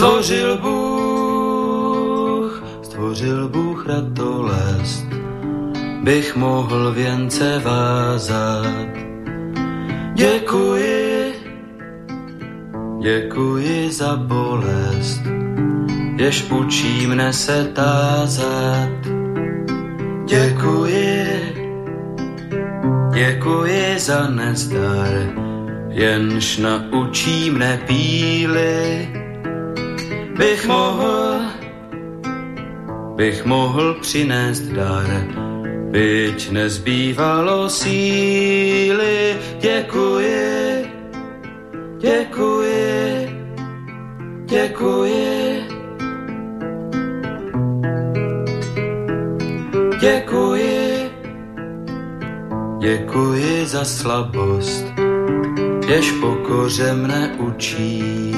Stvořil Bůh ratolest, bych mohl věnce vázat. Děkuji za bolest, jež učí mne se tázat. Děkuji za nezdar, jenž naučí mne píly. Bych mohl přinést dar, byť nezbývalo síly. Děkuji za slabost, jež pokoře mne učí.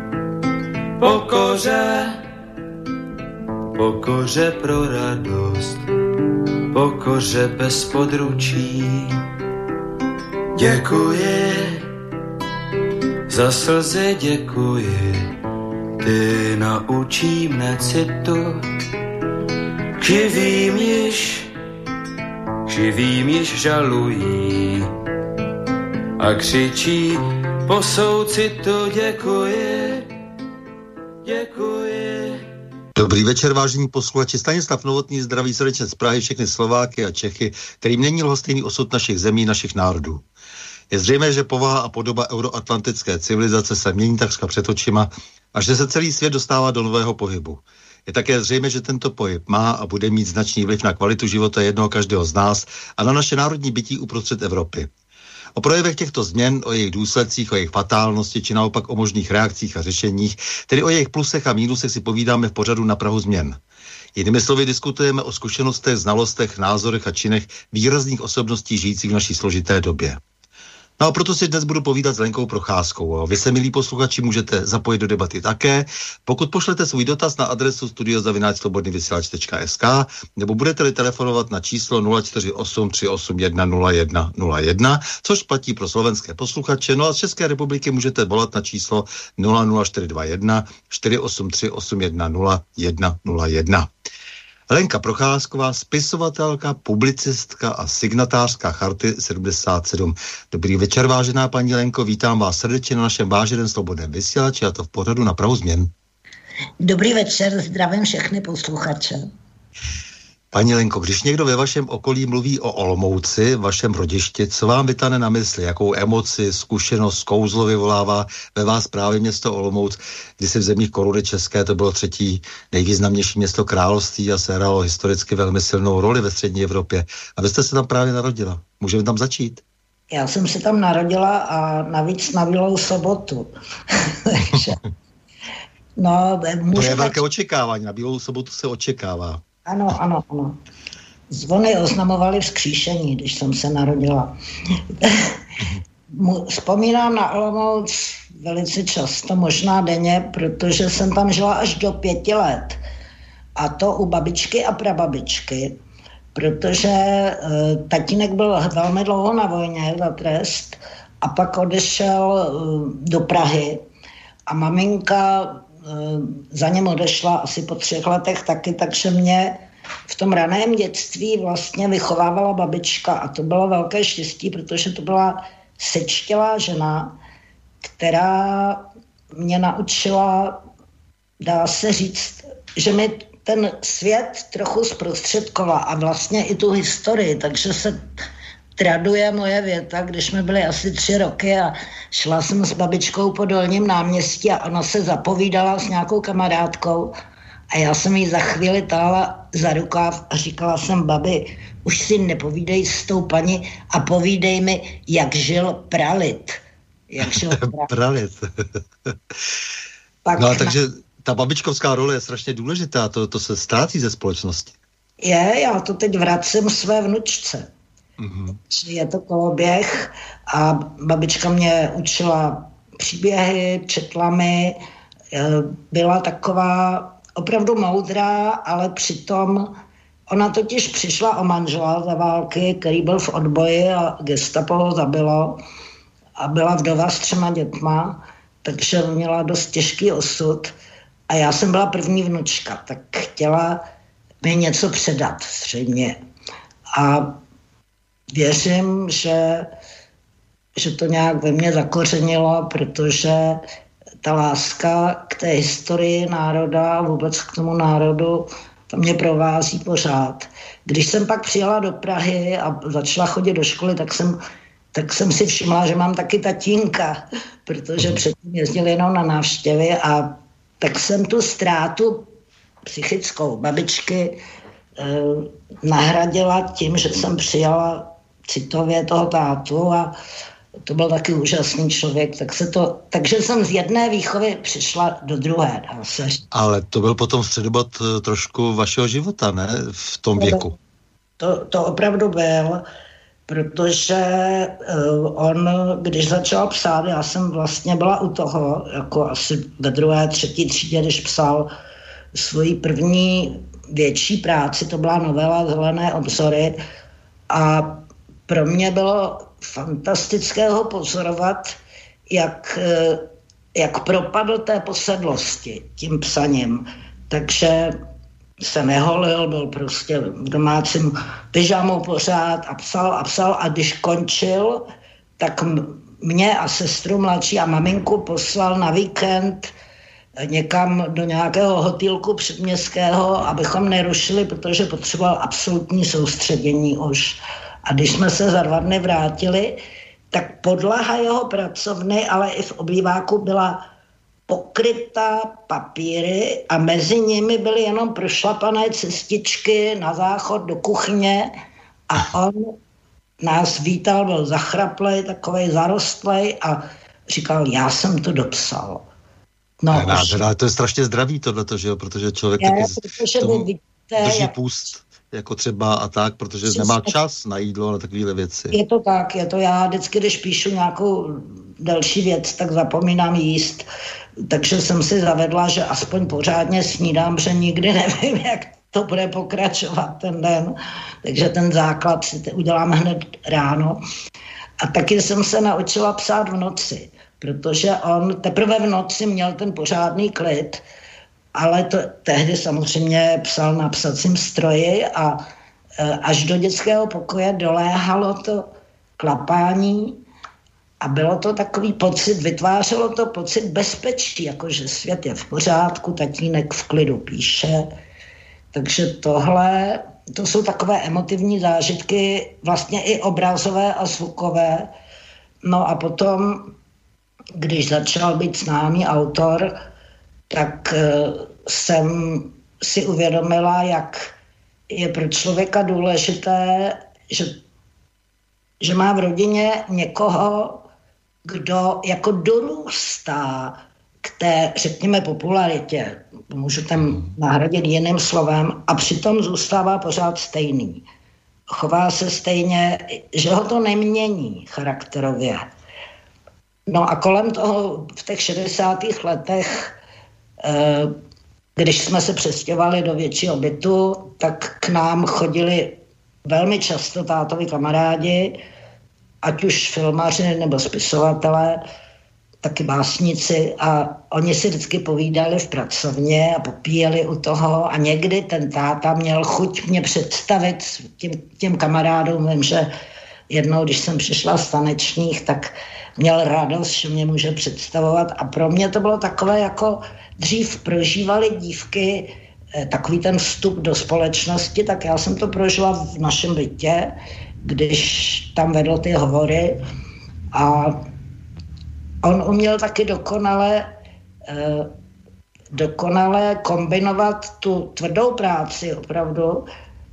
Pokoře pro radost, pokoře bez područí. Děkuji za slzy, děkuji, ty naučí mne citu. Živým již žalují a křičí po soucitu. Děkuji. Dobrý večer, vážení posluchači. Stanislav Novotný zdraví srdečně z Prahy všechny Slováky a Čechy, kterým není lhostejný osud našich zemí, našich národů. Je zřejmé, že povaha a podoba euroatlantické civilizace se mění takřka před očima a že se celý svět dostává do nového pohybu. Je také zřejmé, že tento pohyb má a bude mít značný vliv na kvalitu života jednoho každého z nás a na naše národní bytí uprostřed Evropy. O projevech těchto změn, o jejich důsledcích, o jejich fatálnosti, či naopak o možných reakcích a řešeních, tedy o jejich plusech a mínusech si povídáme v pořadu Na prahu změn. Jinými slovy diskutujeme o zkušenostech, znalostech, názorech a činech výrazných osobností žijících v naší složité době. No a proto si dnes budu povídat s Lenkou Procházkou. A vy se, milí posluchači, můžete zapojit do debaty také, pokud pošlete svůj dotaz na adresu studio@slobodnyvysielac.sk nebo budete-li telefonovat na číslo 048 381 0101, což platí pro slovenské posluchače. No a z České republiky můžete volat na číslo 00421 483 810 101. Lenka Procházková, spisovatelka, publicistka a signatářka Charty 77. Dobrý večer, vážená paní Lenko, vítám vás srdečně na našem váženém slobodném vysílači, a to v pořadu Na prahu změn. Dobrý večer, zdravím všechny posluchače. Paní Lenko, když někdo ve vašem okolí mluví o Olomouci, vašem rodišti, co vám vytane na mysli? Jakou emoci, zkušenost, kouzlo vyvolává ve vás právě město Olomouc, kdy si v zemích koruny české to bylo třetí nejvýznamnější město království a sehrálo historicky velmi silnou roli ve střední Evropě. A vy jste se tam právě narodila. Můžeme tam začít? Já jsem se tam narodila a navíc na Bílou sobotu. To je velké očekávání. Na Bílou sobotu se očekává. Ano. Zvony oznamovaly vzkříšení, když jsem se narodila. Vzpomínám na Olomouc velice často, možná denně, protože jsem tam žila až do 5 let. A to u babičky a prababičky, protože tatínek byl velmi dlouho na vojně za trest a pak odešel do Prahy a maminka za něm odešla asi po 3 letech taky, takže mě v tom raném dětství vlastně vychovávala babička a to bylo velké štěstí, protože to byla sečtělá žena, která mě naučila, dá se říct, že mi ten svět trochu zprostředkovala a vlastně i tu historii, takže se traduje moje věta, když jsme byli asi 3 roky a šla jsem s babičkou po Dolním náměstí a ona se zapovídala s nějakou kamarádkou a já jsem jí za chvíli táhla za rukáv a říkala jsem: babi, už si nepovídej s tou paní a povídej mi, jak žil Pralit. Pralit. Takže ta babičkovská role je strašně důležitá, to se ztrácí ze společnosti. Já to teď vracím své vnučce. Mm-hmm. Je to koloběh a babička mě učila příběhy, četla mi, byla taková opravdu moudrá, ale přitom ona totiž přišla o manžela za války, který byl v odboji a gestapo ho zabilo a byla vdova s 3 dětma, takže měla dost těžký osud A já jsem byla první vnučka, tak chtěla mi něco předat zřejmě. A věřím, že to nějak ve mně zakořenilo, protože ta láska k té historii národa, vůbec k tomu národu, to mě provází pořád. Když jsem pak přijela do Prahy a začala chodit do školy, tak jsem si všimla, že mám taky tatínka, protože předtím jezdil jenom na návštěvy a tak jsem tu ztrátu psychickou babičky nahradila tím, že jsem přijala citově toho tátu a to byl taky úžasný člověk, takže jsem z jedné výchovy přišla do druhé. Ale to byl potom středobod trošku vašeho života, ne? V tom věku. To opravdu byl, protože on, když začal psát, já jsem vlastně byla u toho, jako asi ve 2., 3. třídě, když psal svoji první větší práci, to byla novela Zelené obzory a pro mě bylo fantastické ho pozorovat, jak propadl té posedlosti tím psaním. Takže se neholil, byl prostě v domácím pyžamu pořád a psal a když končil, tak mě a sestru mladší a maminku poslal na víkend někam do nějakého hotýlku předměstského, abychom nerušili, protože potřeboval absolutní soustředění už. A když jsme se za 2 dny vrátili, tak podlaha jeho pracovny, ale i v obýváku byla pokrytá papíry a mezi nimi byly jenom prošlapané cestičky na záchod do kuchyně a on nás vítal, byl zachraplej, takovej zarostlej a říkal, já jsem to dopsal. No, ale to je strašně zdravý tohleto, že jo, protože člověk taky drží půst. Jako třeba a tak, protože nemá čas na jídlo, na takovéhle věci. Je to tak, já vždycky, když píšu nějakou další věc, tak zapomínám jíst, takže jsem si zavedla, že aspoň pořádně snídám, že nikdy nevím, jak to bude pokračovat ten den, takže ten základ si udělám hned ráno. A taky jsem se naučila psát v noci, protože on teprve v noci měl ten pořádný klid, ale to tehdy samozřejmě psal na psacím stroji a až do dětského pokoje doléhalo to klapání a bylo to takový pocit, vytvářelo to pocit bezpečí, jakože svět je v pořádku, tatínek v klidu píše. Takže tohle, to jsou takové emotivní zážitky, vlastně i obrazové a zvukové. No a potom, když začal být známý autor, tak jsem si uvědomila, jak je pro člověka důležité, že má v rodině někoho, kdo jako dorůstá k té, řekněme, popularitě. Můžu tam nahradit jiným slovem a přitom zůstává pořád stejný. Chová se stejně, že ho to nemění charakterově. No a kolem toho v těch 60. letech, když jsme se přestěhovali do většího bytu, tak k nám chodili velmi často tátovi kamarádi, ať už filmaři nebo spisovatelé, taky básníci a oni si vždycky povídali v pracovně a popíjeli u toho a někdy ten táta měl chuť mě představit těm kamarádům. Vím, že jednou, když jsem přišla z tanečních, tak měl radost, že mě může představovat a pro mě to bylo takové, jako dřív prožívali dívky takový ten vstup do společnosti, tak já jsem to prožila v našem bytě, když tam vedl ty hovory a on uměl taky dokonale kombinovat tu tvrdou práci opravdu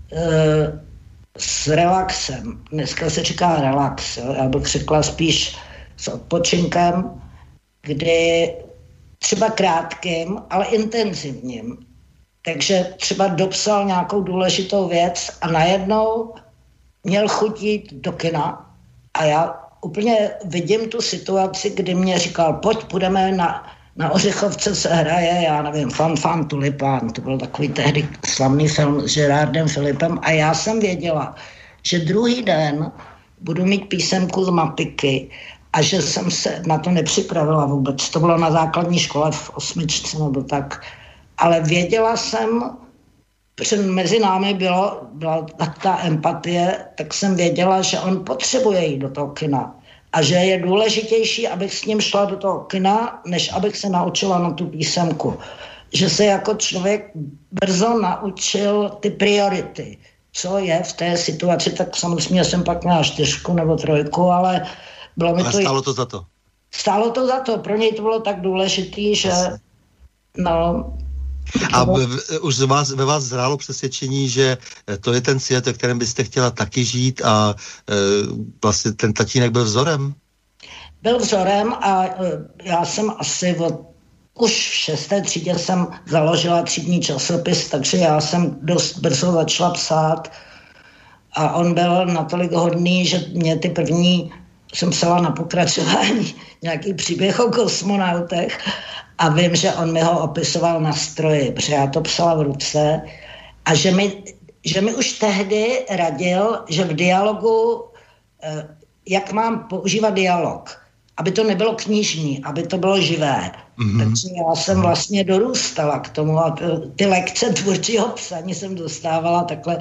s relaxem. Dneska se říká relax, jo? Já bych řekla spíš s odpočinkem, kdy třeba krátkým, ale intenzivním. Takže třeba dopsal nějakou důležitou věc a najednou měl chuť jít do kina a já úplně vidím tu situaci, kdy mě říkal, pojď, půjdeme na Ořechovce se hraje, já nevím, Fan Tulipán, to byl takový tehdy slavný film s Gerardem Philippem a já jsem věděla, že druhý den budu mít písemku z matiky a že jsem se na to nepřipravila vůbec. To bylo na základní škole v 8. nebo tak. Ale věděla jsem, protože mezi námi byla ta empatie, tak jsem věděla, že on potřebuje jít do toho kina. A že je důležitější, abych s ním šla do toho kina, než abych se naučila na tu písemku. Že se jako člověk brzo naučil ty priority. Co je v té situaci, tak samozřejmě jsem pak měla 4 nebo 3, ale bylo mi to... Ale stálo to za to. Stálo to za to. Pro něj to bylo tak důležitý, že... No, a už ve vás zrálo přesvědčení, že to je ten svět, ve kterém byste chtěla taky žít a vlastně ten tatínek byl vzorem? Byl vzorem a já jsem asi už v 6. třídě jsem založila třídní časopis, takže já jsem dost brzo začala psát a on byl natolik hodný, že mě ty první jsem psala na pokračování nějaký příběh o kosmonautech a vím, že on mi ho opisoval na stroji, protože já to psala v ruce a že mi už tehdy radil, že v dialogu, jak mám používat dialog, aby to nebylo knižní, aby to bylo živé. Takže já jsem vlastně dorůstala k tomu a ty lekce tvůrčího psaní jsem dostávala takhle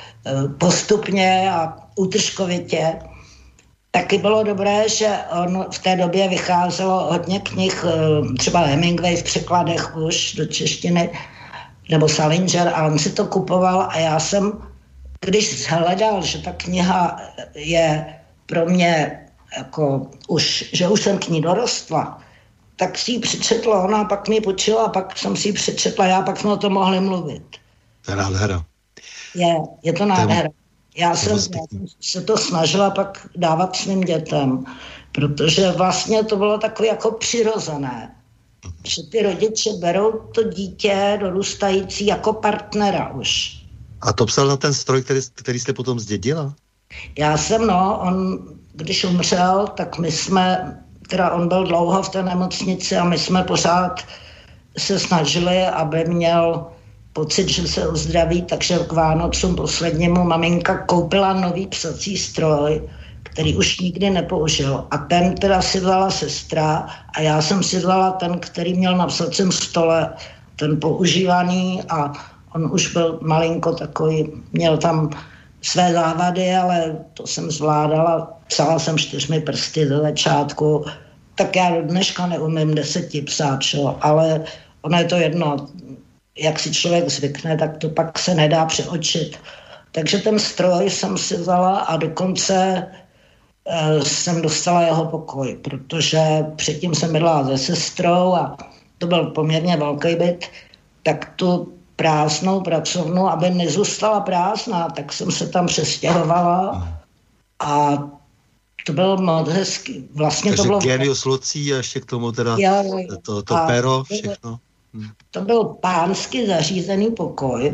postupně a útržkovitě. Taky bylo dobré, že on v té době vycházelo hodně knih, třeba Hemingway v překladech už do češtiny, nebo Salinger, a on si to kupoval a já jsem, když hledal, že ta kniha je pro mě jako že už jsem k ní dorostla, tak si ji přečetla ona, pak mi počila, pak jsem si ji přečetla, já pak jsme o tom mohli mluvit. To je nádhera. Je to nádhera. Já jsem se to snažila pak dávat svým dětem, protože vlastně to bylo takové jako přirozené, že ty rodiče berou to dítě dorůstající jako partnera už. A to psal na ten stroj, který jste potom zdědila? Já jsem, on, když umřel, tak my jsme, on byl dlouho v té nemocnici a my jsme pořád se snažili, aby měl pocit, že se uzdraví, takže k Vánocům poslednímu maminka koupila nový psací stroj, který už nikdy nepoužil. A ten teda si vzala sestra a já jsem si vzala ten, který měl na psacím stole, ten používaný a on už byl malinko takový, měl tam své závady, ale to jsem zvládala. Psala jsem 4 prsty ze začátku, tak já do dneška neumím 10 psát, ale ono je to jedno. Jak si člověk zvykne, tak to pak se nedá přeočit. Takže ten stroj jsem si vzala a dokonce jsem dostala jeho pokoj, protože předtím jsem bydlela se sestrou a to byl poměrně velký byt, tak tu prázdnou pracovnu, aby nezůstala prázdná, tak jsem se tam přestěhovala a to bylo moc hezky. Vlastně takže to bylo... genius loci a ještě k tomu teda to pero, všechno. To byl pánsky zařízený pokoj,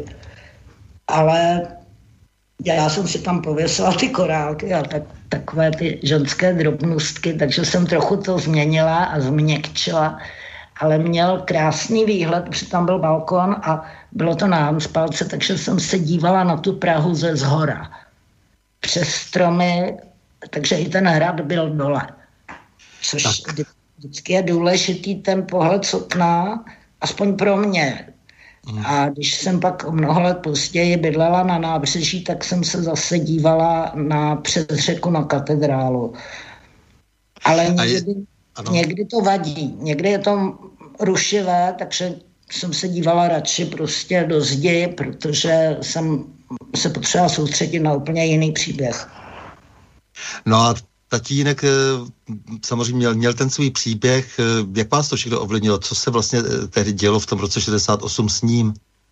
ale já jsem si tam pověsila ty korálky a takové ty ženské drobnostky, takže jsem trochu to změnila a změkčila, ale měl krásný výhled, protože tam byl balkon a bylo to na Hanspalce, takže jsem se dívala na tu Prahu ze zhora. Přes stromy, takže i ten hrad byl dole. Což vždycky je důležitý ten pohled z okna, aspoň pro mě. A když jsem pak o mnoho let později bydlela na nábřeží, tak jsem se zase dívala přes řeku na katedrálu. Ale někdy to vadí, někdy je to rušivé, takže jsem se dívala radši prostě do zdi, protože jsem se potřebovala soustředit na úplně jiný příběh. No a tatínek samozřejmě měl ten svůj příběh. Jak vás to všechno ovlivnilo? Co se vlastně tehdy dělo v tom roce 68 s ním?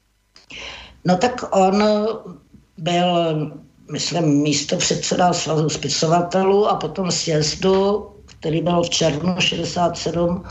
No tak on byl, myslím, místopředseda svazu spisovatelů a potom sjezdu, který byl v červnu 67,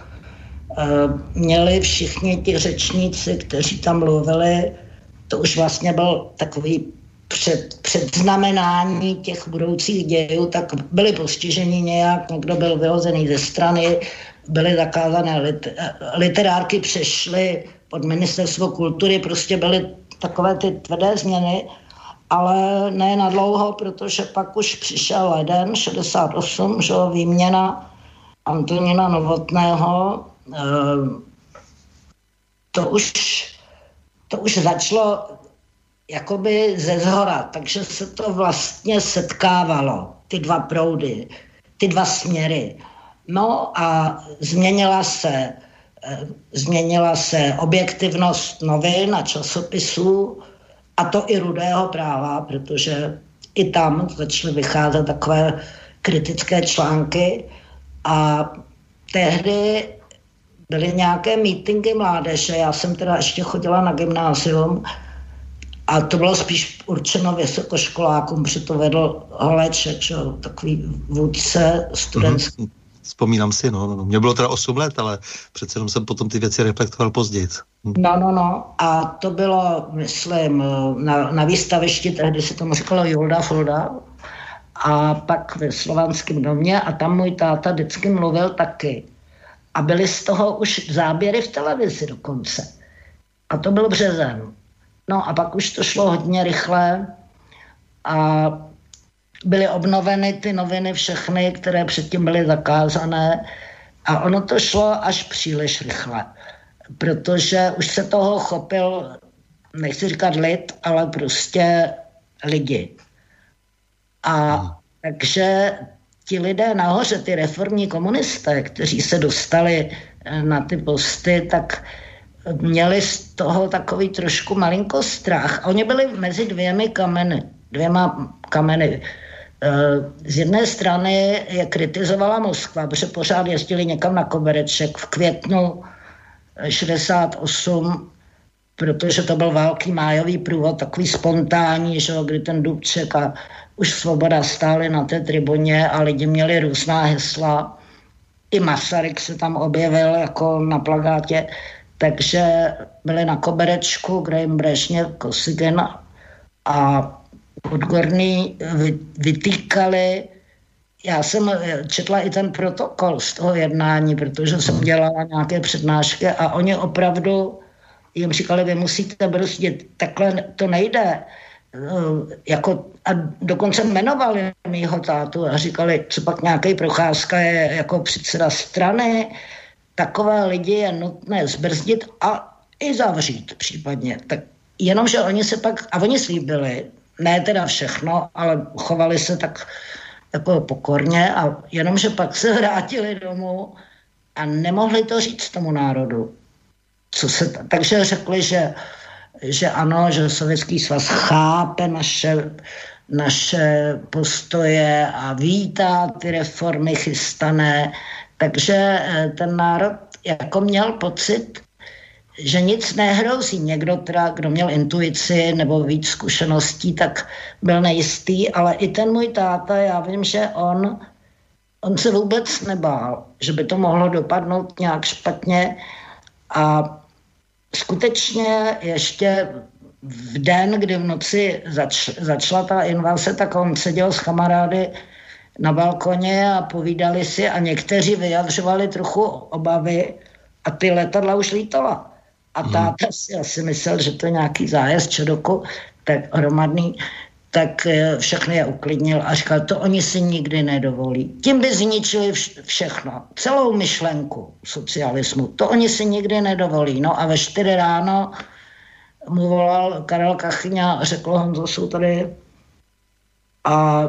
měli všichni ti řečníci, kteří tam mluvili, to už vlastně byl takový předznamenání těch budoucích dějů, tak byli postiženi nějak, někdo byl vyhozený ze strany, byly zakázané literárky, přešly pod ministerstvo kultury, prostě byly takové ty tvrdé změny, ale ne na dlouho, protože pak už přišel leden 68, že výměna Antonína Novotného, to už to už začalo jakoby ze zhora, takže se to vlastně setkávalo, ty dva proudy, ty dva směry. No a změnila se objektivnost novin a časopisů, a to i Rudého práva, protože i tam začaly vycházet takové kritické články a tehdy byly nějaké mítinky mládeže, já jsem teda ještě chodila na gymnázium a to bylo spíš určeno vysokoškolákům, protože to vedl Holeček, takový vůdce studentský. Vzpomínám si, no. Mně bylo teda 8 let, ale přece jenom jsem potom ty věci reflektoval později. No. A to bylo, myslím, na výstavišti, tehdy se tomu říkalo Julda Fulda, a pak ve Slovanském domě a tam můj táta vždycky mluvil taky. A byly z toho už záběry v televizi dokonce. A to byl březen. No a pak už to šlo hodně rychle a byly obnoveny ty noviny všechny, které předtím byly zakázané a ono to šlo až příliš rychle, protože už se toho chopil, nechci říkat lid, ale prostě lidi. A takže ti lidé nahoře, ty reformní komunisté, kteří se dostali na ty posty, tak měli z toho takový trošku malinko strach. A oni byli mezi dvěma kameny. Z jedné strany je kritizovala Moskva, protože pořád jezdili někam na kobereček v květnu 68, protože to byl velký májový průvod, takový spontánní, že, kdy ten Dubček a už Svoboda stáli na té tribuně a lidi měli různá hesla. I Masaryk se tam objevil jako na plakátě, takže byli na koberečku, kde jim Brežněv, Kosygin a Podgorný vytýkali. Já jsem četla i ten protokol z toho jednání, protože jsem dělala nějaké přednášky a oni opravdu jim říkali, vy musíte brzdit, takhle to nejde. A dokonce jmenovali mýho tátu a říkali, co pak nějaký Procházka je jako předseda strany, takové lidi je nutné zbrzdit a i zavřít případně. Tak jenomže oni se pak, a oni slíbili, ne teda všechno, ale chovali se tak jako pokorně a jenomže pak se vrátili domů a nemohli to říct tomu národu. Takže řekli, že ano, že Sovětský svaz chápe naše postoje a vítá ty reformy chystané. Takže ten národ jako měl pocit, že nic nehrozí. Někdo teda, kdo měl intuici nebo víc zkušeností, tak byl nejistý, ale i ten můj táta, já vím, že on se vůbec nebál, že by to mohlo dopadnout nějak špatně a skutečně ještě v den, kdy v noci začala ta invaze, tak on seděl s kamarády na balkoně a povídali si a někteří vyjadřovali trochu obavy a ty letadla už lítala. A táta si asi myslel, že to je nějaký zájezd Čedoku, tak hromadný, tak všechny je uklidnil a říkal, to oni si nikdy nedovolí. Tím by zničili všechno, celou myšlenku socialismu. To oni si nikdy nedovolí. No a ve 4 ráno mu volal Karel Kachyňa a řekl, Honzo, jsou tady a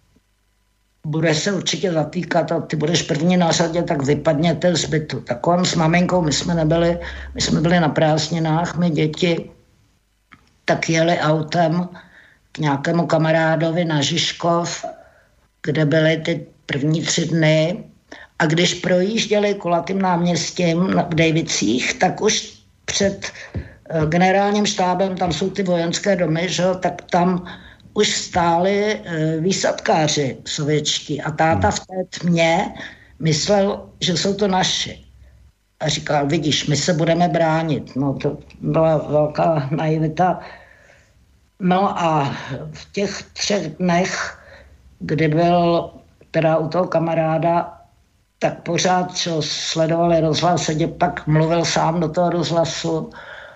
bude se určitě zatýkat a ty budeš první na řadě, tak vypadněte z bytu. Tak on s maminkou, my jsme byli na prázdninách, my děti, tak jeli autem k nějakému kamarádovi na Žižkov, kde byly ty první 3 dny a když projížděli kulatým náměstím v Dejvicích, tak už před generálním štábem, tam jsou ty vojenské domy, že? Tak tam už stáli výsadkáři sovětští a táta v té tmě myslel, že jsou to naši. A říkal, vidíš, my se budeme bránit. No to byla velká naivita. No a v těch 3 dnech, kdy byl teda u toho kamaráda, tak pořád, čo sledovali rozhlas, sedě pak mluvil sám do toho rozhlasu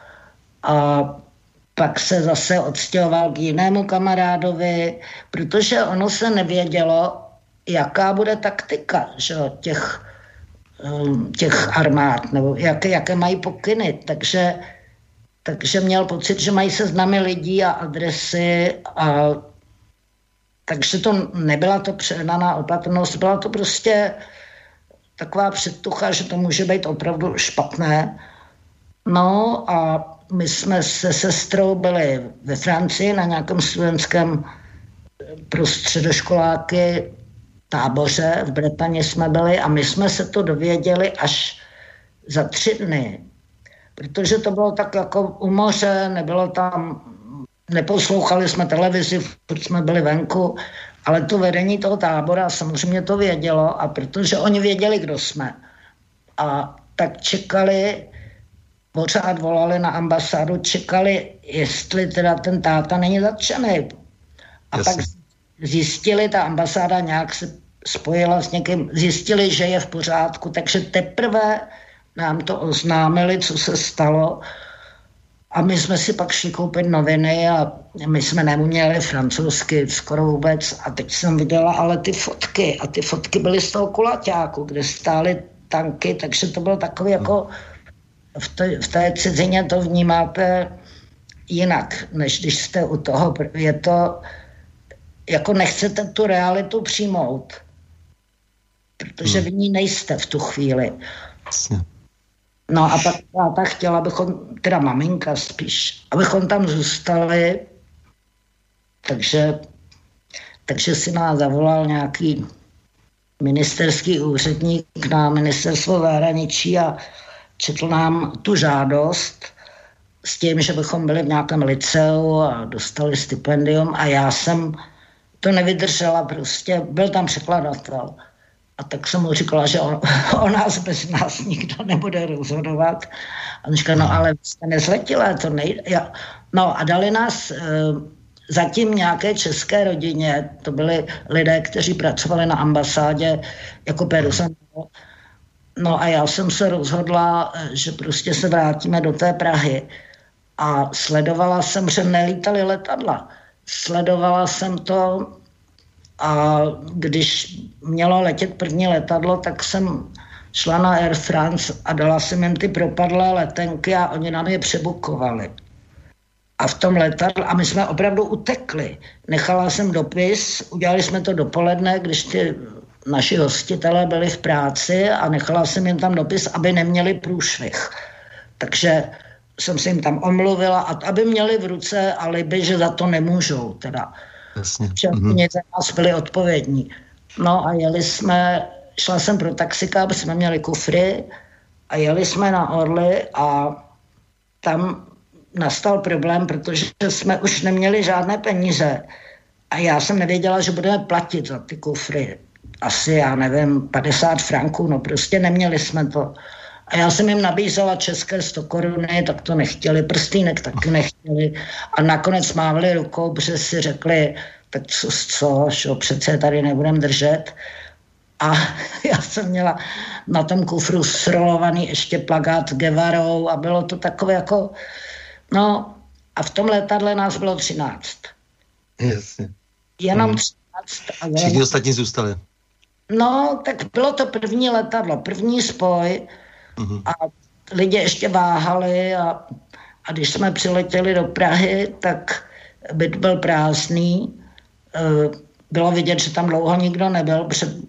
a pak se zase odstěhoval k jinému kamarádovi, protože ono se nevědělo, jaká bude taktika, že, těch armád, nebo jaké mají pokyny. Takže takže měl pocit, že mají seznamy lidí a adresy a takže to nebyla to přehnaná opatrnost, byla to prostě taková předtucha, že to může být opravdu špatné. No a my jsme se sestrou byli ve Francii na nějakém studentském pro středoškoláky táboře, v Bretaně jsme byli a my jsme se to dověděli až za 3 dny, protože to bylo tak jako u moře, nebylo tam, neposlouchali jsme televizi, protože jsme byli venku, ale to vedení toho tábora samozřejmě to vědělo a protože oni věděli, kdo jsme. A tak čekali, pořád volali na ambasádu, čekali, jestli teda ten táta není zatčený. A tak zjistili, ta ambasáda nějak se spojila s někým, zjistili, že je v pořádku, takže teprve nám to oznámili, co se stalo. A my jsme si pak šli koupit noviny a my jsme neuměli francouzsky skoro vůbec. A teď jsem viděla ale ty fotky. A ty fotky byly z toho kulaťáku, kde stály tanky, takže to bylo takový jako v té cizině to vnímáte jinak, než když jste u toho. Je to, jako nechcete tu realitu přijmout, protože v ní nejste v tu chvíli. No a pak táta chtěla, abychom, teda maminka spíš, abychom tam zůstali, takže si nás zavolal nějaký ministerský úředník na ministerstvo zahraničí a četl nám tu žádost s tím, že bychom byli v nějakém liceu a dostali stipendium a já jsem to nevydržela prostě, byl tam překladatel. A tak jsem mu říkala, že o nás bez nás nikdo nebude rozhodovat. A on říkal, no ale vy jste nezletilé, to nejde. No a dali nás zatím nějaké české rodině, to byli lidé, kteří pracovali na ambasádě jako personál. No a já jsem se rozhodla, že prostě se vrátíme do té Prahy. A sledovala jsem, že nelítaly letadla. Sledovala jsem to a když mělo letět první letadlo, tak jsem šla na Air France a dala jsem jim ty propadlé letenky a oni nám je přebukovali. A v tom letadle, a my jsme opravdu utekli. Nechala jsem dopis, udělali jsme to dopoledne, když ty naši hostitelé byli v práci a nechala jsem jim tam dopis, aby neměli průšvih. Takže jsem se jim tam omluvila, a aby měli v ruce alibi, že za to nemůžou. Teda. Jasně. Že oni za nás byli odpovědní. No a jeli jsme, šla jsem pro taxika, aby jsme měli kufry a jeli jsme na Orly a tam nastal problém, protože jsme už neměli žádné peníze a já jsem nevěděla, že budeme platit za ty kufry. Asi, já nevím, 50 franků, no prostě neměli jsme to. A já jsem jim nabízela české 100 koruny, tak to nechtěli, prstýnek taky nechtěli a nakonec mávali rukou, protože si řekli, tak co, přece tady nebudem držet. A já jsem měla na tom kufru srolovaný ještě plakát s Guevarou a bylo to takové jako, no a v tom letadle nás bylo 13. Jasně. Jenom 13. A všichni ostatní zůstali. No, tak bylo to první letadlo, první spoj a lidi ještě váhali a když jsme přiletěli do Prahy, tak byt byl prázdný. Bylo vidět, že tam dlouho nikdo nebyl,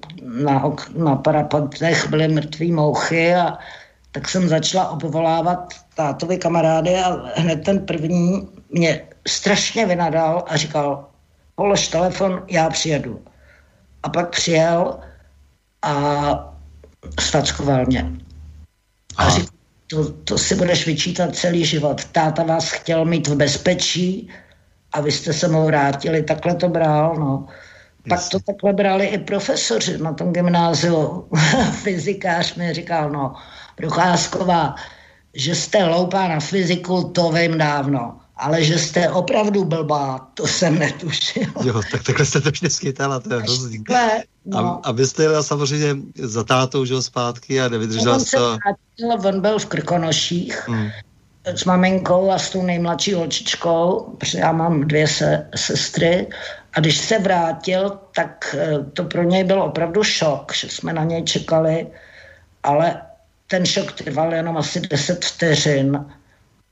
na parapetech byly mrtví mouchy a tak jsem začala obvolávat tátovi kamarády a hned ten první mě strašně vynadal a říkal, polož telefon, já přijedu. A pak přijel a sfackoval mě. A říkal, to si budeš vyčítat celý život. Táta vás chtěl mít v bezpečí a vy jste se mu vrátili. Takhle to bral, no. Pak to takhle brali i profesoři na tom gymnáziu. Fyzikář mi říkal, no, Procházková, že jste hloupá na fyziku, to vím dávno. Ale že jste opravdu blbá, to jsem netušil. Jo, tak takhle jste to už neskytala, to je hrozný. No. A vy jste jela samozřejmě za tátou, že zpátky a nevydržela jste to. On byl v Krkonoších s maminkou a s tou nejmladší holčičkou, protože já mám 2 sestry a když se vrátil, tak to pro něj byl opravdu šok, že jsme na něj čekali, ale ten šok trval jenom asi 10 vteřin.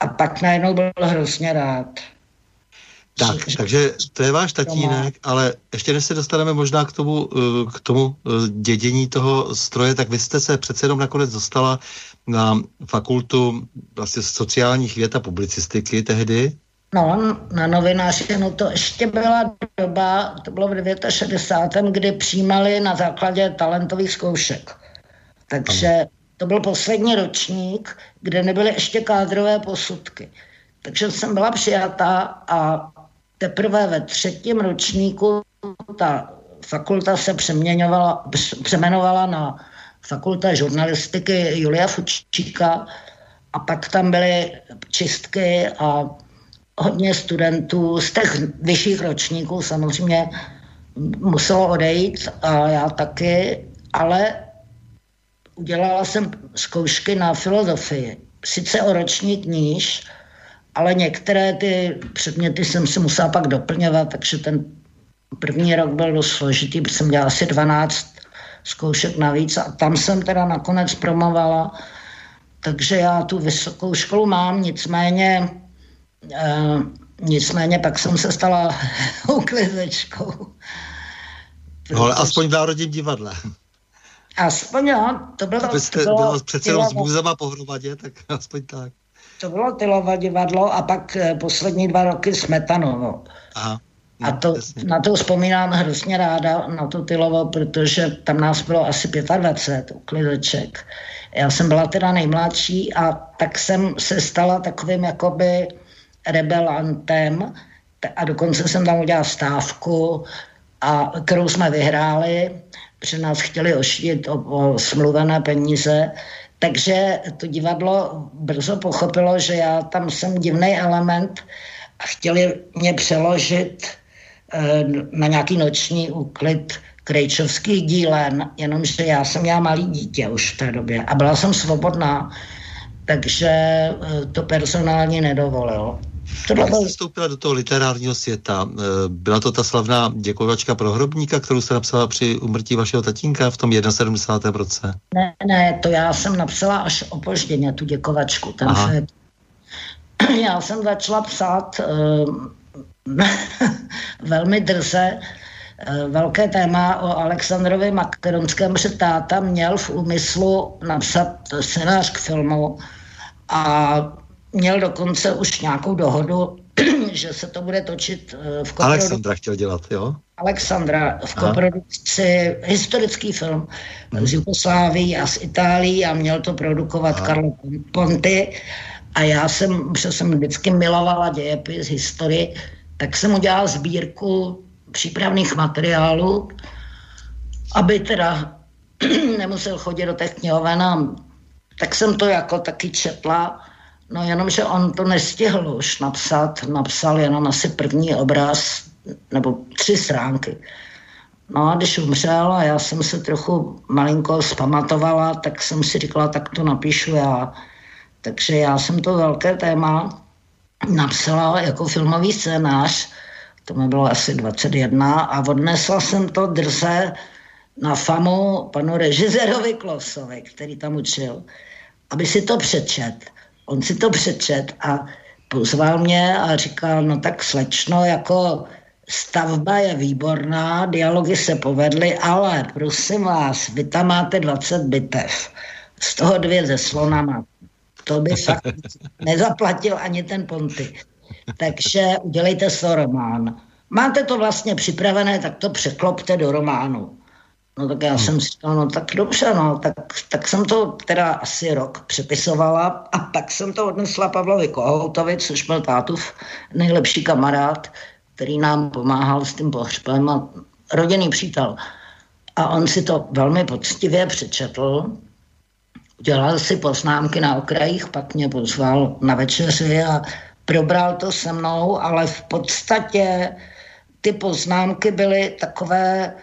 A pak najednou byl hrozně rád. Tak, takže to je váš tatínek, ale ještě než se dostaneme možná k tomu dědění toho stroje, tak vy jste se přece jenom nakonec dostala na fakultu vlastně sociálních věd a publicistiky tehdy. No, na novináře, no to ještě byla doba, to bylo v 69., kdy přijímali na základě talentových zkoušek. Takže to byl poslední ročník, kde nebyly ještě kádrové posudky. Takže jsem byla přijatá a teprve ve 3. ročníku ta fakulta se přeměnovala na fakulta žurnalistiky Julia Fučíka a pak tam byly čistky a hodně studentů z těch vyšších ročníků samozřejmě muselo odejít a já taky, ale udělala jsem zkoušky na filozofii. Sice o ročník níž, ale některé ty předměty jsem si musela pak doplňovat, takže ten první rok byl dost složitý, protože jsem dělala asi 12 zkoušek navíc a tam jsem teda nakonec promovala, takže já tu vysokou školu mám, nicméně pak jsem se stala uklizečkou. No, ale aspoň v Národním divadle. Aspoň jo, to bylo přece jenom s můzema pohromadě, tak aspoň tak. To bylo Tylovo divadlo a pak poslední 2 roky Smetanovo. Aha. A to, na to vzpomínám hrozně ráda, na to Tylovo, protože tam nás bylo asi 25 uklizeček. Já jsem byla teda nejmladší a tak jsem se stala takovým jakoby rebelantem a dokonce jsem tam udělala stávku, kterou jsme vyhráli, protože nás chtěli ošidit o smluvené peníze. Takže to divadlo brzo pochopilo, že já tam jsem divný element a chtěli mě přeložit na nějaký noční úklid krejčovských dílen, jenomže já jsem měla malý dítě už v té době a byla jsem svobodná, takže to personálně nedovolilo. Jak jste vstoupila do toho literárního světa? Byla to ta slavná děkovačka pro hrobníka, kterou jste napsala při úmrtí vašeho tatínka v tom 71. roce? Ne, to já jsem napsala až opožděně, tu děkovačku. Já jsem začala psát velmi drze velké téma o Alexandrovi Makedonském, protože táta měl v úmyslu napsat scénář k filmu a měl dokonce už nějakou dohodu, že se to bude točit v koprodukci. Alexandra chtěl dělat, jo? Alexandra v koprodukci, historický film z Jugoslávii a z Itálií a měl to produkovat Carlo Ponti. A já jsem vždycky milovala dějepis, historii, tak jsem udělala sbírku přípravných materiálů, aby teda nemusel chodit do těch knihoven. Tak jsem to jako taky četla. No jenomže on to nestihl už napsal jenom asi první obraz nebo 3 stránky. No a když umřel a já jsem se trochu malinko zpamatovala, tak jsem si říkala, tak to napíšu já. Takže já jsem to velké téma napsala jako filmový scénář, to mi bylo asi 21 a odnesla jsem to drze na famu panu režisérovi Klosovi, který tam učil, aby si to přečet. On si to přečet a pozval mě a říkal, no tak slečno, jako stavba je výborná, dialogy se povedly, ale prosím vás, vy tam máte 20 bitev, z toho 2 se slonama. To by fakt nezaplatil ani ten Ponti. Takže udělejte z toho román. Máte to vlastně připravené, tak to překlopte do románu. No tak já jsem si říkal, no tak dobře, no, tak jsem to teda asi rok přepisovala a pak jsem to odnesla Pavlovi Kohoutovi, což byl tátův nejlepší kamarád, který nám pomáhal s tím pohřbem a rodinný přítel. A on si to velmi poctivě přečetl, udělal si poznámky na okrajích, pak mě pozval na večeři a probral to se mnou, ale v podstatě ty poznámky byly takové,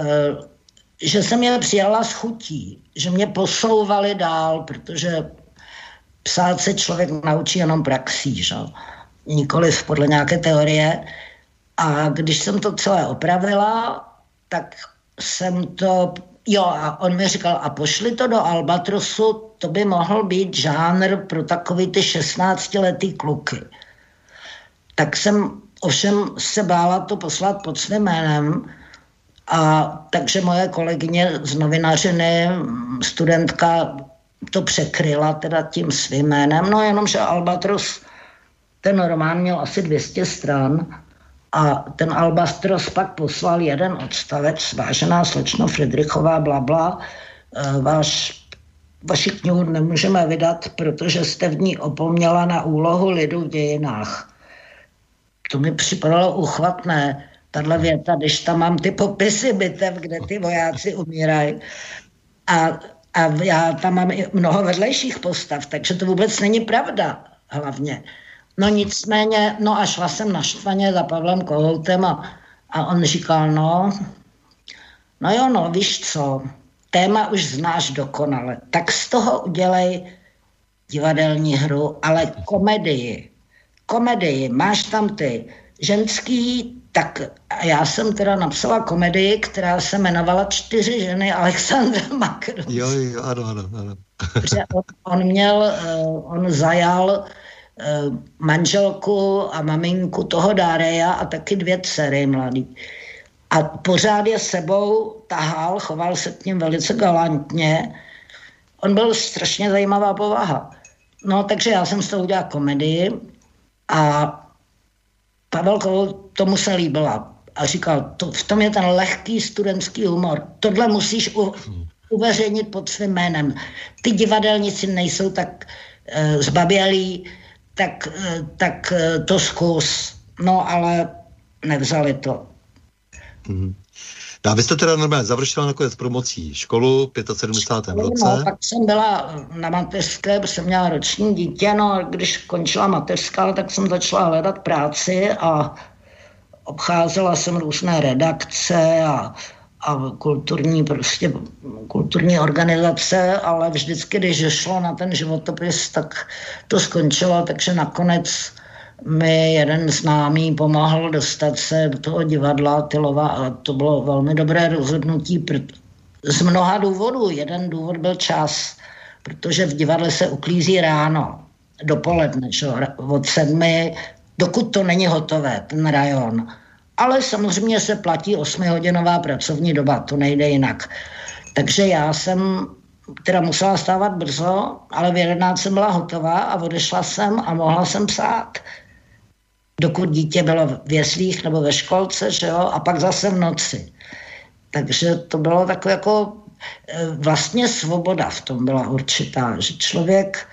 že jsem je přijala s chutí, že mě posouvali dál, protože psát se člověk naučí jenom praxí, že? Nikoliv podle nějaké teorie. A když jsem to celé opravila, tak jsem to Jo, a on mi říkal, a pošli to do Albatrosu, to by mohl být žánr pro takový ty 16letý kluky. Tak jsem ovšem se bála to poslat pod svým jménem, a takže moje kolegyně z novinařiny, studentka, to překryla teda tím svým jménem, no jenomže Albatros, ten román měl asi 200 stran a ten Albatros pak poslal jeden odstavec, vážená slečno Friedrichová, blabla, vaši knihu nemůžeme vydat, protože jste v ní opomněla na úlohu lidu v dějinách. To mi připadalo uchvatné, tahle věta, když tam mám ty popisy bitev, kde ty vojáci umírají. A já tam mám i mnoho vedlejších postav, takže to vůbec není pravda hlavně. No nicméně, no a šla jsem naštvaně za Pavlem Kohoutem a on říkal, no jo, víš co, téma už znáš dokonale, tak z toho udělej divadelní hru, ale komedii, máš tam ty ženský, tak a já jsem teda napsala komedii, která se jmenovala 4 ženy Alexandra Makru. Jo, ano. Protože on zajal manželku a maminku toho Dáreja a taky 2 dcery mladý. A pořád je sebou tahal, choval se k ním velice galantně. On byl strašně zajímavá povaha. No, takže já jsem z toho udělala komedii a Pavel Kohout tomu se líbila a říkal, v tom je ten lehký studentský humor. Tohle musíš uveřejnit pod svým jménem. Ty divadelníci nejsou tak zbabělí, tak to zkus. No, ale nevzali to. A vy jste teda normálně završila nakonec promocí školu v 75. roce. No, pak jsem byla na mateřské, protože jsem měla roční dítě, no a když končila mateřská, tak jsem začala hledat práci a obcházela jsem různé redakce a kulturní organizace, ale vždycky, když šlo na ten životopis, tak to skončilo, takže nakonec mi jeden známý pomohl dostat se do toho divadla Tylova a to bylo velmi dobré rozhodnutí z mnoha důvodů. Jeden důvod byl čas, protože v divadle se uklízí ráno, dopoledne, od 7, dokud to není hotové, ten rajon. Ale samozřejmě se platí 8hodinová pracovní doba, to nejde jinak. Takže já jsem teda musela stávat brzo, ale v 11 jsem byla hotová a odešla jsem a mohla jsem psát. Dokud dítě bylo v jeslích nebo ve školce, že jo, a pak zase v noci. Takže to bylo takové jako vlastně svoboda v tom byla určitá, že člověk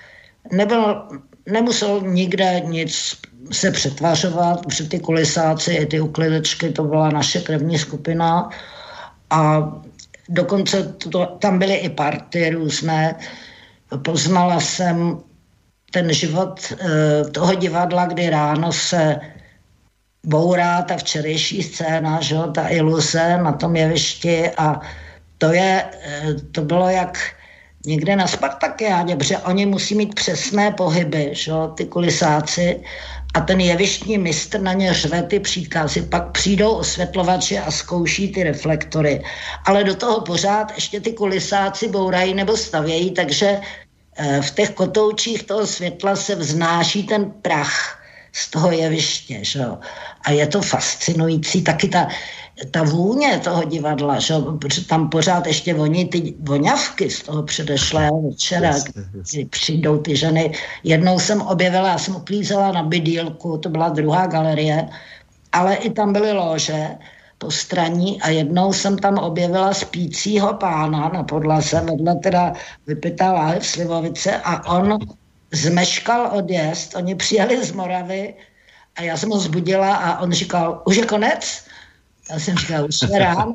nemusel nikde nic se přetvařovat, protože ty kulisáci i ty uklidečky, to byla naše krevní skupina a dokonce tam byly i party různé. Poznala jsem ten život toho divadla, kdy ráno se bourá ta včerejší scéna, že, ta iluze na tom jevišti a to bylo jak někde na Spartakiádě, protože oni musí mít přesné pohyby, že, ty kulisáci a ten jevištní mistr na ně řve ty příkazy, pak přijdou osvětlovači a zkouší ty reflektory, ale do toho pořád ještě ty kulisáci bourají nebo stavějí, takže v těch kotoučích toho světla se vznáší ten prach z toho jeviště, že? A je to fascinující, taky ta vůně toho divadla, že? Protože tam pořád ještě voní ty voňavky z toho předešlého večera, kdy přijdou ty ženy. Jednou jsem objevila, já jsem uklízela na Bydýlku, to byla druhá galerie, ale i tam byly lože postraní a jednou jsem tam objevila spícího pána na podlaze, vedle teda vypitá láhev slivovice a on zmeškal odjezd, oni přijeli z Moravy a já jsem ho zbudila a on říkal, už je konec? Já jsem říkal, už je ráno.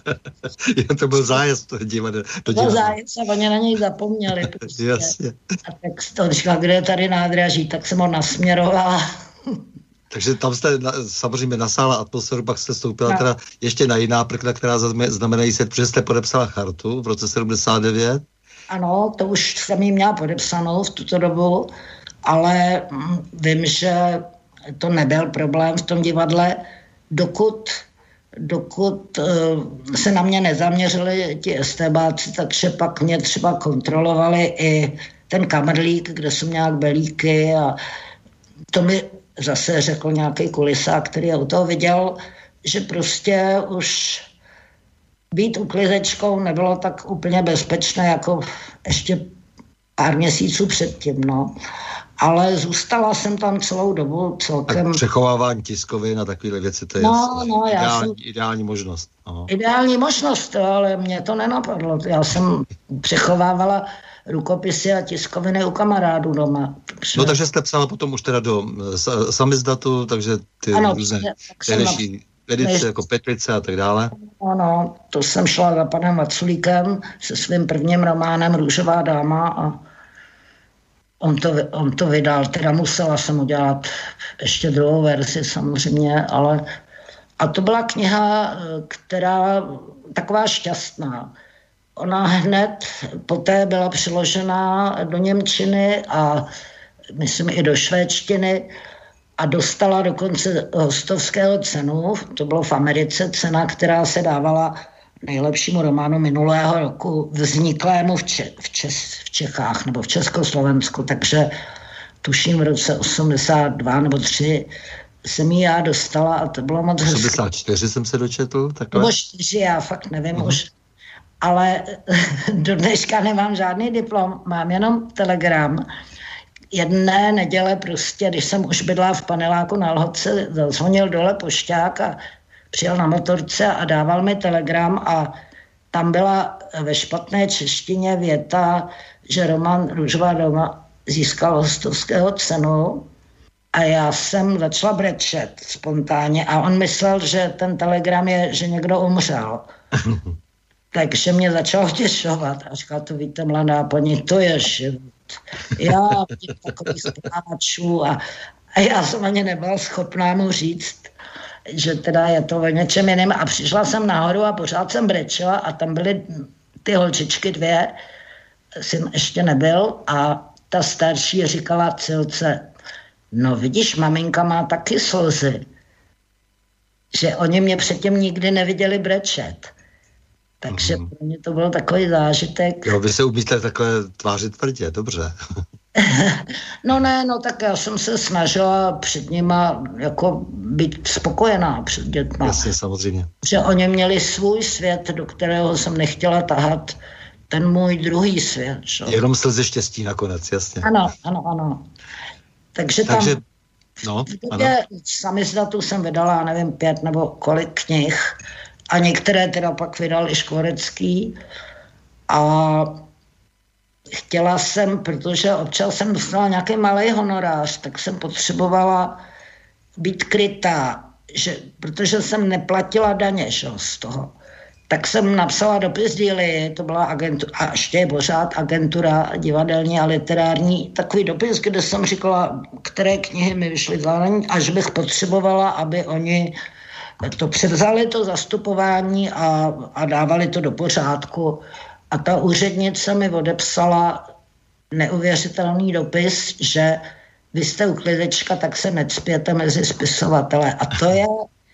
To byl zájezd to divadlo. To byl zájezd a oni na něj zapomněli. Prostě. Jasně. A tak on říkal, kde je tady nádraží, tak jsem ho nasměrovala. Takže tam jste samozřejmě nasála atmosféru, pak jste stoupila teda ještě na jiná prkna, která znamenají se, protože jste podepsala chartu v roce 79. Ano, to už jsem ji měla podepsanou v tuto dobu, ale vím, že to nebyl problém v tom divadle, dokud dokud se na mě nezaměřili ti estébáci, takže pak mě třeba kontrolovali i ten kamerlík, kde jsou nějak belíky a to mi zase řekl nějaký kulisák, který u toho viděl, že prostě už být uklizečkou nebylo tak úplně bezpečné jako ještě pár měsíců předtím, no. Ale zůstala jsem tam celou dobu celkem... Tak přechovávání tiskovin a takovéhle věci, to je ideální možnost. Aha. Ideální možnost, ale mě to nenapadlo. Já jsem přechovávala rukopisy a tiskoviny u kamarádů doma. No takže jste psala potom už teda do samizdatu, takže ty různé tehdejší edice jako Petlice a tak dále. Ano, to jsem šla za panem Vaculíkem se svým prvním románem Růžová dáma a on to vydal, teda musela jsem udělat ještě druhou verzi samozřejmě, ale a to byla kniha, která taková šťastná. Ona hned poté byla přeložena do němčiny a myslím i do švédštiny a dostala dokonce hostovského cenu, to bylo v Americe cena, která se dávala nejlepšímu románu minulého roku vzniklému v Čechách nebo v Československu, takže tuším v roce 82 nebo 3 jsem ji já dostala a to bylo moc hezké. 84 jsem se dočetl. Takhle. Nebo 4, já fakt nevím už. Ale do dneška nemám žádný diplom, mám jenom telegram. Jedné neděle prostě, když jsem už bydla v paneláku na Lhotce, zazvonil dole pošťák a přijel na motorce a dával mi telegram a tam byla ve špatné češtině věta, že román Růžová doma získal hostovského cenu a já jsem začala brečet spontánně a on myslel, že ten telegram je, že někdo umřel. Takže mě začal těšovat a říkal, to víte, mladá paní, to je život. Já vidím takových zprávačů a já jsem ani nebyla schopná mu říct, že teda je to o něčem jiném a přišla jsem nahoru a pořád jsem brečela a tam byly ty holčičky 2, syn ještě nebyl a ta starší říkala Cilce, no vidíš, maminka má taky slzy, že oni mě předtím nikdy neviděli brečet. Takže pro mě to byl takový zážitek. Jo, vy se umíte takhle tvářit tvrdě, dobře. No tak já jsem se snažila před nima jako být spokojená před dětma. Jasně, samozřejmě. Že oni měli svůj svět, do kterého jsem nechtěla tahat ten můj druhý svět. Čo? Jenom slzy štěstí nakonec, jasně. Ano. Takže tam v době samizdatu jsem vydala, nevím, 5 nebo kolik knih a některé teda pak vydal i Škvorecký a chtěla jsem, protože občas jsem dostala nějaký malý honorář, tak jsem potřebovala být krytá, protože jsem neplatila daně z toho. Tak jsem napsala dopis díly, to byla agentura, a ještě je pořád agentura divadelní a literární, takový dopis, kde jsem říkala, které knihy mi vyšly zároveň, až bych potřebovala, aby oni to převzali, to zastupování a dávali to do pořádku. A ta úřednice mi odepsala neuvěřitelný dopis, že vy jste uklizečka, tak se necpěte mezi spisovatele. A to je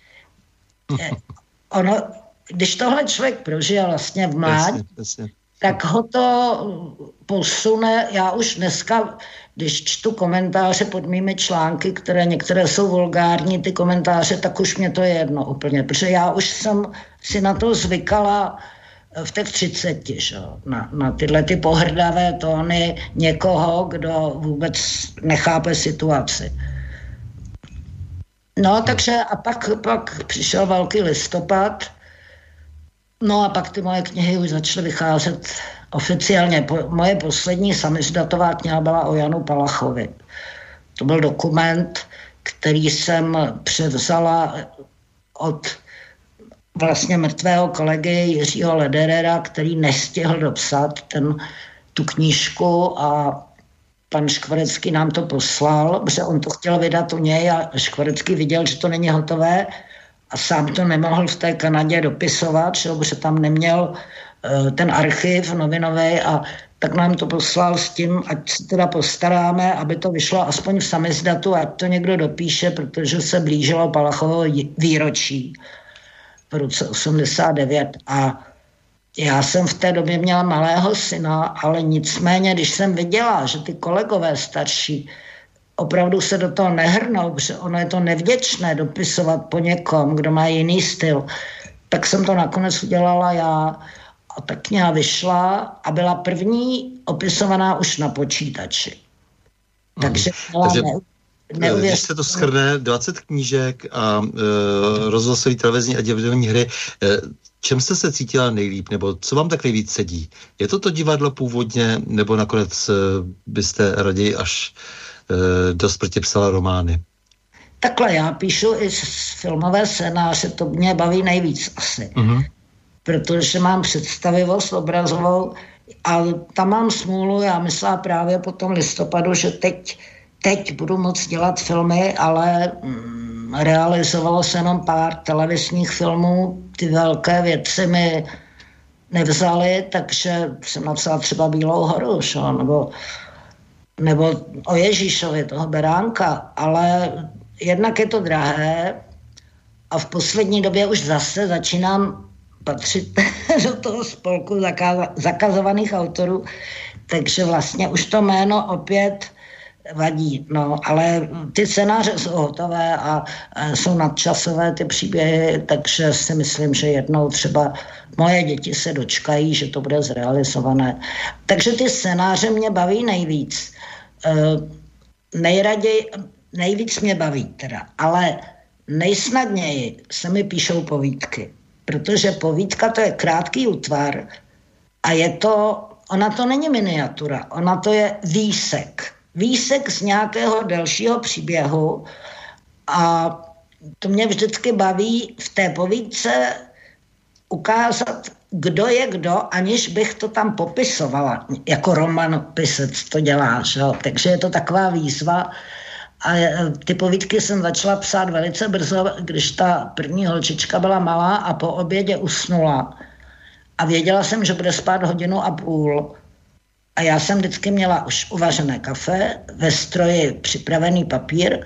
ono, když tohle člověk prožije vlastně v mládí, tak ho to posune. Já už dneska, když čtu komentáře pod mými články, které některé jsou vulgární, ty komentáře, tak už mě to je jedno úplně, protože já už jsem si na to zvykala v těch 30, na tyhle ty pohrdavé tóny někoho, kdo vůbec nechápe situaci. No, takže a pak přišel velký listopad, no a pak ty moje knihy už začaly vycházet oficiálně. Moje poslední samizdatová kniha byla o Janu Palachovi. To byl dokument, který jsem převzala od vlastně mrtvého kolegy Jiřího Lederera, který nestihl dopsat tu knížku a pan Škvorecký nám to poslal, protože on to chtěl vydat u něj a Škvorecký viděl, že to není hotové a sám to nemohl v té Kanadě dopisovat, protože tam neměl ten archiv novinový a tak nám to poslal s tím, ať se teda postaráme, aby to vyšlo aspoň v samizdatu, ať to někdo dopíše, protože se blížilo Palachovo výročí. v roce 89 a já jsem v té době měla malého syna, ale nicméně, když jsem viděla, že ty kolegové starší opravdu se do toho nehrnou, protože ono je to nevděčné dopisovat po někom, kdo má jiný styl, tak jsem to nakonec udělala já a ta kniha vyšla a byla první opisovaná už na počítači. Takže když se to shrne, 20 knížek a rozhlasový, televizní a divadelní hry, čem jste se cítila nejlíp, nebo co vám tak nejvíc sedí? Je to divadlo původně, nebo nakonec byste raději až do smrti psala romány? Takhle, já píšu i filmové scénáře, to mě baví nejvíc asi. Protože mám představivost obrazovou, ale tam mám smůlu, já myslela právě po tom listopadu, že teď budu moct dělat filmy, ale realizovalo se jenom pár televizních filmů, ty velké věci mi nevzali, takže jsem napsala třeba Bílou horu, šo? Nebo o Ježíšovi, toho beránka, ale jednak je to drahé a v poslední době už zase začínám patřit do toho spolku zakazovaných autorů, takže vlastně už to jméno opět vadí, no, ale ty scénáře jsou hotové a jsou nadčasové ty příběhy, takže si myslím, že jednou třeba moje děti se dočkají, že to bude zrealizované. Takže ty scénáře mě baví nejvíc. Nejvíc mě baví teda, ale nejsnadněji se mi píšou povídky, protože povídka to je krátký útvar a ona to není miniatura, ona to je výsek z nějakého delšího příběhu a to mě vždycky baví v té povídce ukázat, kdo je kdo, aniž bych to tam popisovala, jako romanopisec to dělá, že? Takže je to taková výzva a ty povídky jsem začala psát velice brzo, když ta první holčička byla malá a po obědě usnula a věděla jsem, že bude spát 1,5 hodiny. A já jsem vždycky měla už uvařené kafe, ve stroji připravený papír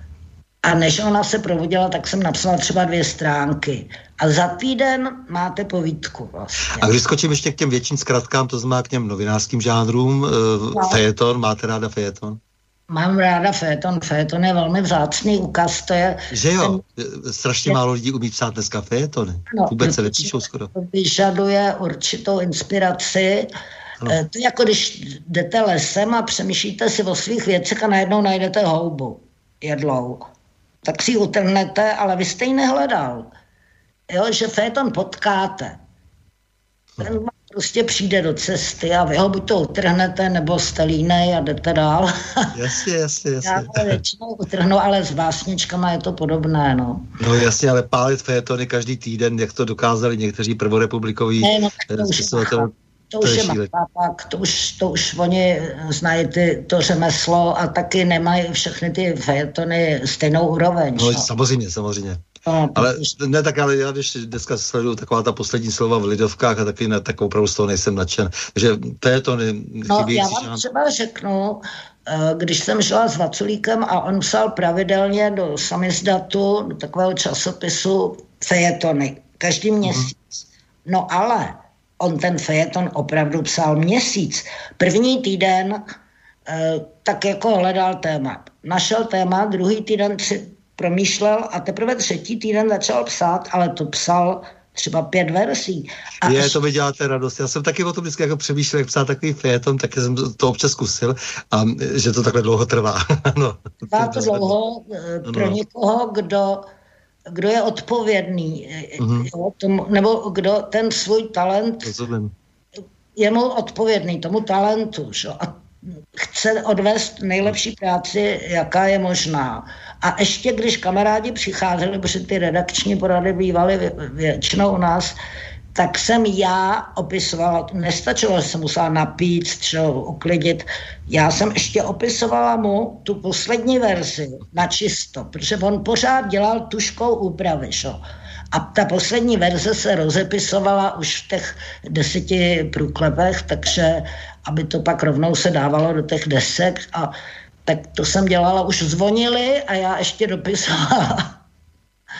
a než ona se probudila, tak jsem napsala třeba 2 stránky. A za týden máte povídku vlastně. A když skočím ještě k těm větším zkratkám, to znamená k těm novinářským žánrům, fejeton, máte ráda fejeton? Mám ráda fejeton. Fejeton je velmi vzácný úkaz, to je... Že jo? Strašně málo lidí umí psát dneska fejetony. No, vůbec se nepíšou skoro. Vyžaduje určitou inspiraci. No. To je jako když jdete lesem a přemýšlíte si o svých věcech a najednou najdete houbu jedlou. Tak si ji utrhnete, ale vy jste ji nehledal. Jo, že fejeton potkáte. Ten vám prostě přijde do cesty a vy ho buď to utrhnete, nebo jste línej a jdete dál. Jasně. Já to většinou utrhnu, ale s básničkama je to podobné, no. No jasně, ale pálit fejetony každý týden, jak to dokázali někteří prvorepublikoví spisovatelé. To už je pak, to už oni znají to řemeslo a taky nemají všechny ty fejetony stejnou úroveň. No samozřejmě. Ale ne tak, ale já když dneska sleduju taková ta poslední slova v Lidovkách a taky na takovou opravdu z toho nejsem nadšen, že fejetony chybí. Já vám třeba řeknu, když jsem žila s Vaculíkem a on psal pravidelně do samizdatu, do takového časopisu fejetony, každý měsíc. No ale on ten fejeton opravdu psal měsíc. První týden tak jako hledal téma. Našel téma, druhý týden promýšlel a teprve 3. týden začal psát, ale to psal třeba 5 verzí. To mi děláte radost. Já jsem taky o tom vždycky jako přemýšlel, jak psát takový fejeton, taky jsem to občas zkusil a že to takhle dlouho trvá. Trvá to dlouho pro někoho, kdo je odpovědný, nebo kdo ten svůj talent je mu odpovědný, tomu talentu, že? A chce odvést nejlepší práci, jaká je možná. A ještě když kamarádi přicházeli, protože ty redakční porady bývaly většinou u nás, tak jsem já opisovala, nestačilo, že jsem musela napít, třeba uklidit, já jsem ještě opisovala mu tu poslední verzi na čisto, protože on pořád dělal tužkou úpravy, šo? A ta poslední verze se rozepisovala už v těch 10 průklepech, takže aby to pak rovnou se dávalo do těch desek a tak to jsem dělala, už zvonili a já ještě dopisovala.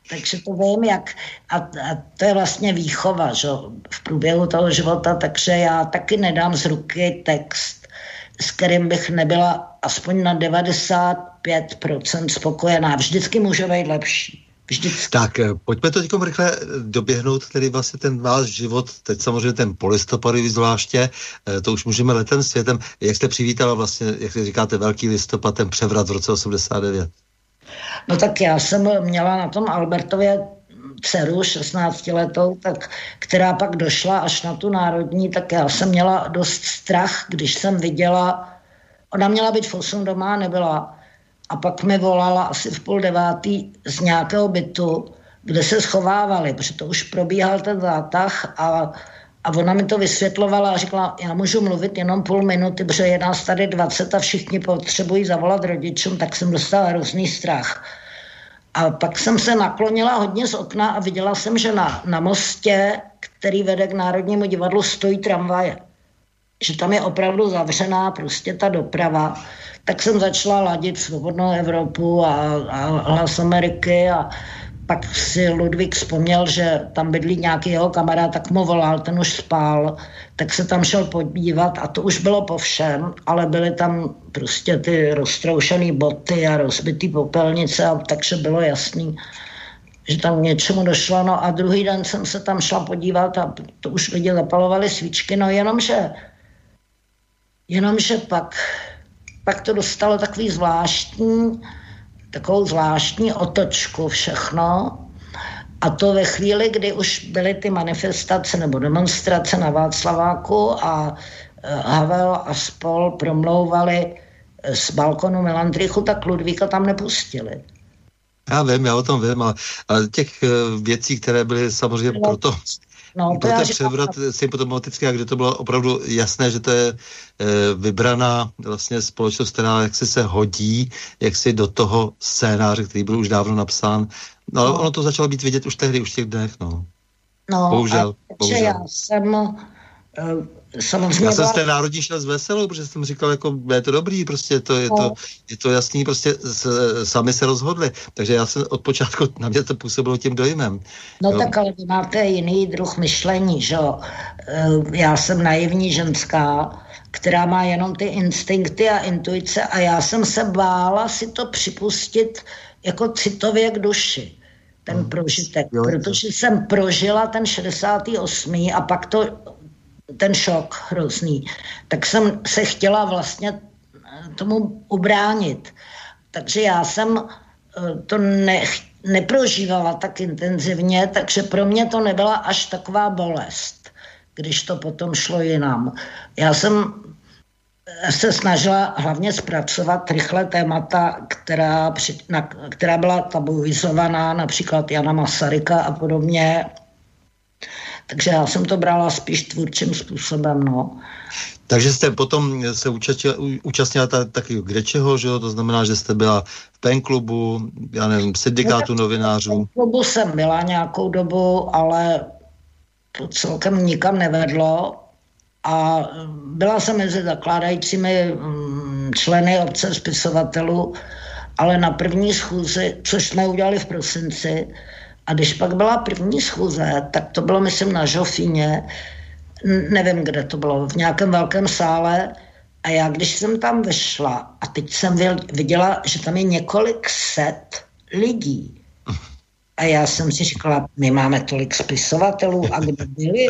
Takže to vím, jak, a to je vlastně výchova, že v průběhu toho života, takže já taky nedám z ruky text, s kterým bych nebyla aspoň na 95% spokojená. Vždycky může být lepší. Vždycky. Tak, pojďme to teďkom rychle doběhnout, tedy vlastně ten váš život, teď samozřejmě ten polistopadový zvláště, to už můžeme letem světem. Jak jste přivítala vlastně, jak říkáte, velký listopad, ten převrat v roce 89? No tak já jsem měla na tom Albertově dceru 16letou, tak, která pak došla až na tu národní, tak já jsem měla dost strach, když jsem viděla, ona měla být v 8 doma, nebyla. A pak mi volala asi v 8:30 z nějakého bytu, kde se schovávali, protože to už probíhal ten zátah a ona mi to vysvětlovala a řekla, já můžu mluvit jenom půl minuty, protože je nás tady 20 a všichni potřebují zavolat rodičům, tak jsem dostala hrozný strach. A pak jsem se naklonila hodně z okna a viděla jsem, že na mostě, který vede k Národnímu divadlu, stojí tramvaje. Že tam je opravdu zavřená prostě ta doprava. Tak jsem začala ladit Svobodnou Evropu a Hlas Ameriky a pak si Ludvík vzpomněl, že tam bydlí nějaký jeho kamarád, tak mu volal, ten už spál, tak se tam šel podívat a to už bylo po všem, ale byly tam prostě ty roztroušené boty a rozbitý popelnice, a takže bylo jasný, že tam něčemu došlo. No a druhý den jsem se tam šla podívat a to už lidi zapalovali svíčky, no jenomže pak to dostalo takovou zvláštní otočku všechno, a to ve chvíli, kdy už byly ty manifestace nebo demonstrace na Václaváku a Havel a spol promlouvali z balkonu Melandrichu, tak Ludvíka tam nepustili. Já o tom vím, ale těch věcí, které byly samozřejmě proto... No, pro ten převrat symptomatický, a kde to bylo opravdu jasné, že to je vybraná vlastně společnost, která jaksi se hodí, jaksi do toho scénáře, který byl už dávno napsán. No, ale ono to začalo být vidět už tehdy, už v těch dnech, no. Bohužel. Já jsem samozřejmě... Já jsem z té národní šel z veselou, protože jsem říkal, jako, je to dobrý, prostě je to jasný, prostě sami se rozhodli. Takže já jsem od počátku, na mě to působilo tím dojmem. No jo. Tak ale vy máte jiný druh myšlení, že jo. Já jsem naivní ženská, která má jenom ty instinkty a intuice, a já jsem se bála si to připustit jako citově k duši, ten prožitek, protože jsem prožila ten 68. a pak ten šok hrozný, tak jsem se chtěla vlastně tomu ubránit. Takže já jsem to neprožívala tak intenzivně, takže pro mě to nebyla až taková bolest, když to potom šlo jinam. Já jsem se snažila hlavně zpracovat rychle témata, která byla tabuizovaná, například Jana Masaryka a podobně. Takže já jsem to brala spíš tvůrčím způsobem, no. Takže jste potom se účastnila taky kdečeho, že jo? To znamená, že jste byla v PEN klubu, já nevím, syndikátu novinářů. V PEN klubu jsem byla nějakou dobu, ale to celkem nikam nevedlo. A byla jsem mezi zakládajícími členy obce spisovatelů, ale na první schůzi, což jsme udělali v prosinci, a když pak byla první schůze, tak to bylo, myslím, na Žofíně, nevím, kde to bylo, v nějakém velkém sále, a já, když jsem tam vešla, a teď jsem viděla, že tam je několik set lidí. A já jsem si říkala, my máme tolik spisovatelů, a kde byli?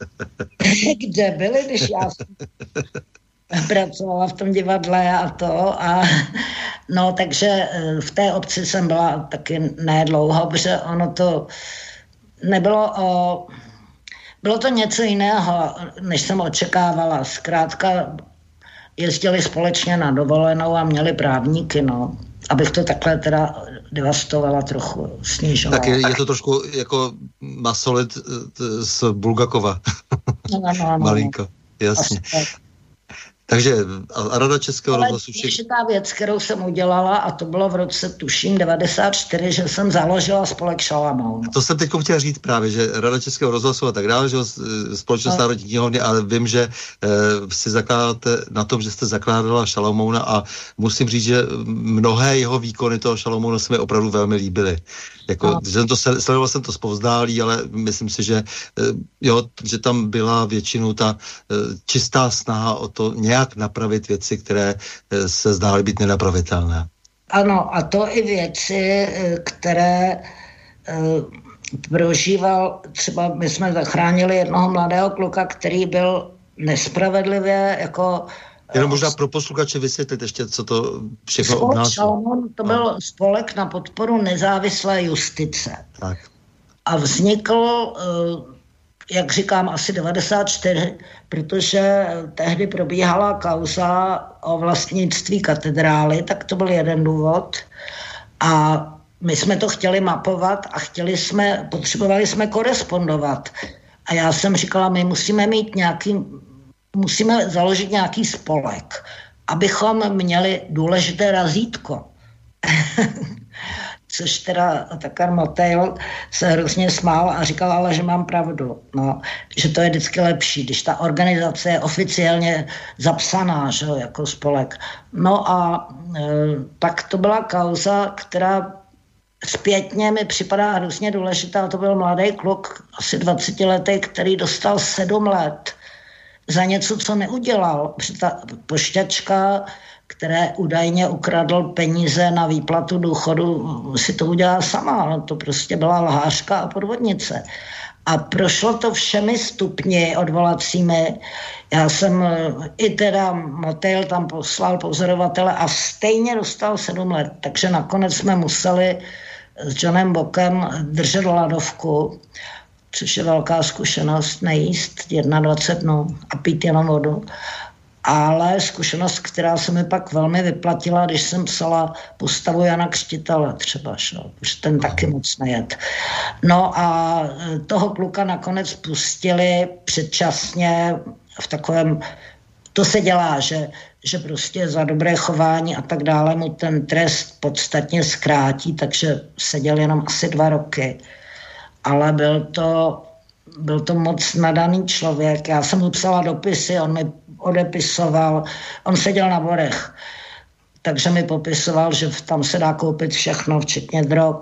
Kde byli, když já jsem pracovala v tom divadle a to. A no, takže v té obci jsem byla taky nedlouho, protože ono to nebylo bylo to něco jiného, než jsem očekávala. Zkrátka jezdili společně na dovolenou a měli právníky, no. Abych to takhle teda devastovala trochu, snižovala. Tak je to trošku jako Masolit z Bulgakova. No. Malinko, jasně. Takže a Rada Českého rozhlasu... Ta věc, kterou jsem udělala, a to bylo v roce, tuším, 94, že jsem založila spolek Šalamoun. To jsem teď chtěl říct právě, že Rada Českého rozhlasu a tak dále, že Společnost národní knihovny, ale vím, že si zakládáte na tom, že jste zakládala Šalamouna a musím říct, že mnohé jeho výkony toho Šalamouna se mi opravdu velmi líbily. Jako, sledoval jsem to zpovzdálí, ale myslím si, že že tam byla většinou ta čistá snaha o to nějak napravit věci, které se zdály být nenapravitelné. Ano, a to i věci, které prožíval, třeba my jsme zachránili jednoho mladého kluka, který byl nespravedlivě jako... Jenom možná pro posluchače vysvětlit ještě, co to všechno obnášelo. To byl spolek na podporu nezávislé justice. Tak. A vznikl, jak říkám, asi 94, protože tehdy probíhala kauza o vlastnictví katedrály, tak to byl jeden důvod. A my jsme to chtěli mapovat a potřebovali jsme korespondovat. A já jsem říkala, my musíme založit nějaký spolek, abychom měli důležité razítko. Což teda Otakar Motejl se hrozně smál a říkal, ale že mám pravdu. No, že to je vždycky lepší, když ta organizace je oficiálně zapsaná, že, jako spolek. No a tak to byla kauza, která zpětně mi připadá hrozně důležitá. To byl mladý kluk, asi 20letý, který dostal 7 let za něco, co neudělal. Ta pošťačka, které údajně ukradl peníze na výplatu důchodu, si to udělala sama. To prostě byla lhářka a podvodnice. A prošlo to všemi stupni odvolacími. Já jsem i teda Motejl tam poslal pozorovatele a stejně dostal 7 let. Takže nakonec jsme museli s Johnem Bokem držet ladovku, což je velká zkušenost, nejíst 21 dnů a pít jenom vodu. Ale zkušenost, která se mi pak velmi vyplatila, když jsem psala postavu Jana Křtitele třeba, protože ten taky moc nejet. No a toho kluka nakonec pustili předčasně v takovém, to se dělá, že prostě za dobré chování a tak dále mu ten trest podstatně zkrátí, takže seděl jenom asi 2 roky. Ale byl to moc nadaný člověk. Já jsem mu psala dopisy, on mi odepisoval, on seděl na Borech, takže mi popisoval, že tam se dá koupit všechno, včetně drog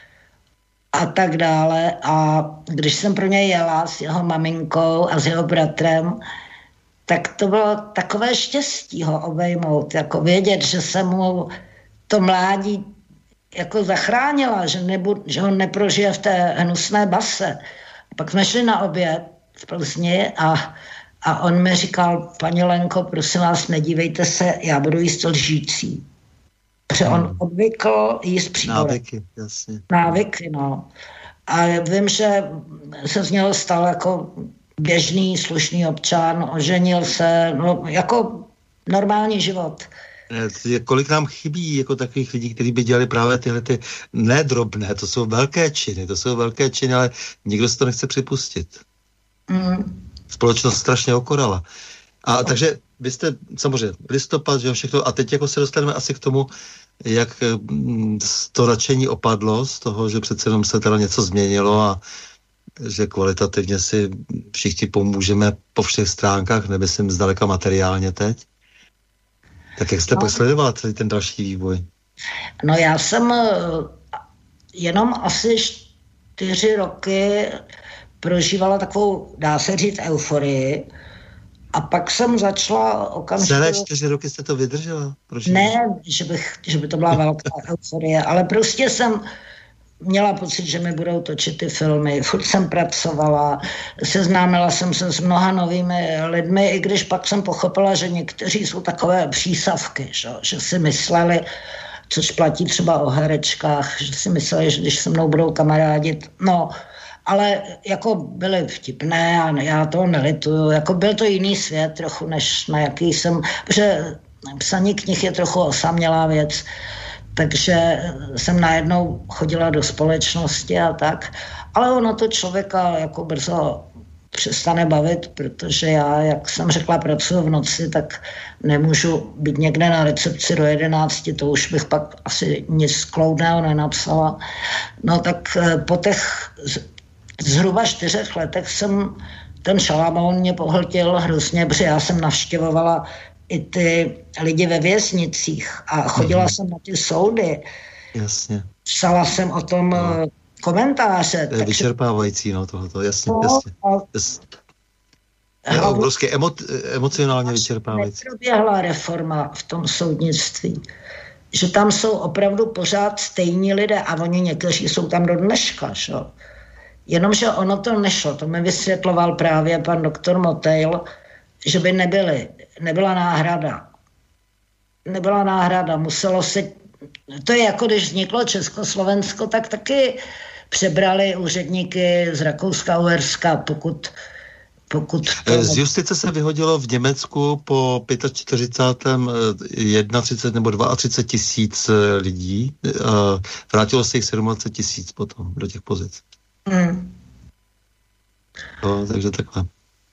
a tak dále. A když jsem pro něj jela s jeho maminkou a s jeho bratrem, tak to bylo takové štěstí ho obejmout, jako vědět, že jsem mu to mládí jako zachránila, že ho neprožije v té hnusné base. A pak jsme šli na oběd v Plzni a on mi říkal, paní Lenko, prosím vás, nedívejte se, já budu jíst lžící. Protože on odvykl jíst příborek. Návyky, jasně. Návyky, no. A vím, že se z něho stal jako běžný, slušný občan, oženil se, no, jako normální život. Kolik nám chybí jako takových lidí, kteří by dělali právě tyhle ty nedrobné, to jsou velké činy, ale nikdo si to nechce připustit. Společnost strašně okorala. A takže vy jste samozřejmě listopad, že všechno, a teď jako se dostaneme asi k tomu, jak to nadšení opadlo z toho, že přece jenom se teda něco změnilo a že kvalitativně si všichni pomůžeme po všech stránkách, nemyslím zdaleka materiálně teď. Tak jak jste pak sledovala celý ten další vývoj? No já jsem jenom asi 4 roky prožívala takovou, dá se říct, euforii. A pak jsem začala okamžitě... Celé 4 roky jste to vydržela? Ne, že by to byla velká euforie, ale prostě jsem měla pocit, že mi budou točit ty filmy. Furt jsem pracovala, seznámila jsem se s mnoha novými lidmi, i když pak jsem pochopila, že někteří jsou takové přísavky, že si mysleli, což platí třeba o herečkách, že si mysleli, že když se mnou budou kamarádit, no, ale jako byly vtipné a já toho nelituju, jako byl to jiný svět trochu, než na jaký jsem, protože psaní knih je trochu osamělá věc, takže jsem najednou chodila do společnosti a tak, ale ono to člověka jako brzo přestane bavit, protože já, jak jsem řekla, pracuji v noci, tak nemůžu být někde na recepci do 11, to už bych pak asi nic kloudného nenapsala. No tak po těch zhruba 4 letech jsem ten Šalamoun mě pohltil hrozně, protože já jsem navštěvovala i ty lidi ve věznicích a chodila jsem na ty soudy. Jasně. Psala jsem o tom komentáře. To je vyčerpávající, no tohleto, jasně. Je obrovské emocionálně vyčerpávající. Neproběhla reforma v tom soudnictví, že tam jsou opravdu pořád stejní lidé a oni někteří jsou tam do dneška, že? Jenomže ono to nešlo, to mi vysvětloval právě pan doktor Motejl, že by nebyla náhrada. Nebyla náhrada, muselo se, to je jako když vzniklo Československo, tak taky přebrali úředníky z Rakouska-Uherska, pokud Z justice se vyhodilo v Německu po 45. 31 nebo 32 tisíc lidí. Vrátilo se jich 27 tisíc potom do těch pozic. No, takže takhle.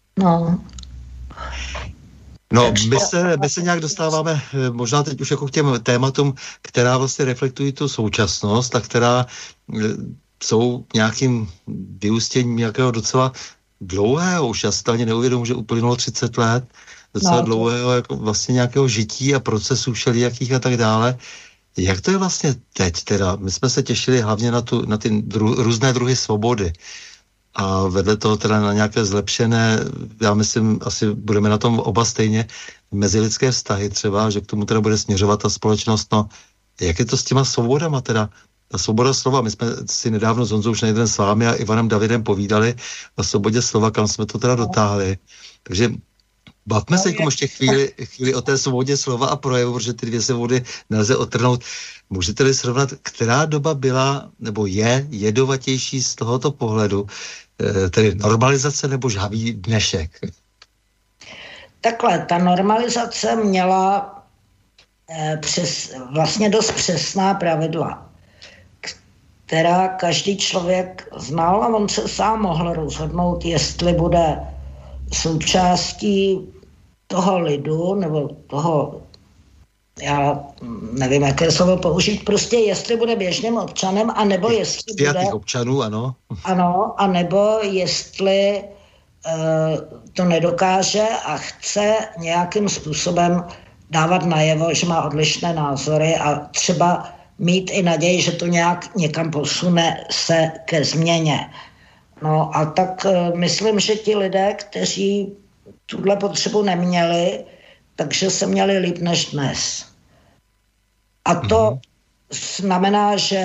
No, my se nějak dostáváme možná teď už jako k těm tématům, která vlastně reflektují tu současnost a která jsou nějakým vyústěním nějakého docela dlouhého, už já si to ani neuvědomuji, že uplynulo 30 let, docela dlouhého jako vlastně nějakého žití a procesů všelijakých a tak dále. Jak to je vlastně teď teda? My jsme se těšili hlavně na ty různé druhy svobody a vedle toho teda na nějaké zlepšené, já myslím, asi budeme na tom oba stejně, mezilidské vztahy třeba, že k tomu teda bude směřovat ta společnost. No, jak je to s těma svobodama teda? Ta svoboda slova, my jsme si nedávno s Honzou Schneiderem s vámi a Ivanem Davidem povídali o svobodě slova, kam jsme to teda dotáhli. Takže bavme se ještě chvíli o té svobodě slova a projevu, protože ty dvě svobody nelze odtrhnout. Můžete-li srovnat, která doba byla nebo je jedovatější z tohoto pohledu, tedy normalizace nebo žhavý dnešek? Takhle, ta normalizace měla vlastně dost přesná pravidla, která každý člověk znal a on se sám mohl rozhodnout, jestli bude součástí toho lidu, nebo toho, já nevím, jaké slovo použít, prostě jestli bude běžným občanem, anebo jestli bude... občanů, ano. Ano, anebo jestli to nedokáže a chce nějakým způsobem dávat najevo, že má odlišné názory a třeba mít i naději, že to nějak někam posune se ke změně. No a tak myslím, že ti lidé, kteří tuhle potřebu neměli, takže se měli líp než dnes. A to znamená, že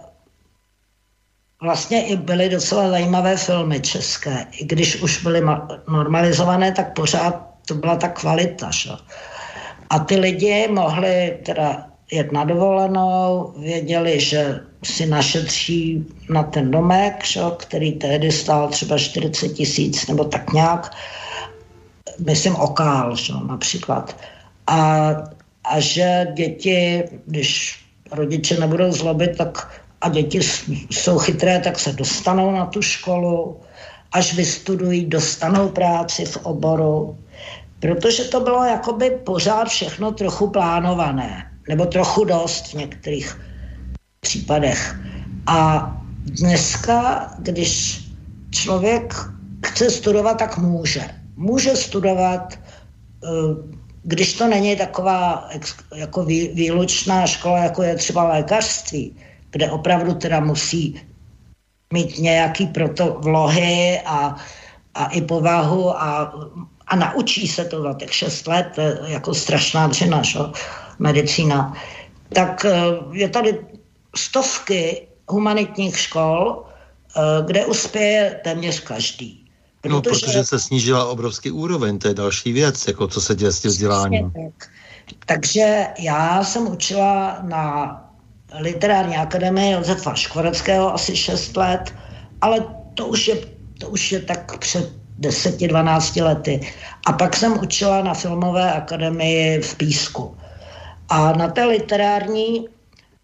vlastně i byly docela zajímavé filmy české. I když už byly normalizované, tak pořád to byla ta kvalita. Že? A ty lidi mohli teda jet na dovolenou, věděli, že si našetří na ten domek, že, který tehdy stál třeba 40 tisíc nebo tak nějak, myslím okál, že, například. A že děti, když rodiče nebudou zlobit, tak a děti jsou chytré, tak se dostanou na tu školu, až vystudují, dostanou práci v oboru, protože to bylo jakoby pořád všechno trochu plánované, nebo trochu dost v některých případech. A dneska, když člověk chce studovat, tak může. Může studovat, když to není taková jako výlučná škola, jako je třeba lékařství, kde opravdu teda musí mít nějaký proto vlohy a i povahu a naučí se to za těch 6 let, to je jako strašná dřina, šo? Medicína. Tak je tady stovky humanitních škol, kde uspěje téměř každý. Protože se snížila obrovský úroveň, to je další věc, jako co se děje s tím vzděláním. Takže já jsem učila na literární akademii Josefa Škvoreckého asi 6 let, ale to už je tak před 10-12 lety. A pak jsem učila na filmové akademii v Písku. A na té literární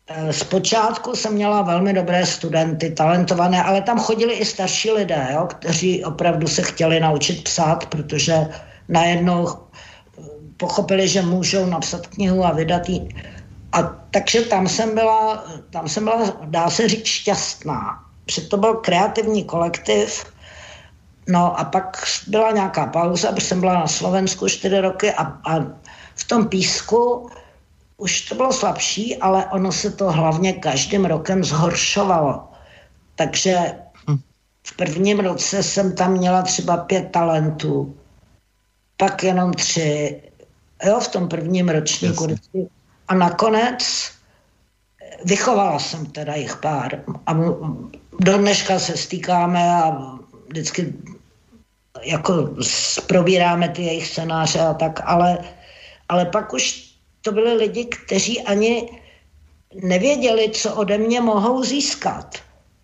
Zpočátku jsem měla velmi dobré studenty, talentované, ale tam chodili i starší lidé, jo, kteří opravdu se chtěli naučit psát, protože najednou pochopili, že můžou napsat knihu a vydat ji. A takže tam jsem byla, dá se říct, šťastná. Protože to byl kreativní kolektiv. No a pak byla nějaká pauza, protože jsem byla na Slovensku 4 roky a v tom Písku už to bylo slabší, ale ono se to hlavně každým rokem zhoršovalo. Takže v prvním roce jsem tam měla třeba 5 talentů, pak jenom 3, jo, v tom prvním ročníku. Jasně. A nakonec vychovala jsem teda jich pár. A do dneška se stýkáme a vždycky jako probíráme ty jejich scénáře a tak, ale pak už to byli lidi, kteří ani nevěděli, co ode mě mohou získat.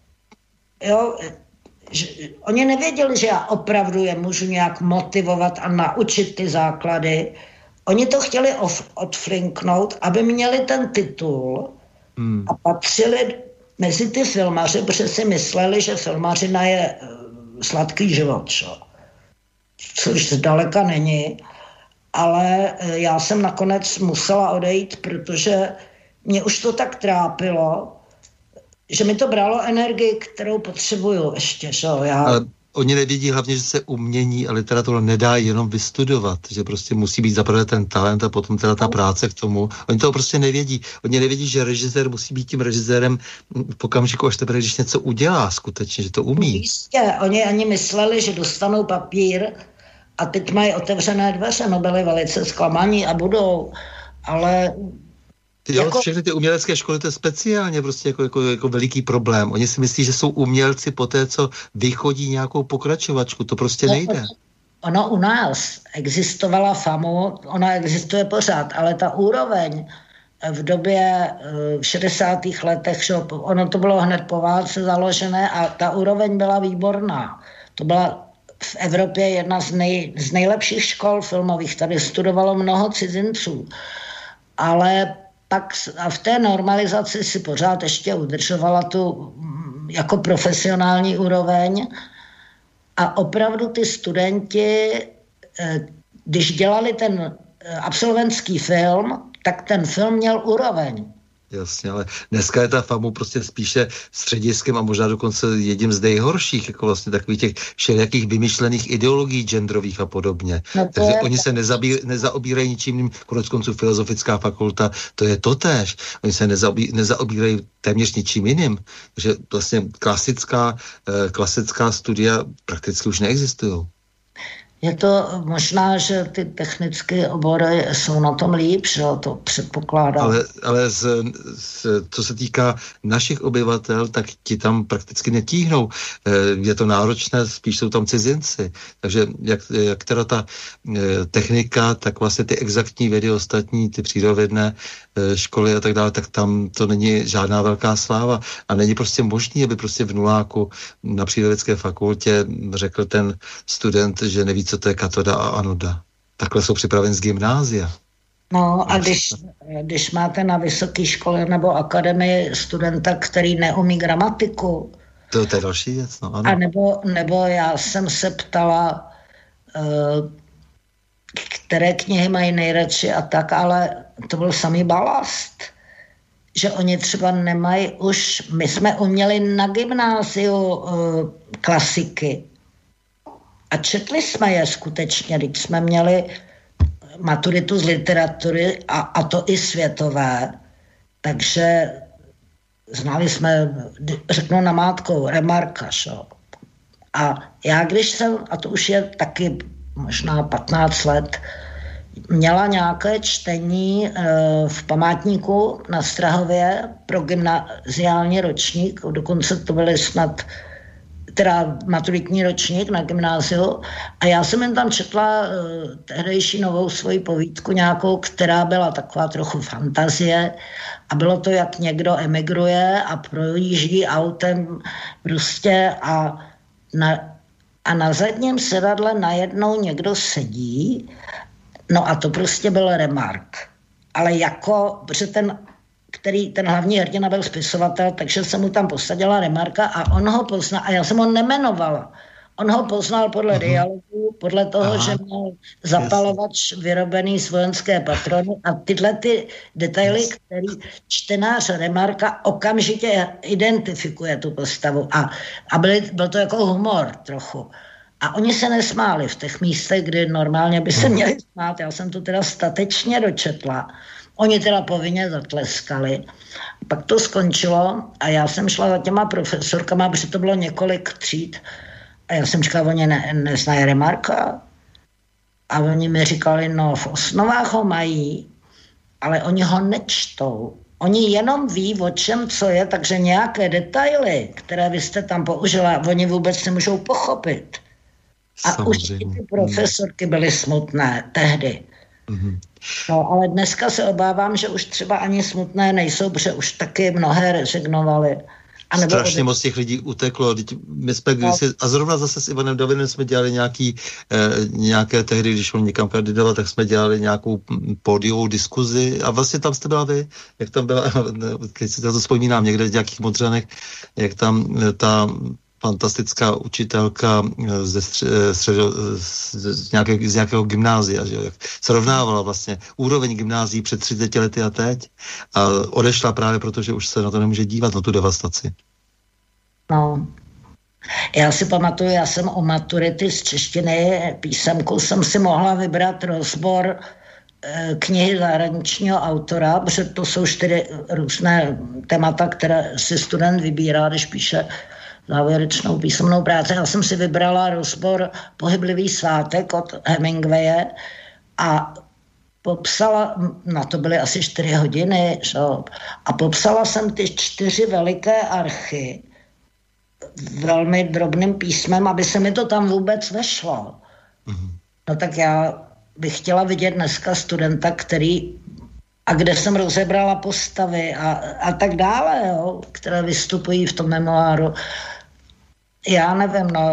Jo, oni nevěděli, že já opravdu je můžu nějak motivovat a naučit ty základy. Oni to chtěli odflinknout, aby měli ten titul a patřili mezi ty filmaři, protože si mysleli, že filmařina je sladký život, což zdaleka není. Ale já jsem nakonec musela odejít, protože mě už to tak trápilo, že mi to bralo energii, kterou potřebuju ještě. Ale oni nevědí hlavně, že se umění a literatura nedá jenom vystudovat, že prostě musí být zaprvé ten talent a potom teda ta práce k tomu. Oni to prostě nevědí. Oni nevědí, že režisér musí být tím režisérem v okamžiku, až teprve, když něco udělá skutečně, že to umí. Jistě, oni ani mysleli, že dostanou papír a teď mají otevřené dveře, no byli velice zklamaní a budou, ale... Všechny ty umělecké školy, to je speciálně prostě jako veliký problém. Oni si myslí, že jsou umělci po té, co vychodí nějakou pokračovačku. To prostě nejde. Ono u nás existovala FAMU, ona existuje pořád, ale ta úroveň v době v 60. letech, ono to bylo hned po válce založené a ta úroveň byla výborná. To byla v Evropě jedna z nejlepších škol filmových. Tady studovalo mnoho cizinců. Ale pak a v té normalizaci si pořád ještě udržovala tu jako profesionální úroveň a opravdu ty studenti, když dělali ten absolventský film, tak ten film měl úroveň. Jasně, ale dneska je ta FAMU prostě spíše střediskem a možná dokonce jedním z nejhorších, jako vlastně takových těch všelijakých vymyšlených ideologií genderových a podobně. No takže oni se nezaobírají ničím jiným, koneckonců filozofická fakulta, to je totéž. Oni se nezaobírají téměř ničím jiným. Takže vlastně klasická studia prakticky už neexistují. Je to možná, že ty technické obory jsou na tom líp, že to předpokládám. Ale co se týká našich obyvatel, tak ti tam prakticky netíhnou. Je to náročné, spíš jsou tam cizinci. Takže jak teda ta technika, tak vlastně ty exaktní vědy ostatní, ty přírodovědné školy a tak dále, tak tam to není žádná velká sláva. A není prostě možný, aby prostě v nuláku na přírodovědské fakultě řekl ten student, že neví, co to je katoda a anoda. Takhle jsou připraven z gymnázia. No a když máte na vysoké škole nebo akademii studenta, který neumí gramatiku. To je další věc, no ano. A nebo já jsem se ptala, které knihy mají nejradši a tak, ale to byl samý balast. Že oni třeba nemají už, my jsme uměli na gymnáziu klasiky. A četli jsme je skutečně, když jsme měli maturitu z literatury a to i světové. Takže znali jsme, řeknu namátkou, Remarka. Šo. A já když jsem, a to už je taky možná 15 let, měla nějaké čtení v památníku na Strahově pro gymnaziální ročník, dokonce to byly snad teda maturitní ročník na gymnáziu a já jsem jen tam četla tehdejší novou svoji povídku nějakou, která byla taková trochu fantazie a bylo to, jak někdo emigruje a projíždí autem prostě a na zadním sedadle najednou někdo sedí, no a to prostě byl Remark. Ale jako, protože ten který ten hlavní hrdina byl spisovatel, takže jsem mu tam posadila Remarka a on ho poznal, a já jsem ho nemenovala. On ho poznal podle dialogu, podle toho, že měl zapalovač vyrobený z vojenské patrony a tyhle ty detaily, který čtenář Remarka okamžitě identifikuje tu postavu. A byl to jako humor trochu. A oni se nesmáli v těch místech, kdy normálně by se měli smát. Já jsem to teda statečně dočetla. Oni teda povinně zatleskali. Pak to skončilo a já jsem šla za těma profesorkama, protože to bylo několik tříd. A já jsem říkala, oni neznají Remarka. A oni mi říkali, no v osnovách ho mají, ale oni ho nečtou. Oni jenom ví, o čem co je, takže nějaké detaily, které vy jste tam použila, oni vůbec nemůžou pochopit. A samozřejmě. Už ty profesorky byly smutné tehdy. No, ale dneska se obávám, že už třeba ani smutné nejsou, protože už taky mnohé rezignovali. Strašně moc těch lidí uteklo. My jsme a zrovna zase s Ivanem Davidem jsme dělali nějaké tehdy, když on někam kandidoval, tak jsme dělali nějakou pódiovou diskuzi a vlastně tam jste byla vy, jak tam byla, když si to vzpomínám někde v nějakých Modřanech, jak tam ta fantastická učitelka z nějakého gymnázia, že jo, jak srovnávala vlastně úroveň gymnázií před 30 lety a teď a odešla právě proto, že už se na to nemůže dívat, na tu devastaci. No, já si pamatuju, já jsem o maturity z češtiny písemku jsem si mohla vybrat rozbor knihy zahraničního autora, protože to jsou 4 různé témata, které si student vybírá, když píše závěrečnou písemnou práci. Já jsem si vybrala rozbor Pohyblivý svátek od Hemingwaye a popsala, na to byly asi 4 hodiny, a popsala jsem ty 4 veliké archy velmi drobným písmem, aby se mi to tam vůbec vešlo. No tak já bych chtěla vidět dneska studenta, a kde jsem rozebrala postavy a tak dále, jo, které vystupují v tom memoáru. Já nevím, no,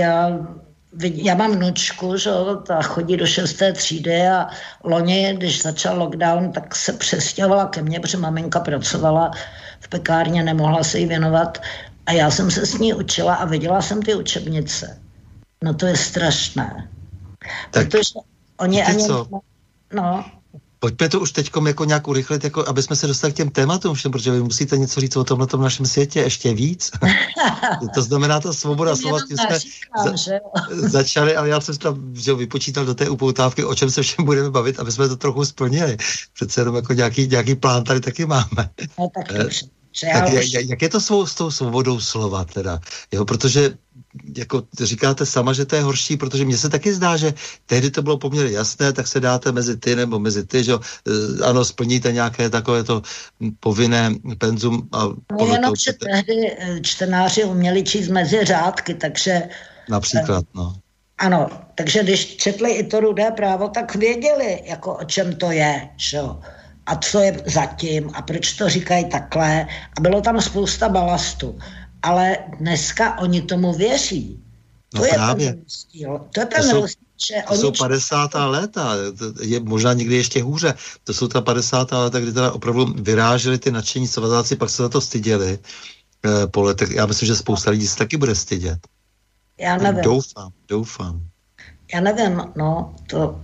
já mám vnučku, že ta chodí do 6. třídy a loni, když začal lockdown, tak se přestěhovala ke mně, protože maminka pracovala v pekárně, nemohla se jí věnovat a já jsem se s ní učila a viděla jsem ty učebnice. No to je strašné. Tak, protože oni ani... No... Pojďme to už teďkom jako nějak urychlit, jako aby jsme se dostali k těm tématům všem, protože vy musíte něco říct o tomhletom našem světě ještě víc. To znamená ta svoboda slova, s tím jsme začali, ale já jsem tam vypočítal do té upoutávky, o čem se všem budeme bavit, aby jsme to trochu splnili. Přece jenom jako nějaký plán tady taky máme. No, tak jak je to s tou svobodou slova teda? Jo, protože jako říkáte sama, že to je horší, protože mně se taky zdá, že tehdy to bylo poměrně jasné, tak se dáte mezi ty nebo mezi ty, že ano, splníte nějaké takovéto povinné penzum. No jenom, že tehdy čtenáři uměli číst mezi řádky, takže... Například, no. Ano, takže když četli i to Rudé právo, tak věděli, jako o čem to je, že? A co je zatím a proč to říkají takhle. A bylo tam spousta balastu. Ale dneska oni tomu věří. To je právě. Ten rozdíl. To je ten rozdíl, že to jsou 50. léta, je možná někdy ještě hůře. To jsou ta 50. léta, kdy teda opravdu vyráželi ty nadšení svazáci, pak se za to styděli po letech. Já myslím, že spousta lidí se taky bude stydět. Já nevím. Doufám. Já nevím, no, to...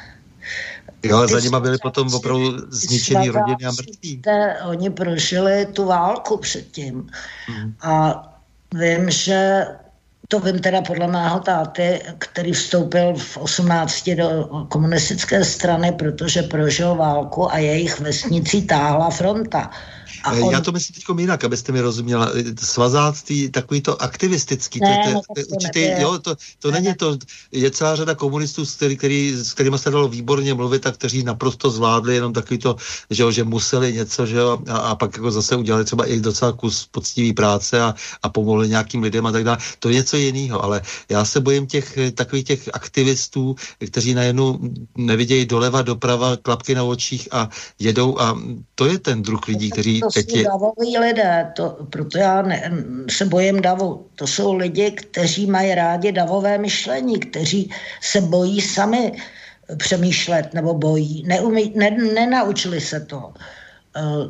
Jo, ale za nima byli potom opravdu zničený rodiny a mrtví. Oni prožili tu válku předtím. A vím, to vím teda podle mého táty, který vstoupil v 18 do komunistické strany, protože prožil válku a jejich vesnicí táhla fronta. Já to myslím teďko jinak, abyste mi rozuměla. Svazáctví, takový to aktivistický, to není to, je celá řada komunistů, s kterými se dalo výborně mluvit a kteří naprosto zvládli jenom takový to, že museli něco, že jo, a pak jako zase udělali třeba i docela kus poctivý práce a pomohli nějakým lidem a tak dále. To je něco jiného, ale já se bojím takových těch aktivistů, kteří najednou nevidějí doleva, doprava, klapky na očích a jedou a to je ten druh lidí, kteří to jsou davoví lidé, proto já se bojím davu. To jsou lidi, kteří mají rádi davové myšlení, kteří se bojí sami přemýšlet nebo bojí. Nenaučili se to.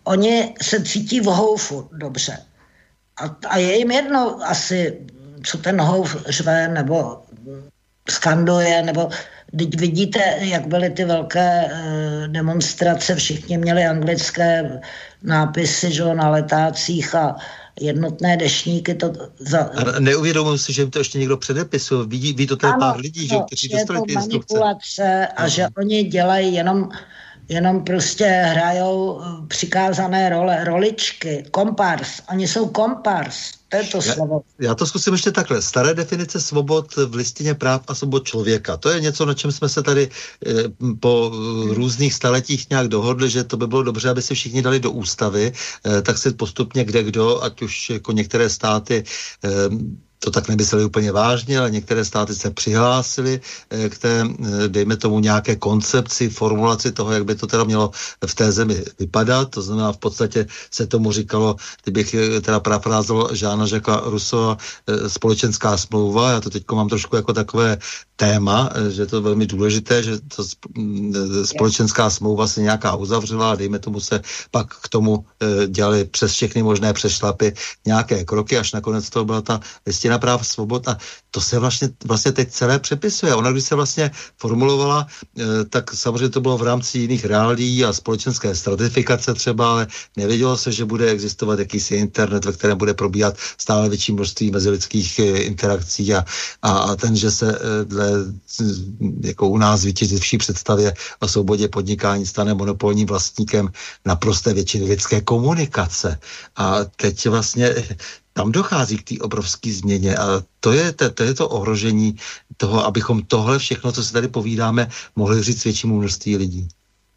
oni se cítí v houfu dobře. A je jim jedno asi, co ten houf řve, nebo skanduje, nebo teď vidíte, jak byly ty velké demonstrace, všichni měli anglické nápisy, že, na letácích a jednotné deštníky. Neuvědomuji si, že jim to ještě někdo předepisuje. Ví to tady pár lidí, že, kteří dostali ty instrukce. Manipulace a že oni dělají jenom prostě hrajou přikázané roličky, kompars. Oni jsou kompars, to je to slovo. Já to zkusím ještě takhle. Staré definice svobod v listině práv a svobod člověka. To je něco, na čem jsme se tady po různých staletích nějak dohodli, že to by bylo dobře, aby se všichni dali do ústavy, tak se postupně kdekdo, ať už jako některé státy to tak nemysleli úplně vážně, ale některé státy se přihlásily k té, dejme tomu, nějaké koncepci, formulaci toho, jak by to teda mělo v té zemi vypadat. To znamená, v podstatě se tomu říkalo, kdybych teda parafrázoval Jeana-Jacquesa Rousseaua, společenská smlouva. Já to teď mám trošku jako takové téma, že je to velmi důležité, že to společenská smlouva se nějaká uzavřela a dejme tomu se pak k tomu dělali přes všechny možné přešlapy nějaké kroky, až nakonec to byla ta listina práv svobod a to se vlastně teď celé přepisuje. Ona, když se vlastně formulovala, tak samozřejmě to bylo v rámci jiných reálí a společenské stratifikace třeba, ale nevědělo se, že bude existovat jakýsi internet, ve kterém bude probíhat stále větší množství mezilidských interakcí a ten, že se jako u nás vítězivší představě o svobodě podnikání stane monopolním vlastníkem naprosté většiny lidské komunikace. A teď vlastně tam dochází k té obrovské změně a to je to ohrožení toho, abychom tohle všechno, co se tady povídáme, mohli říct většímu množství lidí.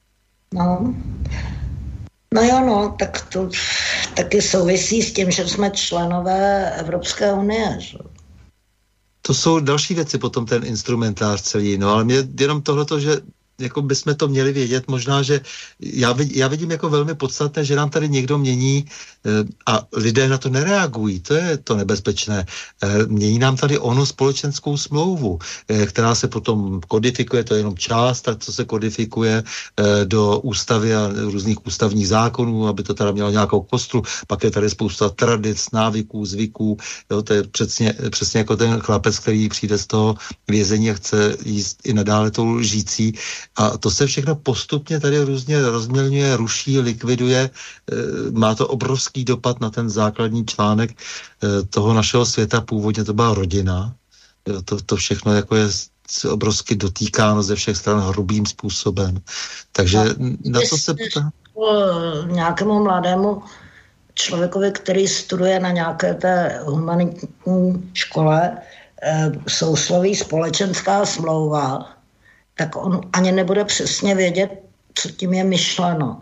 No jo, tak to taky souvisí s tím, že jsme členové Evropské unie, že? To jsou další věci, potom ten instrumentář celý, no ale mě jenom tohleto, že jako bychom to měli vědět, možná, že já vidím jako velmi podstatné, že nám tady někdo mění a lidé na to nereagují, to je to nebezpečné. Mění nám tady onu společenskou smlouvu, která se potom kodifikuje, to je jenom část, tak co se kodifikuje do ústavy a různých ústavních zákonů, aby to teda mělo nějakou kostru, pak je tady spousta tradic, návyků, zvyků, jo, to je přesně jako ten chlapec, který přijde z toho vězení a chce jíst i nadále tou lžící. A to se všechno postupně tady různě rozmělňuje, ruší, likviduje. Má to obrovský dopad na ten základní článek toho našeho světa. Původně to byla rodina. To všechno jako je obrovsky dotýkáno ze všech stran hrubým způsobem. Takže na to se ptá. Nějakému mladému člověkovi, který studuje na nějaké té humanitní škole sousloví společenská smlouva, tak on ani nebude přesně vědět, co tím je myšleno.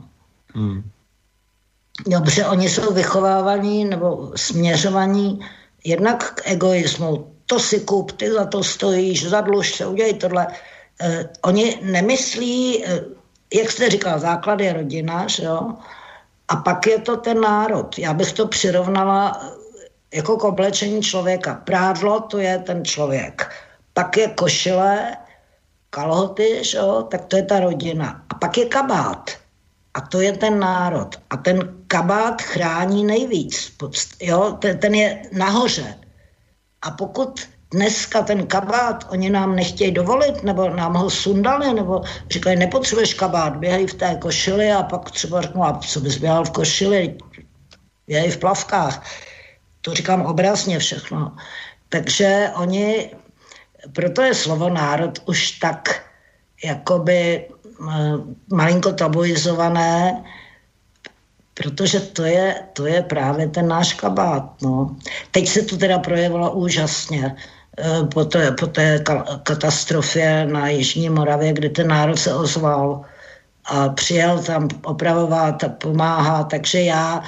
Dobře, oni jsou vychovávaní nebo směřovaní jednak k egoismu. To si kup, ty za to stojíš, zadluž se, udělej tohle. Oni nemyslí, jak jste říkal, základ je rodina, že jo? A pak je to ten národ. Já bych to přirovnala jako k oblečení člověka. Prádlo, to je ten člověk. Pak je košile, kalhoty, jo? Tak to je ta rodina. A pak je kabát. A to je ten národ. A ten kabát chrání nejvíc. Jo? Ten je nahoře. A pokud dneska ten kabát oni nám nechtějí dovolit, nebo nám ho sundali, nebo říkají, nepotřebuješ kabát, běhají v té košili a pak třeba řeknu, a co bys běhal v košili, běhají v plavkách. To říkám obrazně všechno. Takže oni, proto je slovo národ už tak jakoby malinko tabuizované, protože to je právě ten náš kabát. No. Teď se to teda projevilo úžasně po té katastrofě na Jižní Moravě, kdy ten národ se ozval a přijel tam opravovat a pomáhat. Takže já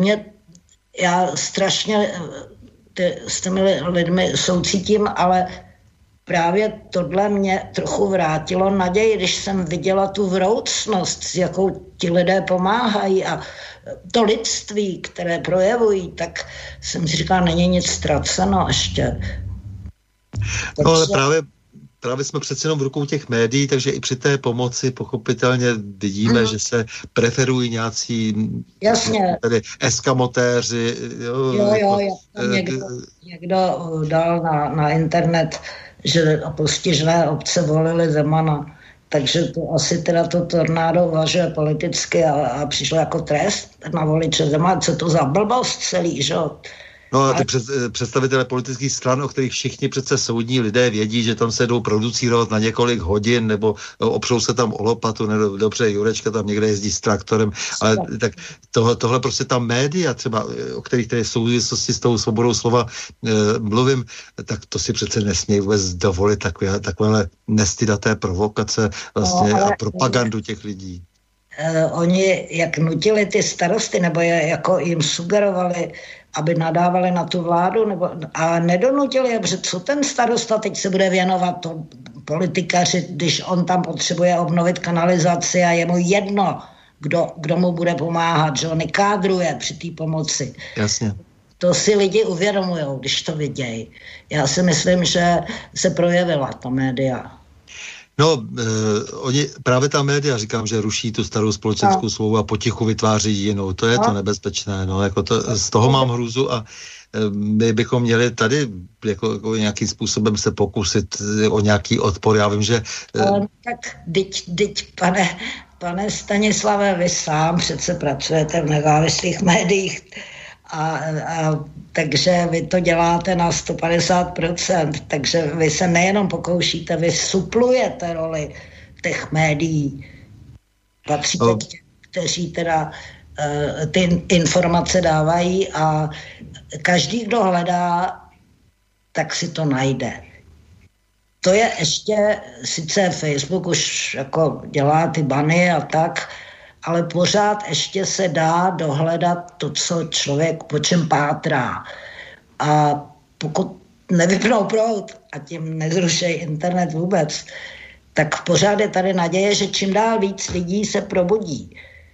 strašně s těmi lidmi soucítím, ale právě tohle mě trochu vrátilo naději, když jsem viděla tu vroucnost, s jakou ti lidé pomáhají a to lidství, které projevují, tak jsem si říkala, není nic ztraceno ještě. No ale právě jsme přece jenom v rukou těch médií, takže i při té pomoci pochopitelně vidíme, že se preferují nějací tedy eskamotéři. Někdo dal na internet, že postižené obce volili Zemana. Takže to asi teda to tornádo uvažuje politicky a přišlo jako trest na voliče Zemana. Co to za blbost celý, že? No a ty představitelé politických stran, o kterých všichni přece soudní lidé vědí, že tam se jdou producírovat na několik hodin, nebo opřou se tam o lopatu, nebo dobře, Jurečka tam někde jezdí s traktorem, ale tak tohle prostě ta média třeba, o kterých tady souvislosti s tou svobodou slova mluvím, tak to si přece nesmějí vůbec dovolit takovéhle nestydaté provokace vlastně a propagandu těch lidí. Oni jak nutili ty starosty, nebo jako jim sugerovali, aby nadávali na tu vládu, a nedonutili je, protože co ten starosta teď se bude věnovat to politikaři, když on tam potřebuje obnovit kanalizaci a je mu jedno, kdo mu bude pomáhat, že on nekádruje při té pomoci. Jasně. To si lidi uvědomujou, když to vidějí. Já si myslím, že se projevila ta média. No, oni, právě ta média, říkám, že ruší tu starou společenskou slovu a potichu vytváří jinou. To je to nebezpečné. No, jako z toho mám hrůzu a my bychom měli tady jako nějakým způsobem se pokusit o nějaký odpor. Já vím, že... Tak teď, pane Stanislave, vy sám přece pracujete v nezávislých médiích, a takže vy to děláte na 150%, takže vy se nejenom pokoušíte, vy suplujete roli těch médií. Patříte k těm, kteří teda ty informace dávají a každý, kdo hledá, tak si to najde. To je ještě, sice Facebook už jako dělá ty bany a tak, ale pořád ještě se dá dohledat to, co člověk po čem pátrá. A pokud nevypnou proud a tím nezrušejí internet vůbec, tak pořád je tady naděje, že čím dál víc lidí se probudí.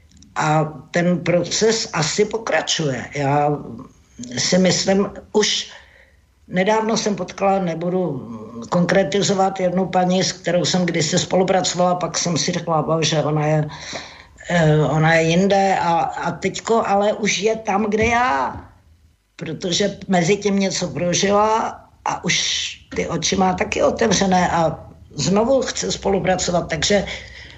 A ten proces asi pokračuje. Já si myslím, už nedávno jsem potkala, nebudu konkretizovat, jednu paní, s kterou jsem kdysi spolupracovala, pak jsem si řekla, že ona je jinde a teďko ale už je tam, kde já, protože mezi tím něco prožila a už ty oči má taky otevřené a znovu chce spolupracovat, takže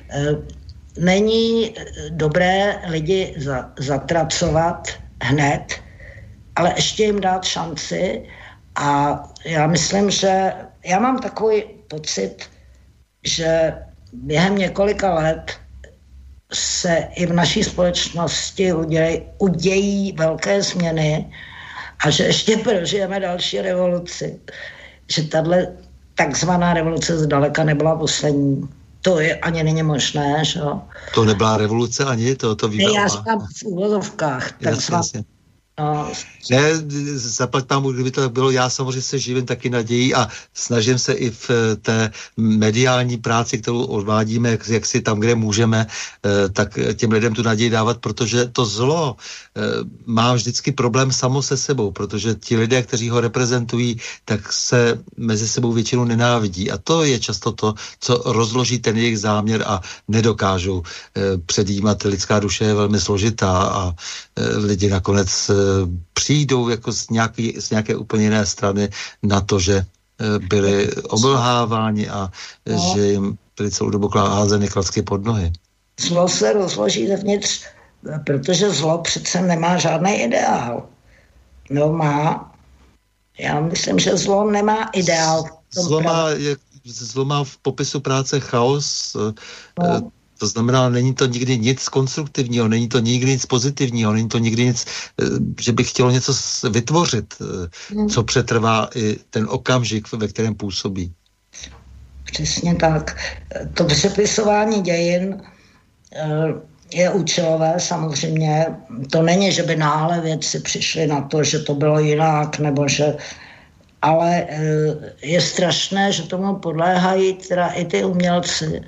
není dobré lidi zatracovat hned, ale ještě jim dát šanci a já myslím, že já mám takový pocit, že během několika let se i v naší společnosti udějí velké změny a že ještě prožijeme další revoluci. Že tahle takzvaná revoluce zdaleka nebyla poslední. To je ani není možné, že jo? To nebyla revoluce ani, to víme. Já říkám v úvozovkách. Jasně. No. Ne, zaplať pámu, kdyby to tak bylo, já samozřejmě se živím taky nadějí a snažím se i v té mediální práci, kterou odvádíme, jak si tam, kde můžeme, tak těm lidem tu naději dávat, protože to zlo má vždycky problém samo se sebou, protože ti lidé, kteří ho reprezentují, tak se mezi sebou většinou nenávidí a to je často to, co rozloží ten jejich záměr a nedokážou předjímat. Lidská duše je velmi složitá a lidi nakonec přijdou jako z nějaké úplně jiné strany na to, že byli obelháváni a že jim byly celou dobu házeny klacky pod nohy. Zlo se rozloží zevnitř, protože zlo přece nemá žádný ideál. No má. Já myslím, že zlo nemá ideál. Zlo má v popisu práce chaos. No. To znamená, není to nikdy nic konstruktivního, není to nikdy nic pozitivního, není to nikdy nic, že by chtělo něco vytvořit, co přetrvá i ten okamžik, ve kterém působí. Přesně tak. To přepisování dějin je účelové samozřejmě. To není, že by náhle věci přišly na to, že to bylo jinak, nebo že... Ale je strašné, že tomu podléhají teda i ty umělci.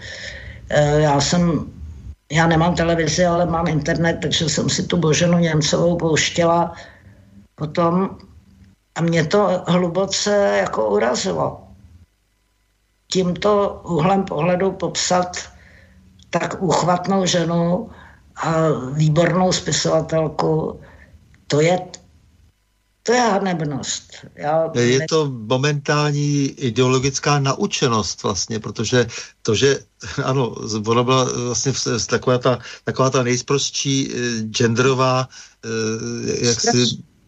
Já nemám televizi, ale mám internet, takže jsem si tu Boženu Němcovou pouštěla potom a mě to hluboce jako urazilo. tímto úhlem pohledu popsat tak úchvatnou ženu a výbornou spisovatelku, to je hanebnost. Je to momentální ideologická naučenost vlastně, protože to, že ano, ona byla vlastně taková ta nejsprostší genderová jaksi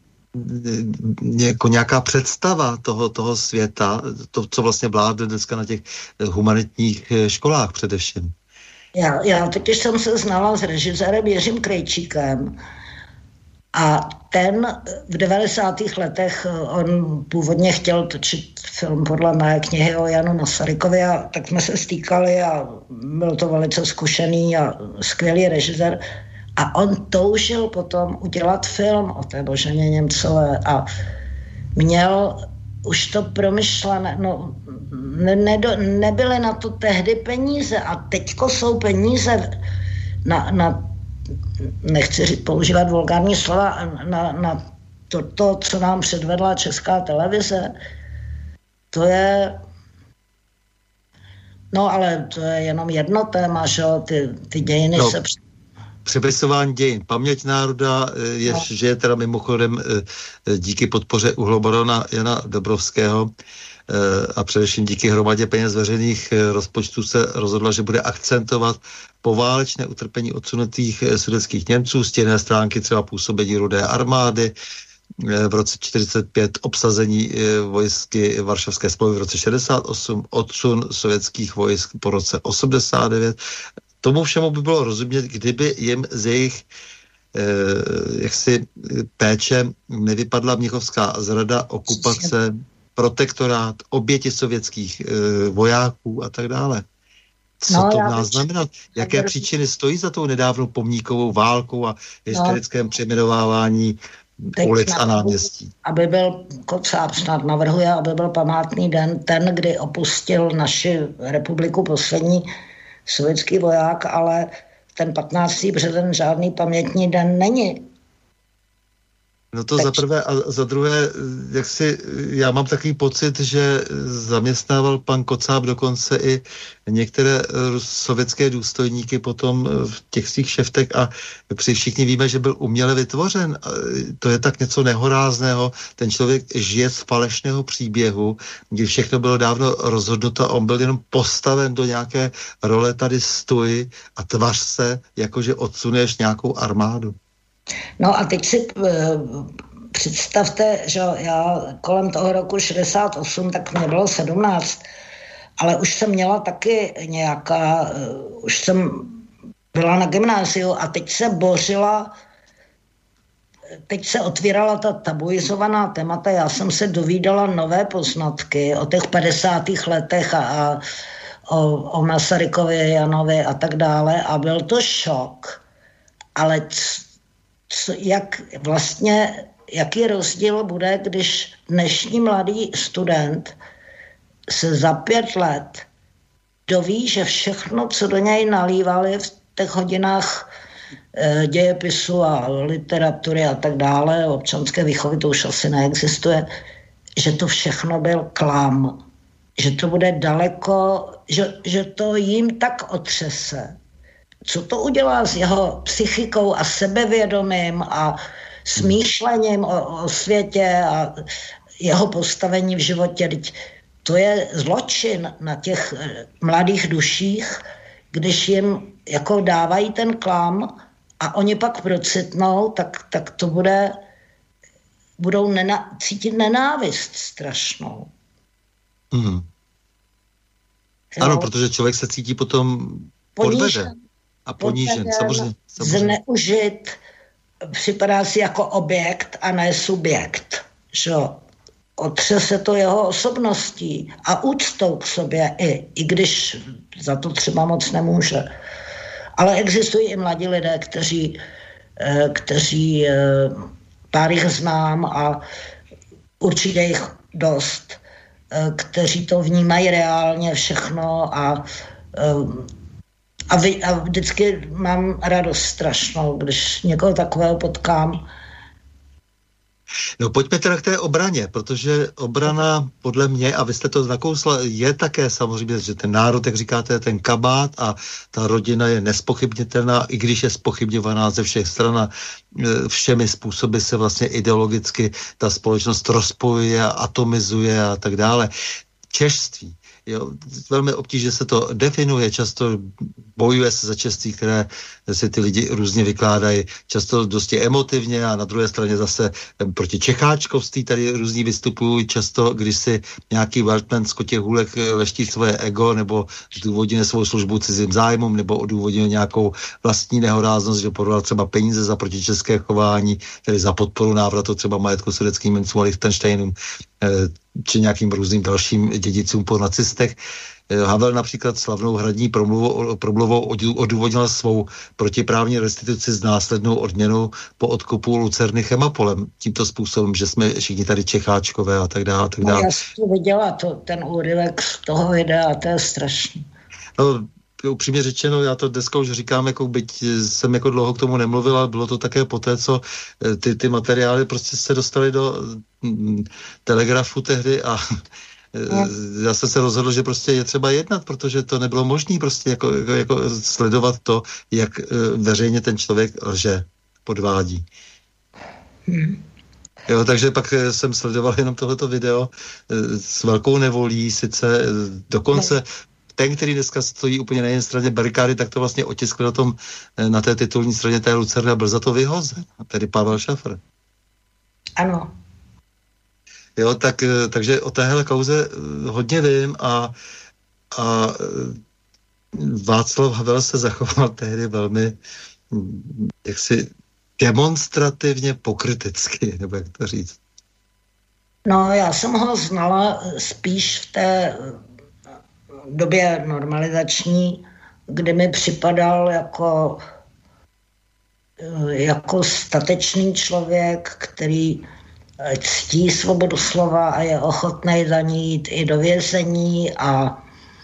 jako nějaká představa toho světa, to, co vlastně vládne dneska na těch humanitních školách především. Já totiž jsem se znala s režisérem Jiřím Krejčíkem a ten v 90. letech, on původně chtěl točit film podle mé knihy o Janu Masarykovi a tak jsme se stýkali a byl to velice zkušený a skvělý režisér a on toužil potom udělat film o té Boženě Němcové a měl už to promyšlené, no nebyly na to tehdy peníze a teďko jsou peníze na nechci používat vulgární slova, na to, co nám předvedla Česká televize, to je, no ale to je jenom jedno téma, že ty dějiny se... Přepisování dějin. Paměť národa že je teda mimochodem díky podpoře uhlobarona Jana Dobrovského a především díky hromadě peněz veřejných rozpočtů se rozhodla, že bude akcentovat poválečné utrpení odsunutých sudetských Němců, z těchto stránky třeba působení Rudé armády, v roce 45 obsazení vojsky Varšavské smlouvy v roce 68, odsun sovětských vojsk po roce 89. Tomu všemu by bylo rozumět, kdyby jim z jejich jaksi péče nevypadla mnichovská zrada, okupace, protektorát, oběti sovětských vojáků a tak dále. Co to má znamenat? Jaké příčiny stojí za tou nedávnou pomníkovou válkou a hysterickém přejmenovávání ulic a náměstí? Aby byl, Kocáb snad navrhuje, aby byl památný den, ten, kdy opustil naši republiku poslední sovětský voják, ale ten 15. březen žádný pamětní den není. No to za prvé a za druhé, já mám takový pocit, že zaměstnával pan Kocáb dokonce i některé sovětské důstojníky potom v těch svých šeftech a všichni víme, že byl uměle vytvořen. To je tak něco nehorázného. Ten člověk žije z falešného příběhu, kdy všechno bylo dávno rozhodnuto a on byl jenom postaven do nějaké role, tady stůj a tvař se, jakože odsuneš nějakou armádu. No a teď si představte, že já kolem toho roku 68, tak mě bylo 17, ale už jsem měla taky už jsem byla na gymnáziu a teď se otvírala ta tabuizovaná témata, já jsem se dovídala nové poznatky o těch 50. letech a o Masarykovi, Janovi a tak dále a byl to šok, ale jaký rozdíl bude, když dnešní mladý student se za 5 let doví, že všechno, co do něj nalívali v těch hodinách dějepisu a literatury a tak dále, občanské výchovy, to už asi neexistuje, že to všechno byl klam, že to bude daleko, že to jim tak otřese. Co to udělá s jeho psychikou a sebevědomím a smýšlením o světě a jeho postavení v životě? To je zločin na těch mladých duších, když jim jako dávají ten klam a oni pak procitnou, tak to budou cítit nenávist strašnou. Ano, protože člověk se cítí potom podveden. A ponížen, samozřejmě. Zneužit, připadá si jako objekt a ne subjekt. Že? Otřese to jeho osobností a úctou k sobě, i když za to třeba moc nemůže. Ale existují i mladí lidé, kteří pár jich znám a určitě jich dost, kteří to vnímají reálně všechno a vždycky mám radost strašnou, když někoho takového potkám. No pojďme teda k té obraně, protože obrana podle mě, a vy jste to nakousla, je také samozřejmě, že ten národ, jak říkáte, ten kabát a ta rodina je nespochybnitelná, i když je zpochybňovaná ze všech stran a všemi způsoby se vlastně ideologicky ta společnost rozpojuje a atomizuje a tak dále. Češství. Jo, velmi obtížně se to definuje, často bojuje se za čestí, které si ty lidi různě vykládají, často dosti emotivně a na druhé straně zase proti čecháčkovství tady různí vystupují, často když si nějaký Weltman z Kotěch hůlek leští svoje ego nebo zdůvodňuje svou službu cizím zájmům nebo odůvodňuje nějakou vlastní nehoráznost, že podal třeba peníze za protičeské chování, tedy za podporu návratu třeba majetku sudetským Němcům a Lichtenštejnům, či nějakým různým dalším dědicům po nacistech. Havel například slavnou hradní promluvou odůvodnil svou protiprávní restituci s následnou odměnou po odkupu Lucerny Chemapolem. Tímto způsobem, že jsme všichni tady Čecháčkové a tak dále. No, já jsem to viděla, ten úryvek z toho videa, to je strašný. No, upřímně řečeno, já to dneska už říkám, jako byť jsem jako dlouho k tomu nemluvil, ale bylo to také poté, co ty materiály prostě se dostaly do Telegrafu tehdy a já jsem se rozhodl, že prostě je třeba jednat, protože to nebylo možné prostě jako sledovat to, jak veřejně ten člověk lže, podvádí. Jo, takže pak jsem sledoval jenom tohleto video s velkou nevolí, sice dokonce ten, který dneska stojí úplně na jedné straně barikády, tak to vlastně otiskl na té titulní straně té Lucerny a byl za to vyhozen, tedy Pavel Šafr. Ano. Jo, takže o téhle kauze hodně vím a Václav Havel se zachoval tehdy velmi jaksi demonstrativně pokrytecky, nebo jak to říct. No, já jsem ho znala spíš v té době normalizační, kdy mi připadal jako statečný člověk, který ctí svobodu slova a je ochotný za ní jít i do vězení a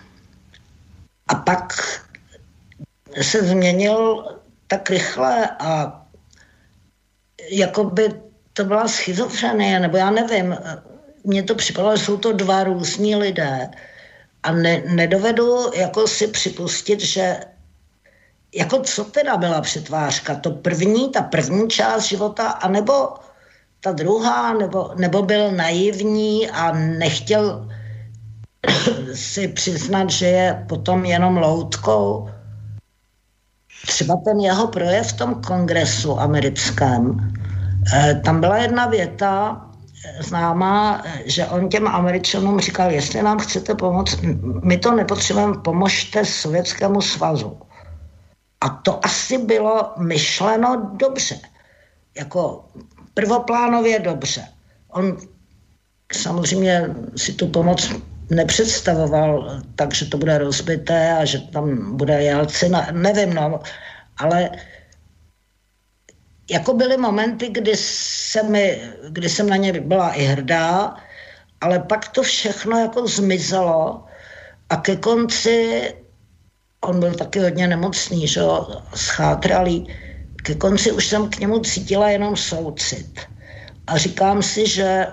pak se změnil tak rychle a jako by to byla schizofrenie, nebo já nevím, mně to připadalo, že jsou to dva různí lidé a nedovedu jako si připustit, že jako co teda byla přetvářka, ta první část života, anebo ta druhá, nebo byl naivní a nechtěl si přiznat, že je potom jenom loutkou. Třeba ten jeho projev v tom kongresu americkém, tam byla jedna věta známá, že on těm Američanům říkal, jestli nám chcete pomoct, my to nepotřebujeme, pomožte Sovětskému svazu. A to asi bylo myšleno dobře. Jako prvoplánově dobře. On samozřejmě si tu pomoc nepředstavoval, takže to bude rozbité a že tam bude Jelcin, nevím, no, ale jako byly momenty, kdy jsem na ně byla i hrdá, ale pak to všechno jako zmizelo a ke konci, on byl taky hodně nemocný, že jo, schátralý, ke konci už jsem k němu cítila jenom soucit. A říkám si, že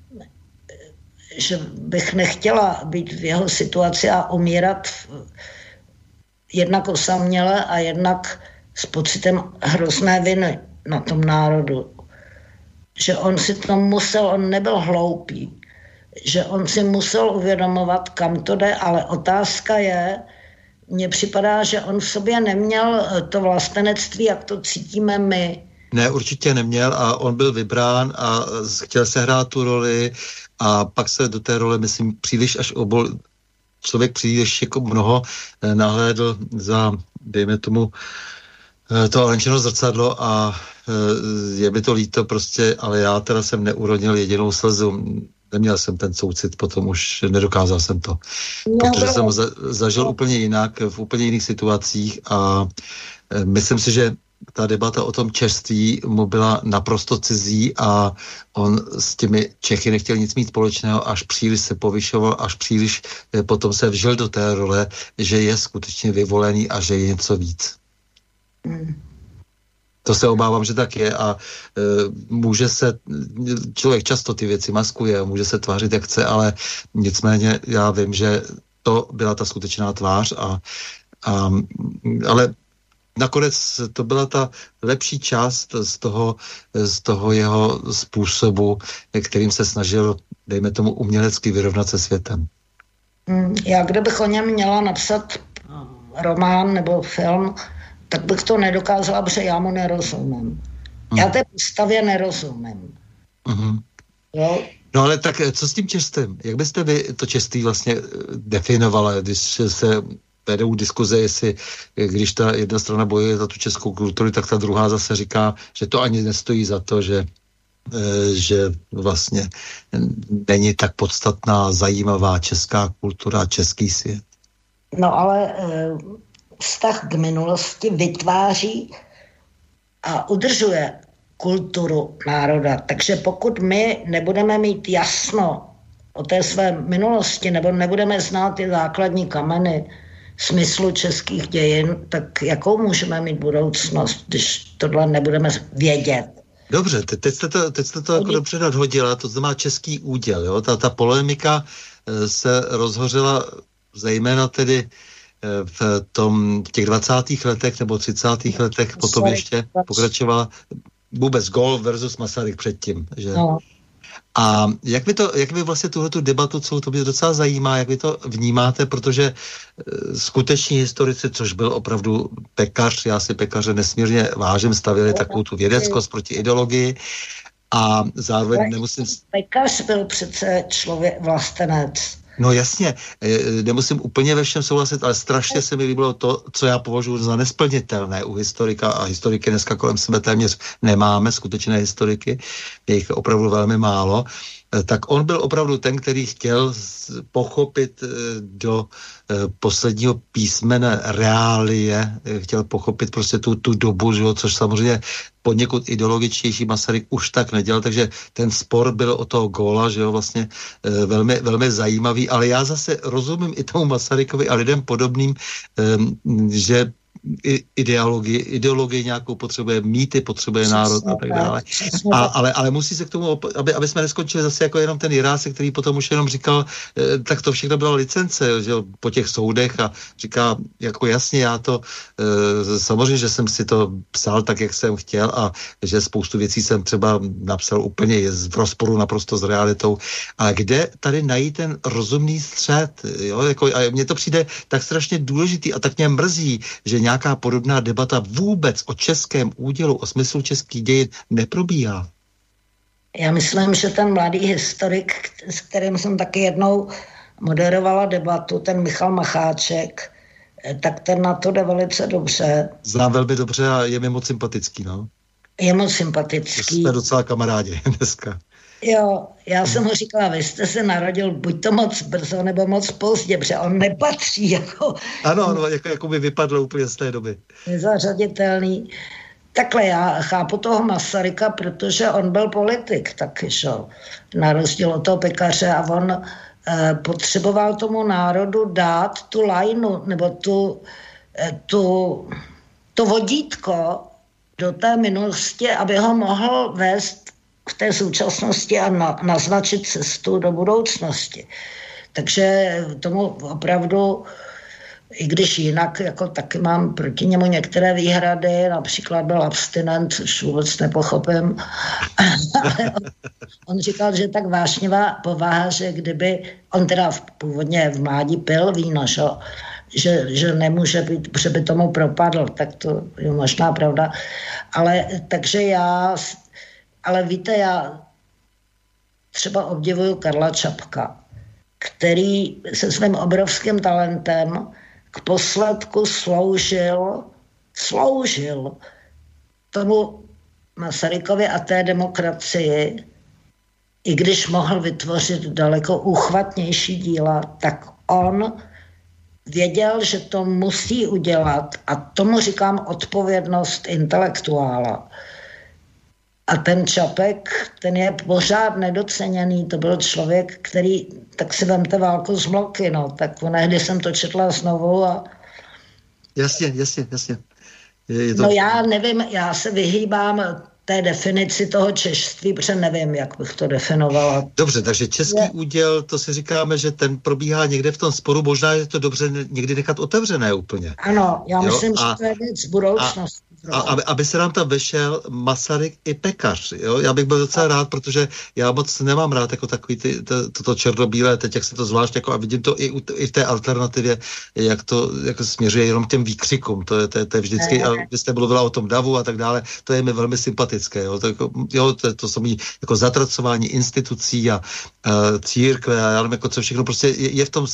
bych nechtěla být v jeho situaci a umírat jednak osaměle a jednak s pocitem hrozné viny na tom národu. Že on si to musel, on nebyl hloupý, že on si musel uvědomovat, kam to jde, ale otázka je, mně připadá, že on v sobě neměl to vlastenectví, jak to cítíme my. Ne, určitě neměl a on byl vybrán a chtěl se hrát tu roli a pak se do té role, myslím, příliš až člověk příliš jako mnoho nahlédl za, dejme tomu, to Alenčino zrcadlo a je mi to líto prostě, ale já teda jsem neurodil jedinou slzu. Neměl jsem ten soucit, potom už nedokázal jsem to. Protože jsem ho zažil úplně jinak, v úplně jiných situacích a myslím si, že ta debata o tom čerství mu byla naprosto cizí a on s těmi Čechy nechtěl nic mít společného, až příliš se povyšoval, až příliš potom se vžil do té role, že je skutečně vyvolený a že je něco víc. To se obávám, že tak je a může se, člověk často ty věci maskuje, může se tvářit jak chce, ale nicméně já vím, že to byla ta skutečná tvář ale nakonec to byla ta lepší část z toho jeho způsobu, kterým se snažil, dejme tomu, umělecky vyrovnat se světem. Já kdybych o něm měla napsat román nebo film, tak bych to nedokázala, protože já mu nerozumím. Já té postavě nerozumím. Jo? No ale tak co s tím čestem? Jak byste vy to čestí vlastně definovala, když se vedou diskuze, jestli když ta jedna strana bojuje za tu českou kulturu, tak ta druhá zase říká, že to ani nestojí za to, že vlastně není tak podstatná, zajímavá česká kultura, český svět. No ale vztah k minulosti vytváří a udržuje kulturu národa. Takže pokud my nebudeme mít jasno o té své minulosti nebo nebudeme znát ty základní kameny smyslu českých dějin, tak jakou můžeme mít budoucnost, když tohle nebudeme vědět? Dobře, teď jste to jako dobře nadhodila, to znamená český úděl, jo? Ta polemika se rozhořela zejména tedy v těch 20. letech nebo 30. letech, potom ještě pokračovala vůbec Gaulle versus Masaryk předtím, že? No. A jak vy vlastně tuhletu debatu, co to mě docela zajímá, jak vy to vnímáte, protože skuteční historici, což byl opravdu Pekař, já si Pekaře nesmírně vážím, stavěli takovou tu vědeckost proti ideologii a zároveň nemusím... Pekař byl přece člověk vlastenec. No jasně, nemusím úplně ve všem souhlasit, ale strašně se mi líbilo to, co já považuji za nesplnitelné u historika, a historiky dneska kolem sebe téměř nemáme, skutečné historiky, je jich opravdu velmi málo, tak on byl opravdu ten, který chtěl pochopit do posledního písmene reálie, chtěl pochopit prostě tu dobu, že jo, což samozřejmě poněkud ideologičtější Masaryk už tak nedělal, takže ten spor byl o toho Góla, že jo, vlastně velmi, velmi zajímavý, ale já zase rozumím i tomu Masarykovi a lidem podobným, že ideologii nějakou potřebuje, mýty potřebuje národ a tak dále. Ale musí se k tomu, aby jsme neskončili zase jako jenom ten Jirásek, který potom už jenom říkal, tak to všechno byla licence, že po těch soudech a říká, jako jasně, já to, samozřejmě, že jsem si to psal tak, jak jsem chtěl a že spoustu věcí jsem třeba napsal úplně v rozporu naprosto s realitou, ale kde tady najít ten rozumný střed, jo, jako, a mně to přijde tak strašně důležitý a tak mě mrzí, že nějaká podobná debata vůbec o českém údělu, o smyslu českých dějin neprobíhá. Já myslím, že ten mladý historik, s kterým jsem taky jednou moderovala debatu, ten Michal Macháček, tak ten na to jde velice dobře. Znám velmi dobře a je mi moc sympatický, no. Je moc sympatický. Jsme docela kamarádi dneska. Jo, já jsem mu říkala, vy jste se narodil buď to moc brzo, nebo moc pozdě, protože on nepatří jako... Ano, jako by vypadlo úplně z té doby. Nezařaditelný. Takhle já chápu toho Masaryka, protože on byl politik taky, šo? Na rozdíl od toho Pekaře a on potřeboval tomu národu dát tu lajnu, nebo to vodítko do té minulosti, aby ho mohl vést v té současnosti a naznačit cestu do budoucnosti. Takže tomu opravdu, i když jinak, jako taky mám proti němu některé výhrady, například byl abstinent, což vůbec nepochopím. On říkal, že tak vášnivá povaha, že kdyby, on teda původně v mládí pil víno, že nemůže být, že by tomu propadl, tak to je možná pravda. Ale víte, já třeba obdivuju Karla Čapka, který se svým obrovským talentem k posledku sloužil tomu Masarykovi a té demokracii, i když mohl vytvořit daleko úchvatnější díla, tak on věděl, že to musí udělat a tomu říkám odpovědnost intelektuála. A ten Čapek, ten je pořád nedoceněný, to byl člověk, který, tak si vemte Válku z Mloky, no, tak onehdy jsem to četla znovu a... Jasně. No já nevím, já se vyhýbám té definici toho češství, protože nevím, jak bych to definovala. Dobře, takže český úděl, to si říkáme, že ten probíhá někde v tom sporu, možná je to dobře někdy nechat otevřené úplně. Ano, já myslím, že to je věc budoucnosti. Aby se nám tam vešel Masaryk i Pekař, jo? Já bych byl docela rád, protože já moc nemám rád jako takový toto černobílé, teď jak se to zvlášť jako, a vidím to i v té alternativě, jak to jako směřuje jenom těm výkřikům, to je vždycky, a vy jste mluvila o tom davu a tak dále, to je mi velmi sympatické, jo? To jsou mi jako zatracování institucí a církve a já nevím, jako co všechno, prostě je v tom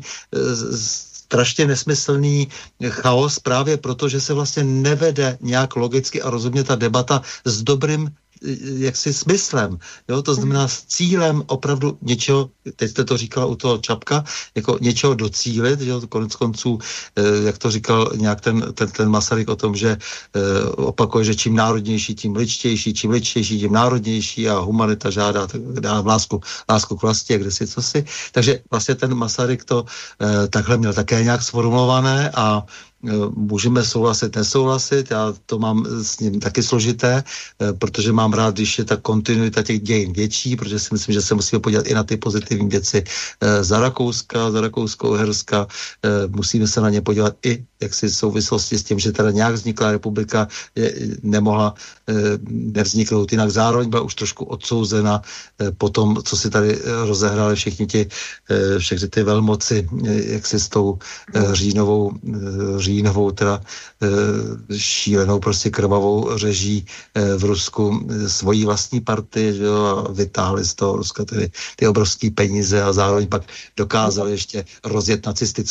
strašně nesmyslný chaos právě proto, že se vlastně nevede nějak logicky a rozumně ta debata s dobrým jaksi smyslem, jo, to znamená s cílem opravdu něčeho, teď jste to říkala u toho Čapka, jako něčeho docílit, že konec konců, jak to říkal nějak ten Masaryk o tom, že opakuje, že čím národnější, tím ličtější, čím ličtější, tím národnější a humanita žádá lásku k vlasti a kdesi cosi. Takže vlastně ten Masaryk to takhle měl také nějak sformulované a můžeme souhlasit, nesouhlasit, já to mám s ním taky složité, protože mám rád, když je ta kontinuita těch dějin větší, protože si myslím, že se musíme podívat i na ty pozitivní věci za Rakousko-Uherska, musíme se na ně podívat i jaksi v souvislosti s tím, že teda nějak vznikla republika, nemohla nevzniknout jinak, zároveň byla už trošku odsouzena po tom, co si tady rozehráli všechny ty velmoci, jak si s tou říjnovou teda šílenou prostě krvavou řeží v Rusku svojí vlastní partii, že jo, a vytáhli z toho Ruska tedy ty obrovské peníze a zároveň pak dokázali ještě rozjet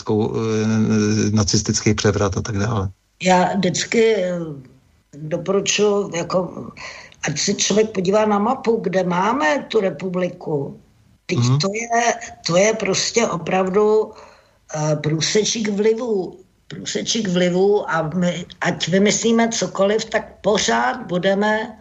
nacistický převrat a tak dále. Já vždycky doporučuji, jako, ať se člověk podívá na mapu, kde máme tu republiku. Teď to je prostě opravdu průsečík vlivu a my, ať vymyslíme cokoliv, tak pořád budeme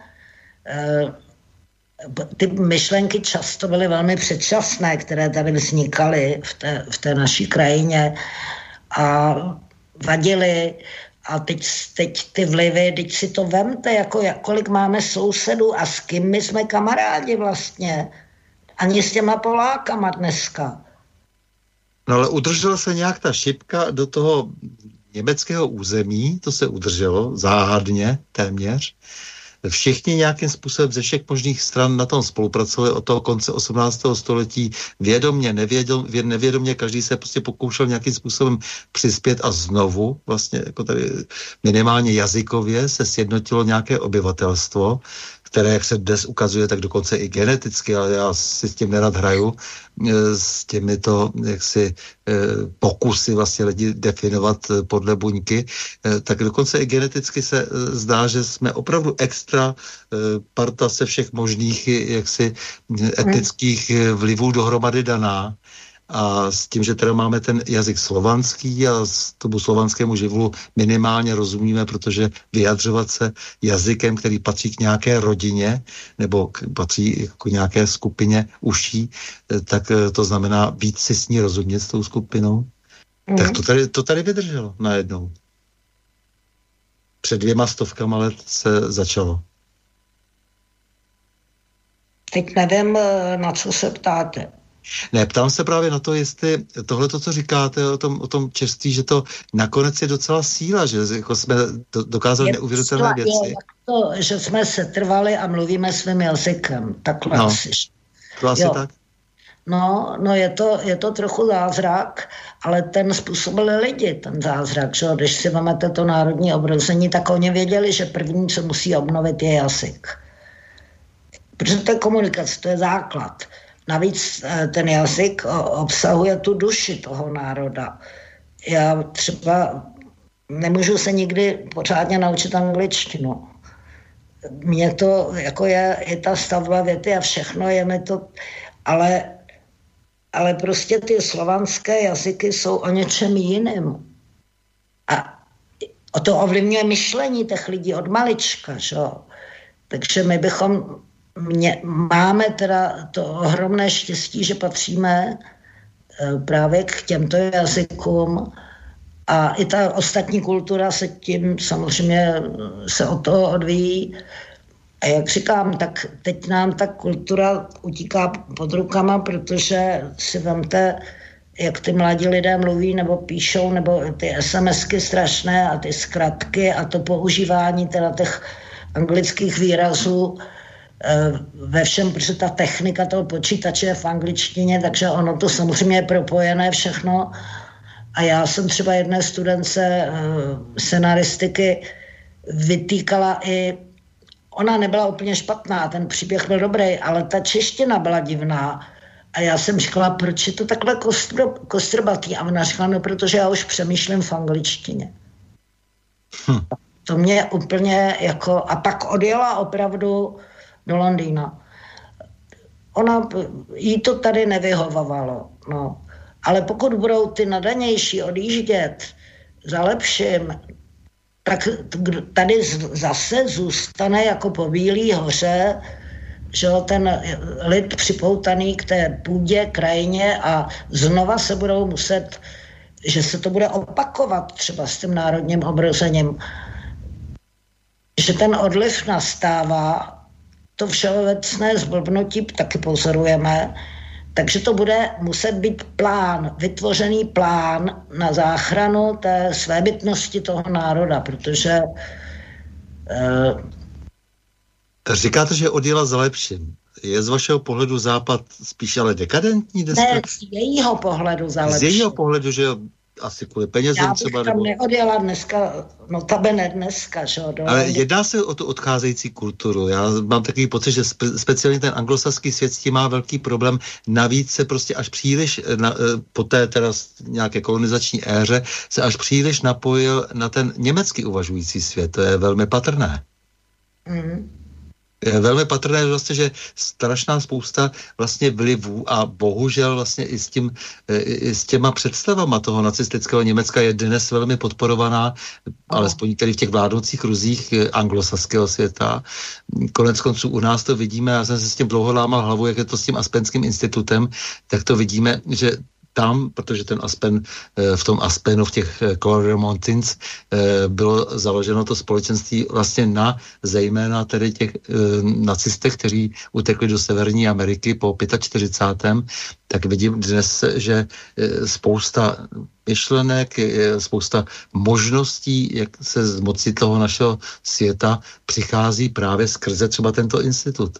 ty myšlenky často byly velmi předčasné, které tady vznikaly v té naší krajině a vadily. A teď ty vlivy, teď si to vemte, jako kolik máme sousedů a s kým my jsme kamarádi vlastně. Ani s těma Polákama dneska. No ale udržela se nějak ta šipka do toho německého území, to se udrželo záhadně téměř. Všichni nějakým způsobem ze všech možných stran na tom spolupracovali od toho konce 18. století vědomně, nevědomně, každý se prostě pokoušel nějakým způsobem přispět a znovu vlastně jako tady minimálně jazykově se sjednotilo nějaké obyvatelstvo, které, jak se dnes ukazuje, tak dokonce i geneticky, ale já si s tím nerad hraju, s těmito jaksi pokusy vlastně lidi definovat podle buňky, tak dokonce i geneticky se zdá, že jsme opravdu extra parta se všech možných jaksi etnických vlivů dohromady daná. A s tím, že teda máme ten jazyk slovanský a tomu slovanskému živlu minimálně rozumíme, protože vyjadřovat se jazykem, který patří k nějaké rodině nebo patří k nějaké skupině uší, tak to znamená víc si s ní rozumět s tou skupinou. Tak to tady vydrželo najednou. Před 200 let se začalo. Teď nevím, na co se ptáte. Ne, ptám se právě na to, jestli tohleto, co říkáte o tom čestí, že to nakonec je docela síla, že jako jsme dokázali neuvěřitelné věci. To, že jsme se trvali a mluvíme svým jazykem. Takhle asi. To asi tak? No, je to trochu zázrak, ale ten způsobili lidi, ten zázrak. Že? Když si vezmete to národní obrození, tak oni věděli, že první, co musí obnovit, je jazyk. Protože to je komunikace, to je základ. Navíc ten jazyk obsahuje tu duši toho národa. Já třeba nemůžu se nikdy pořádně naučit angličtinu. Mně to, jako je ta stavba věty a všechno, je mi to, ale prostě ty slovanské jazyky jsou o něčem jiném. A to ovlivňuje myšlení těch lidí od malička, že? Takže my máme teda to ohromné štěstí, že patříme právě k těmto jazykům A i ta ostatní kultura se tím samozřejmě se od toho odvíjí. A jak říkám, tak teď nám ta kultura utíká pod rukama, protože si vemte, jak ty mladí lidé mluví nebo píšou, nebo ty SMSky strašné a ty zkratky a to používání teda těch anglických výrazů ve všem, protože ta technika toho počítače je v angličtině, takže ono to samozřejmě je propojené všechno. A já jsem třeba jedné studence scenaristiky vytýkala i, ona nebyla úplně špatná, ten příběh byl dobrý, ale ta čeština byla divná. A já jsem říkala, proč je to takhle kostrbatý? A ona říkala, no protože já už přemýšlím v angličtině. To mě úplně jako... A pak odjela opravdu do Londýna. Jí to tady nevyhovovalo, no. Ale pokud budou ty nadanější odjíždět za lepším, tak tady zase zůstane jako po Bílý hoře, že ten lid připoutaný k té půdě, krajině a znova se budou muset, že se to bude opakovat třeba s tím národním obrozením. Že ten odliv nastává, to všeobecné zblbnutí taky pozorujeme, takže to bude muset být plán, vytvořený plán na záchranu té svébytnosti toho národa, protože... Říkáte, že odjela za lepším. Je z vašeho pohledu Západ spíš ale dekadentní dneska? Ne, z jejího pohledu za lepším. Z jejího pohledu, že asi kvůli penězům třeba? Já bych tam neodjela dneska, notabene dneska, že jo. Ale jedná se o tu odcházející kulturu. Já mám takový pocit, že speciálně ten anglosaský svět s tím má velký problém. Navíc se prostě až příliš, po té teda nějaké kolonizační éře, se až příliš napojil na ten německy uvažující svět. To je velmi patrné. Je velmi patrné vlastně, že strašná spousta vlastně vlivů a bohužel vlastně i s těma představama toho nacistického Německa je dnes velmi podporovaná, alespoň tedy v těch vládnoucích kruzích anglosaského světa. Konec konců u nás to vidíme, já jsem se s tím dlouho lámal hlavu, jak je to s tím Aspenským institutem, tak to vidíme, že tam, protože ten Aspen, v tom Aspenu, v těch Colorado Mountains, bylo založeno to společenství vlastně na zejména tedy těch nacistech, kteří utekli do Severní Ameriky po 45. Tak vidím dnes, že spousta myšlenek, spousta možností, jak se z moci toho našeho světa přichází právě skrze třeba tento institut.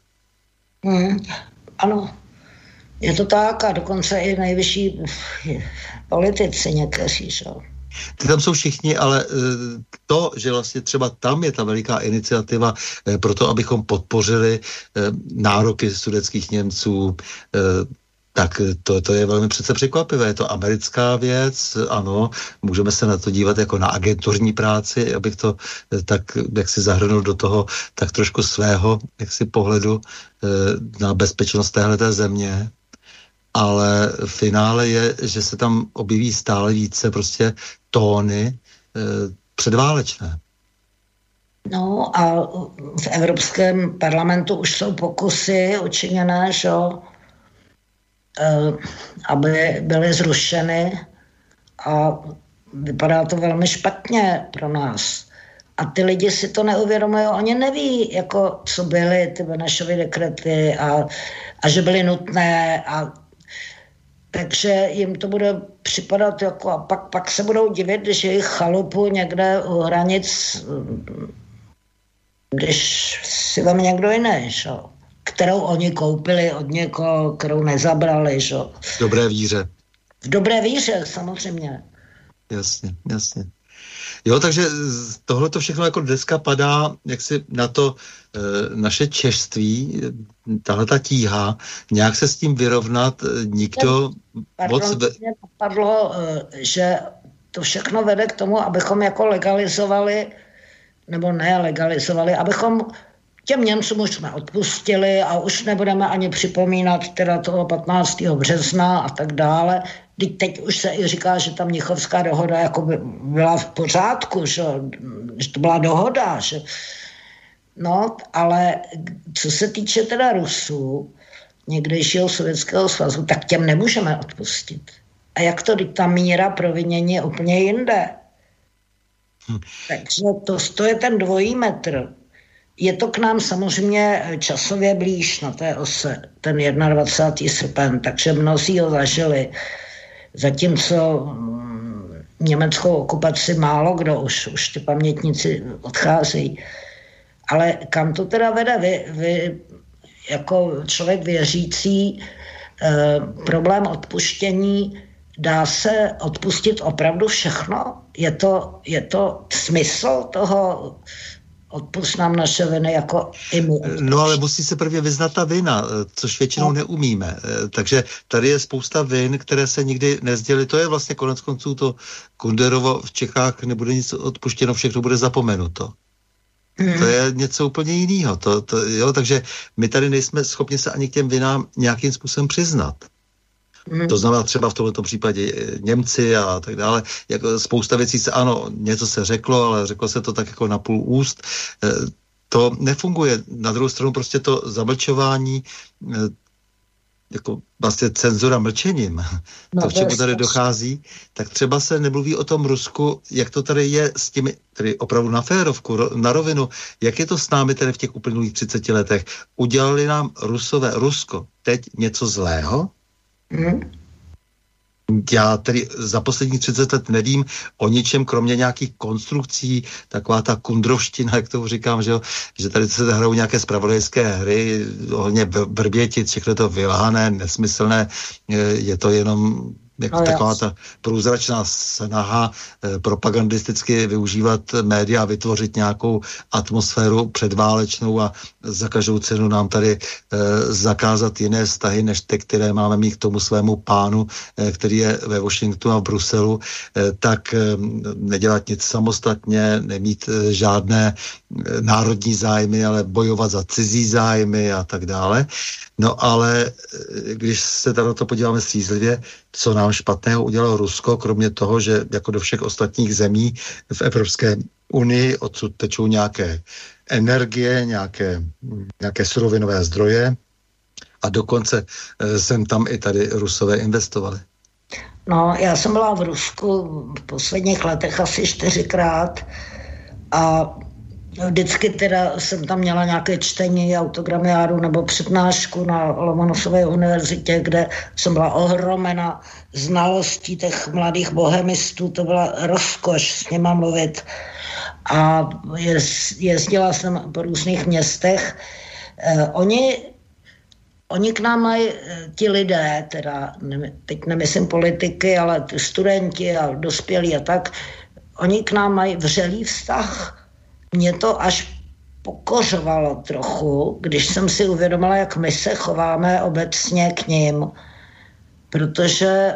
Ano. Je to tak a dokonce i nejvyšší politici někteří, že? Ty tam jsou všichni, ale to, že vlastně třeba tam je ta veliká iniciativa pro to, abychom podpořili nároky sudetských Němců, tak to je velmi přece překvapivé. Je to americká věc, ano, můžeme se na to dívat jako na agenturní práci, abych to tak, jak si zahrnul do toho, tak trošku svého, jak si pohledu na bezpečnost téhleté země. Ale v finále je, že se tam objeví stále více prostě tóny předválečné. No a v Evropském parlamentu už jsou pokusy učiněné, že aby byly zrušeny a vypadá to velmi špatně pro nás. A ty lidi si to neuvědomují, oni neví, jako, co byly ty Benešovy dekrety a že byly nutné takže jim to bude připadat jako a pak se budou divit, když jejich chalupu někde u hranic, když si vem někdo jiný, šo? Kterou oni koupili od někoho, kterou nezabrali. Šo? V dobré víře. V dobré víře, samozřejmě. Jasně. Jo, takže tohle to všechno jako dneska padá, jak si na to naše češství, tahle ta tíha, nějak se s tím vyrovnat, nikdo moc... Mě napadlo, že to všechno vede k tomu, abychom jako legalizovali, nebo nelegalizovali, abychom těm Němcům už jsme odpustili a už nebudeme ani připomínat teda toho 15. března a tak dále. Teď už se i říká, že ta Mnichovská dohoda jako by byla v pořádku, že to byla dohoda. Že... No, ale co se týče teda Rusů, někdejšího Sovětského svazu, tak těm nemůžeme odpustit. A jak to, ta míra provinění je úplně jinde. Takže to je ten dvojí metr. Je to k nám samozřejmě časově blíž na té ose, ten 21. srpen, takže mnozí ho zažili. Zatímco německou okupaci málo kdo, už ty pamětníci odcházejí. Ale kam to teda vede? Vy jako člověk věřící, problém odpuštění, dá se odpustit opravdu všechno? Je to smysl toho odpust nám naše viny jako i my? No ale musí se prvně vyznat ta vina, což většinou neumíme. Takže tady je spousta vin, které se nikdy nezděly. To je vlastně konec konců to Kunderovo v Čechách nebude nic odpuštěno, všechno bude zapomenuto. To je něco úplně jiného. Takže my tady nejsme schopni se ani k těm vinám nějakým způsobem přiznat. To znamená třeba v tomto případě Němci a tak dále. Jako spousta věcí se, ano, něco se řeklo, ale řeklo se to tak jako na půl úst. To nefunguje. Na druhou stranu prostě to zamlčování, jako vlastně cenzura mlčením, to, k čemu tady dochází, tak třeba se nemluví o tom Rusku, jak to tady je s těmi, tedy opravdu na férovku, na rovinu, jak je to s námi tady v těch uplynulých 30 letech. Udělali nám Rusko teď něco zlého? Já tedy za poslední 30 let nevím o ničem, kromě nějakých konstrukcí, taková ta kundrovština, jak to říkám, že tady se hrajou nějaké zpravodajské hry, hodně Vrbětic, všechno to vylhané, nesmyslné, je to jenom jako taková ta průzračná snaha propagandisticky využívat média a vytvořit nějakou atmosféru předválečnou a za každou cenu nám tady zakázat jiné vztahy, než ty, které máme mít k tomu svému pánu, který je ve Washingtonu a v Bruselu, tak nedělat nic samostatně, nemít žádné národní zájmy, ale bojovat za cizí zájmy a tak dále. No ale když se tady na to podíváme střízlivě, co nám špatného udělalo Rusko, kromě toho, že jako do všech ostatních zemí v Evropské unii odsud tečou nějaké energie, nějaké surovinové zdroje a dokonce sem tam i tady Rusové investovali. No, já jsem byla v Rusku v posledních letech asi 4krát a vždycky teda jsem tam měla nějaké čtení autogramiáru nebo přednášku na Lomonosově univerzitě, kde jsem byla ohromena znalostí těch mladých bohemistů, to byla rozkoš s nima mluvit. A jezdila jsem po různých městech. Oni k nám mají ti lidé, teda teď nemyslím politiky, ale studenti a dospělí a tak, oni k nám mají vřelý vztah. Mě to až pokořovalo trochu, když jsem si uvědomila, jak my se chováme obecně k nim, protože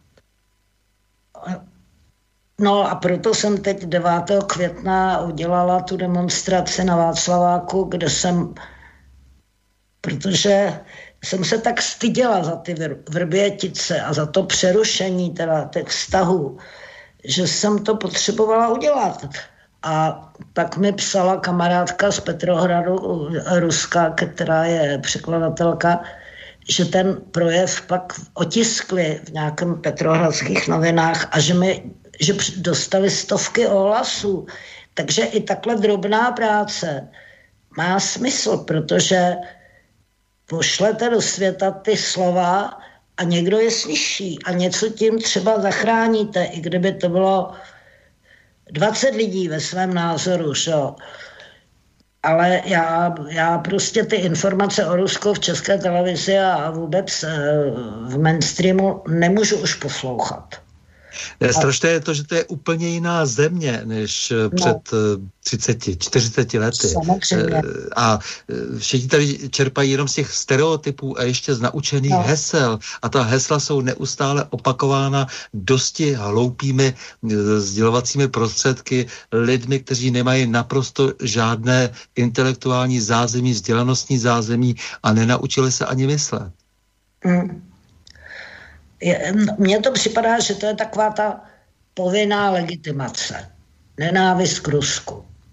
no a proto jsem teď 9. května udělala tu demonstraci na Václaváku, protože jsem se tak styděla za ty Vrbětice a za to přerušení teda těch vztahů, že jsem to potřebovala udělat. A pak mi psala kamarádka z Petrohradu, Ruska, která je překladatelka, že ten projev pak otiskli v nějakém petrohradských novinách a že dostali stovky ohlasů. Takže i takhle drobná práce má smysl, protože pošlete do světa ty slova a někdo je slyší a něco tím třeba zachráníte, i kdyby to bylo 20 lidí ve svém názoru, že? Ale já prostě ty informace o Rusku v České televizi a vůbec v mainstreamu nemůžu už poslouchat. Strašné je to, že to je úplně jiná země, než před 30-40 lety. Samozřejmě. A všichni tady čerpají jenom z těch stereotypů a ještě z naučených hesel. A ta hesla jsou neustále opakována dosti hloupými sdělovacími prostředky, lidmi, kteří nemají naprosto žádné intelektuální zázemí, vzdělanostní zázemí a nenaučili se ani myslet. Mně to připadá, že to je taková ta povinná legitimace. Nenávist k Rusku.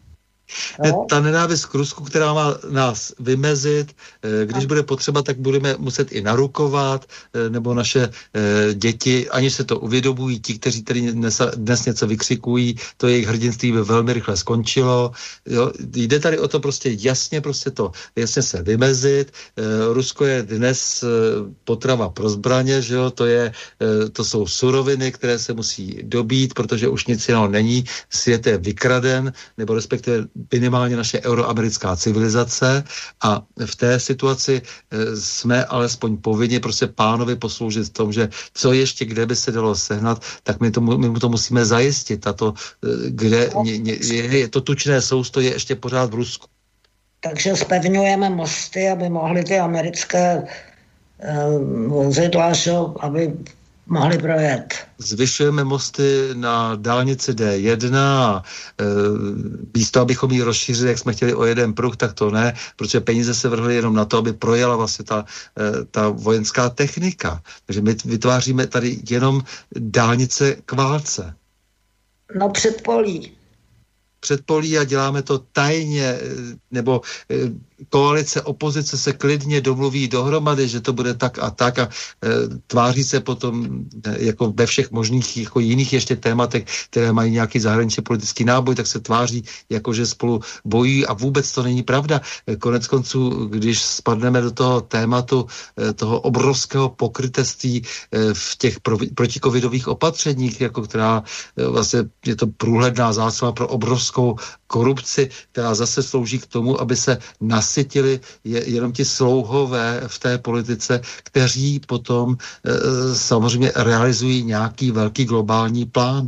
Ta nenávist k Rusku, která má nás vymezit, když bude potřeba, tak budeme muset i narukovat, nebo naše děti, ani se to uvědomují, ti, kteří tady dnes něco vykřikují, to jejich hrdinství by velmi rychle skončilo. Jo? Jde tady o to prostě jasně jasně se vymezit. Rusko je dnes potrava pro zbraně, že jo? To jsou suroviny, které se musí dobít, protože už nic jiného není. Svět je vykraden, nebo respektive minimálně naše euroamerická civilizace, a v té situaci jsme alespoň povinni prostě pánovi posloužit v tom, že co ještě kde by se dalo sehnat, tak my mu to musíme zajistit. A to, kde je to tučné sousto, je ještě pořád v Rusku. Takže zpevňujeme mosty, aby mohly ty americké vozidla, aby mohli projet. Zvyšujeme mosty na dálnici D1 a místo, abychom ji rozšířili, jak jsme chtěli, o jeden pruh, tak to ne, protože peníze se vrhly jenom na to, aby projela vlastně ta vojenská technika. Takže my vytváříme tady jenom dálnice k válce. No předpolí a děláme to tajně, nebo koalice, opozice se klidně domluví dohromady, že to bude tak a tak, a tváří se potom jako ve všech možných jako jiných ještě tématech, které mají nějaký zahraničně politický náboj, tak se tváří, jako že spolu bojují, a vůbec to není pravda. Konec konců, když spadneme do toho tématu toho obrovského pokrytectví v těch protikovidových opatřeních, jako která vlastně je to průhledná zácpa pro obrovskou korupci, která zase slouží k tomu, aby se nasytili jenom ti slouhové v té politice, kteří potom samozřejmě realizují nějaký velký globální plán.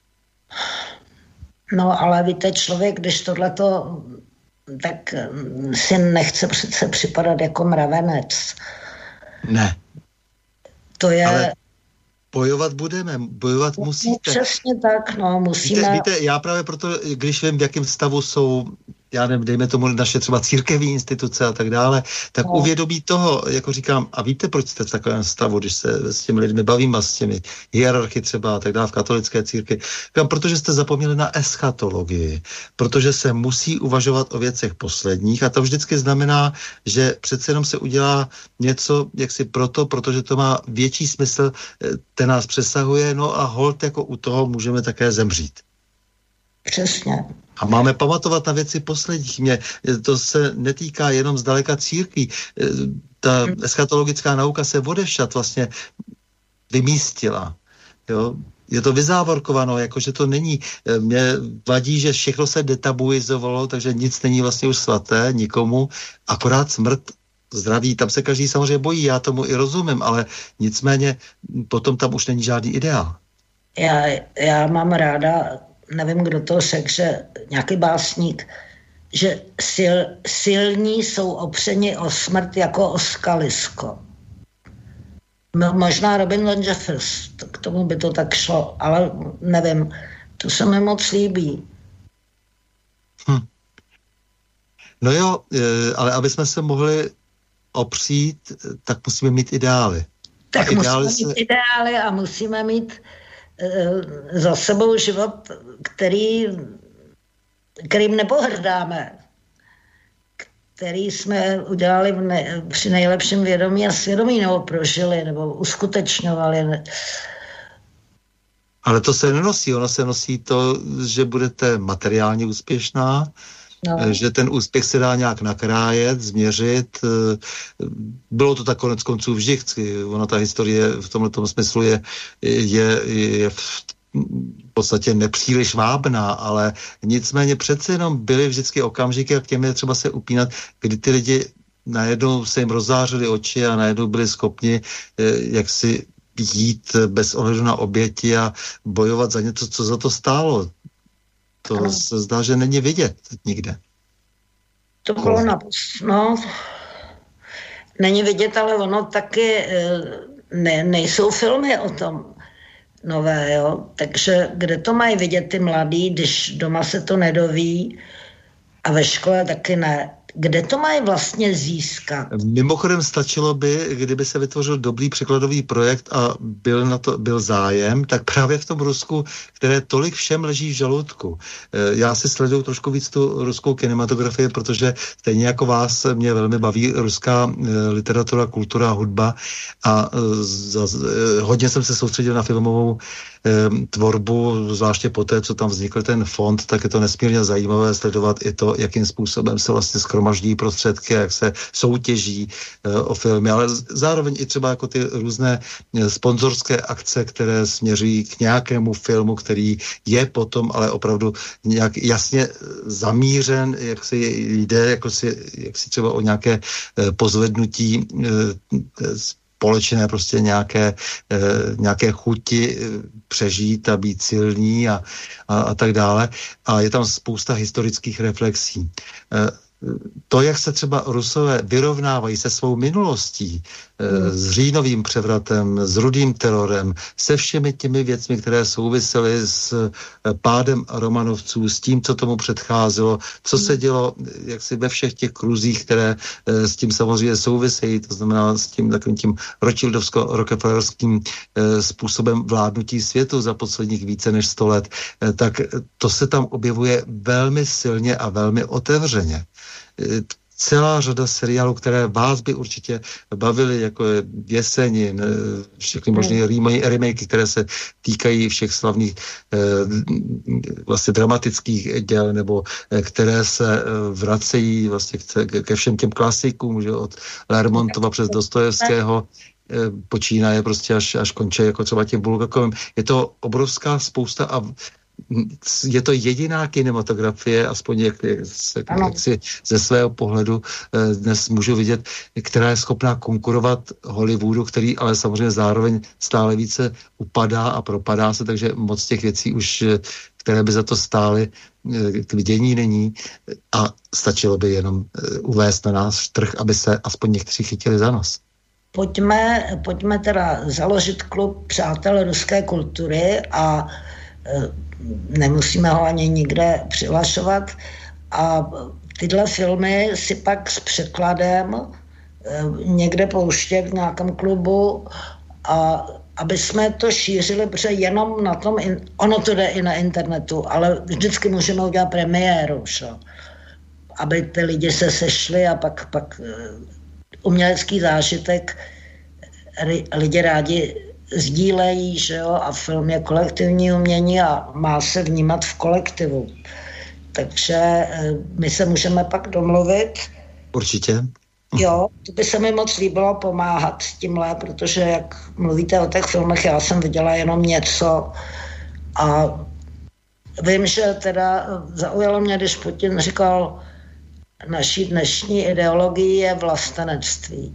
No, ale víte, člověk, když tohleto, tak si nechce přece připadat jako mravenec. Ne. To je... Ale bojovat budeme, bojovat musíte. Přesně tak, no, musíme... Víte, já právě proto, když vím, v jakém stavu jsou, já nevím, dejme tomu naše třeba církevní instituce a tak dále, tak uvědomí toho, jako říkám, a víte, proč jste v takovém stavu, když se s těmi lidmi bavím a s těmi hierarchy třeba a tak dále v katolické církvi, protože jste zapomněli na eschatologii, protože se musí uvažovat o věcech posledních, a to vždycky znamená, že přece jenom se udělá něco jaksi protože to má větší smysl, ten nás přesahuje, no a holt jako u toho můžeme také zemřít. Přesně. A máme pamatovat na věci posledních. To se netýká jenom zdaleka církví. Ta eschatologická nauka se odevšad vlastně vymístila. Jo? Je to vyzávorkováno, jakože to není. Mě vadí, že všechno se detabuizovalo, takže nic není vlastně už svaté nikomu, akorát smrt, zdraví, tam se každý samozřejmě bojí, já tomu i rozumím, ale nicméně potom tam už není žádný ideál. Já mám ráda, nevím, kdo to řekl, že nějaký básník, že silní jsou opřeni o smrt jako o skalisko. Možná Robin Jeffers, k tomu by to tak šlo, ale nevím, to se mi moc líbí. No jo, ale aby jsme se mohli opřít, tak musíme mít ideály. Tak musíme mít ideály a musíme mít za sebou život, kterým nepohrdáme, který jsme udělali při nejlepším vědomí a svědomí, nebo prožili, nebo uskutečňovali. Ale to se nenosí. Ono se nosí to, že budete materiálně úspěšná, že ten úspěch se dá nějak nakrájet, změřit. Bylo to tak konec konců vždycky. Ona ta historie v tomto smyslu je v podstatě nepříliš vábná, ale nicméně přece jenom byly vždycky okamžiky, a k těm je třeba se upínat, kdy ty lidi najednou se jim rozzářily oči a najednou byli schopni jak si jít bez ohledu na oběti a bojovat za něco, co za to stálo. To se zdá, že není vidět nikde. To bylo není vidět, ale ono taky nejsou filmy o tom nové, jo. Takže kde to mají vidět ty mladí, když doma se to nedoví a ve škole taky ne. kde to mají vlastně získat? Mimochodem stačilo by, kdyby se vytvořil dobrý překladový projekt a byl zájem, tak právě v tom Rusku, které tolik všem leží v žaludku. Já si sleduju trošku víc tu ruskou kinematografii, protože stejně jako vás mě velmi baví ruská literatura, kultura, hudba a hodně jsem se soustředil na filmovou tvorbu, zvláště po té, co tam vznikl ten fond, tak je to nesmírně zajímavé sledovat i to, jakým způsobem se vlastně shromaždí prostředky, jak se soutěží o filmy, ale zároveň i třeba jako ty různé sponzorské akce, které směřují k nějakému filmu, který je potom ale opravdu nějak jasně zamířen, jak si jde, jak si třeba o nějaké pozvednutí společné prostě nějaké chuti přežít a být silný a tak dále. A je tam spousta historických reflexí. To, jak se třeba Rusové vyrovnávají se svou minulostí, s říjnovým převratem, s rudým terorem, se všemi těmi věcmi, které souvisely s pádem Romanovců, s tím, co tomu předcházelo, co se dělo jaksi ve všech těch kruzích, které s tím samozřejmě souvisejí, to znamená s tím takovým tím rothschildovsko-rockefellerským způsobem vládnutí světu za posledních více než 100 let, tak to se tam objevuje velmi silně a velmi otevřeně. Celá řada seriálů, které vás by určitě bavily, jako je Jesenin, všechny možné remakey, které se týkají všech slavných vlastně dramatických děl, nebo které se vracejí vlastně ke všem těm klasikům, že od Lermontova přes Dostojevského, počínaje prostě až končí jako třeba tím Bulgakovým. Je to obrovská spousta a je to jediná kinematografie, aspoň jak si ze svého pohledu dnes můžu vidět, která je schopná konkurovat Hollywoodu, který ale samozřejmě zároveň stále více upadá a propadá se, takže moc těch věcí už, které by za to stály, k vidění není a stačilo by jenom uvést na náš trh, aby se aspoň někteří chytili za nos. Pojďme teda založit klub přátel ruské kultury a nemusíme ho ani nikde přihlašovat a tyhle filmy si pak s překladem někde pouštět v nějakém klubu a aby jsme to šířili, protože jenom na tom, ono to jde i na internetu, ale vždycky můžeme udělat premiéru, šo? Aby ty lidi se sešli a pak umělecký zážitek lidi rádi sdílejí, že jo, a film je kolektivní umění a má se vnímat v kolektivu. Takže my se můžeme pak domluvit. Určitě. Jo, to by se mi moc líbilo pomáhat s tímhle, protože jak mluvíte o těch filmech, já jsem viděla jenom něco a vím, že teda zaujalo mě, když Putin říkal, naší dnešní ideologii je vlastenectví.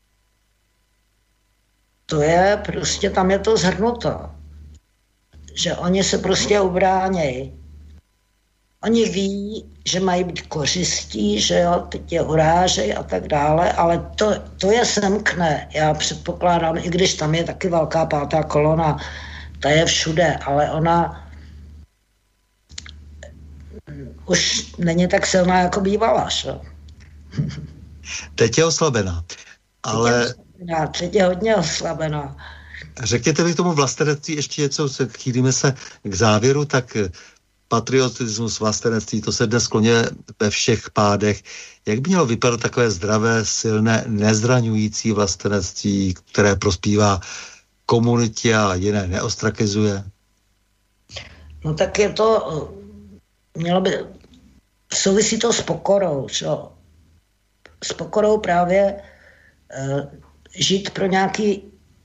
To je prostě, tam je to zhrnuto, že oni se prostě ubránějí. Oni ví, že mají být kořistí, že jo, teď je urážejí a tak dále, ale to je semkne. Já předpokládám, i když tam je taky velká pátá kolona, ta je všude, ale ona už není tak silná, jako bývala, že? Teď je oslabená, ale... Teď je hodně oslabená. Řekněte mi k tomu vlastenectví ještě něco, chýlíme se k závěru, tak patriotismus, vlastenectví, to se dnes skloňuje ve všech pádech. Jak by mělo vypadat takové zdravé, silné, nezraňující vlastenectví, které prospívá komunitě a jiné neostrakizuje? No tak je to, souvisí to s pokorou, čo? S pokorou právě žít pro nějaký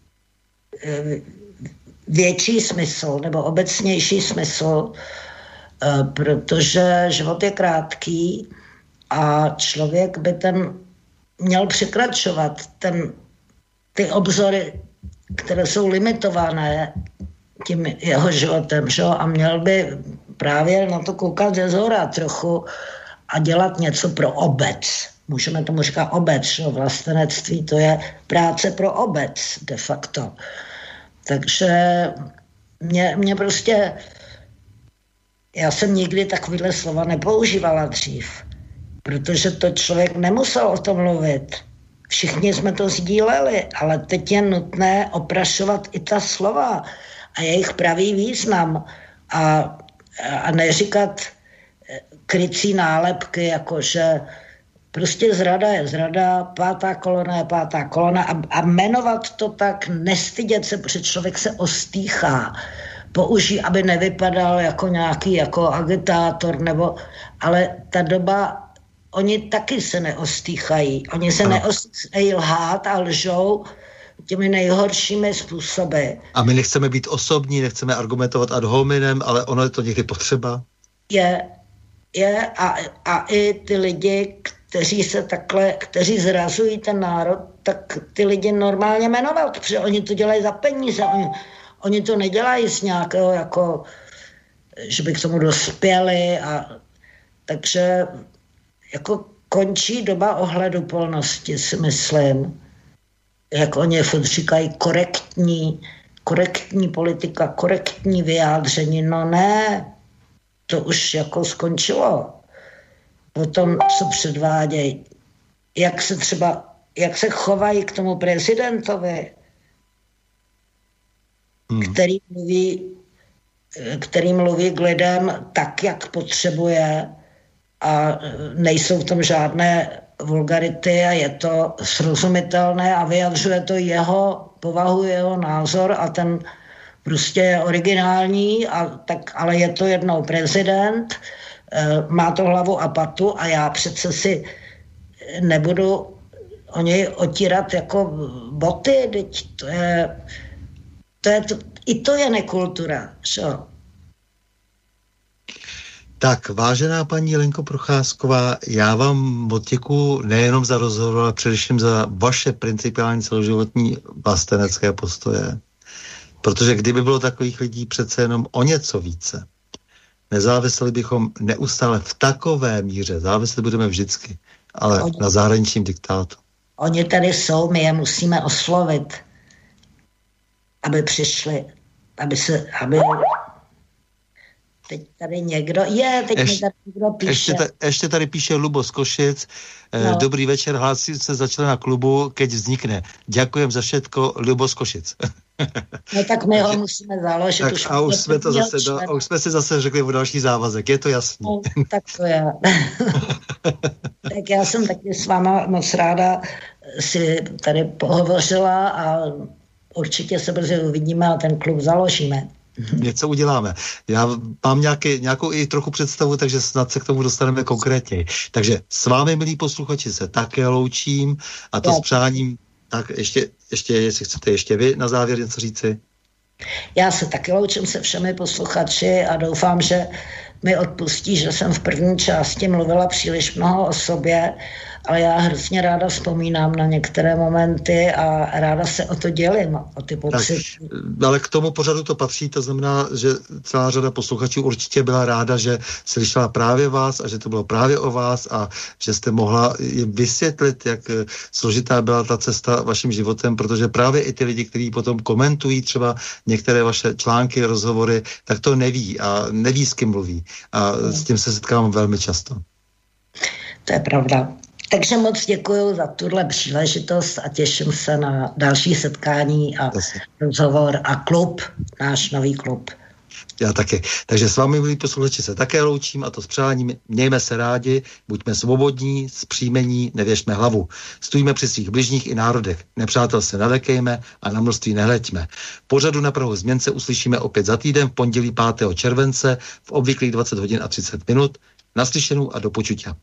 větší smysl nebo obecnější smysl, protože život je krátký a člověk by měl překračovat ty obzory, které jsou limitované tím jeho životem, že? A měl by právě na to koukat ze zhora trochu a dělat něco pro obec. Můžeme tomu říkat obec, že? Vlastenectví, to je práce pro obec de facto. Takže mě prostě, já jsem nikdy takovýhle slova nepoužívala dřív. protože to člověk nemusel o tom mluvit. Všichni jsme to sdíleli, ale teď je nutné oprašovat i ta slova a jejich pravý význam a neříkat krycí nálepky, jakože prostě zrada je zrada, pátá kolona je pátá kolona a jmenovat to tak, nestydět se, protože člověk se ostýchá. Použij, aby nevypadal jako nějaký jako agitátor, ale ta doba, oni taky se neostýchají. Oni se neostýchají lhát a lžou těmi nejhoršími způsoby. A my nechceme být osobní, nechceme argumentovat ad hominem, ale ono je to někdy potřeba. Je a i ty lidi, kteří zrazují ten národ, tak ty lidi normálně jmenovat, protože oni to dělají za peníze. Oni to nedělají z nějakého, jako, že by k tomu dospěli. Takže jako končí doba ohleduplnosti, si myslím. Jak oni furt říkají, korektní politika, korektní vyjádření. No ne, to už jako skončilo. O tom, co předvádějí. Jak se chovají k tomu prezidentovi, který mluví k lidem tak, jak potřebuje a nejsou v tom žádné vulgarity a je to srozumitelné a vyjadřuje to jeho povahu, jeho názor a ten prostě je originální, ale je to jednou prezident, má to hlavu a patu a já přece si nebudu o něj otírat jako boty, teď i to je nekultura, čo? Tak, vážená paní Lenko Procházková, já vám moc děkuju nejenom za rozhovor, ale především za vaše principiální celoživotní vlastenecké postoje. Protože kdyby bylo takových lidí přece jenom o něco více, nezáviseli bychom neustále v takové míře, závislí budeme vždycky, ale na zahraničním diktátu. Oni tady jsou, my je musíme oslovit, aby přišli, aby teď tady někdo, píše. Ještě tady píše Lubo z Košic. No. Dobrý večer, hlásím se za člena klubu, keď vznikne. Ďakujem za všetko, Lubo z Košic. No tak my ho musíme založit. Tak a už jsme si zase řekli o další závazek, je to jasný. No, tak to je. Tak já jsem taky s váma moc ráda si tady pohovořila a určitě se brzy uvidíme a ten klub založíme. Něco uděláme. Já mám nějakou i trochu představu, takže snad se k tomu dostaneme konkrétně. Takže s vámi, milí posluchači, se také loučím a to s přáním. Tak ještě, jestli chcete ještě vy na závěr něco říci. Já se taky loučím se všemi posluchači a doufám, že mi odpustí, že jsem v první části mluvila příliš mnoho o sobě, ale já hrozně ráda vzpomínám na některé momenty a ráda se o to dělím, o ty pocity. Ale k tomu pořadu to patří, to znamená, že celá řada posluchačů určitě byla ráda, že slyšela právě vás a že to bylo právě o vás a že jste mohla vysvětlit, jak složitá byla ta cesta vaším životem, protože právě i ty lidi, kteří potom komentují třeba některé vaše články, rozhovory, tak to neví a neví, s kým mluví. A s tím se setkávám velmi často. To je pravda. Takže moc děkuji za tuhle příležitost a těším se na další setkání a rozhovor a klub, náš nový klub. Já taky. Takže s vámi, milí posluchači, se také loučím a to s přáním. Mějme se rádi, buďme svobodní, zpříjmení, nevěšme hlavu. Stůjme při svých bližních i národech. Nepřátel se nelekejme a na množství nehleďme. Pořadu na prahu změn se uslyšíme opět za týden v pondělí 5. července v obvyklých 20 hodin a 30 minut. Naslyšenou a do počutia.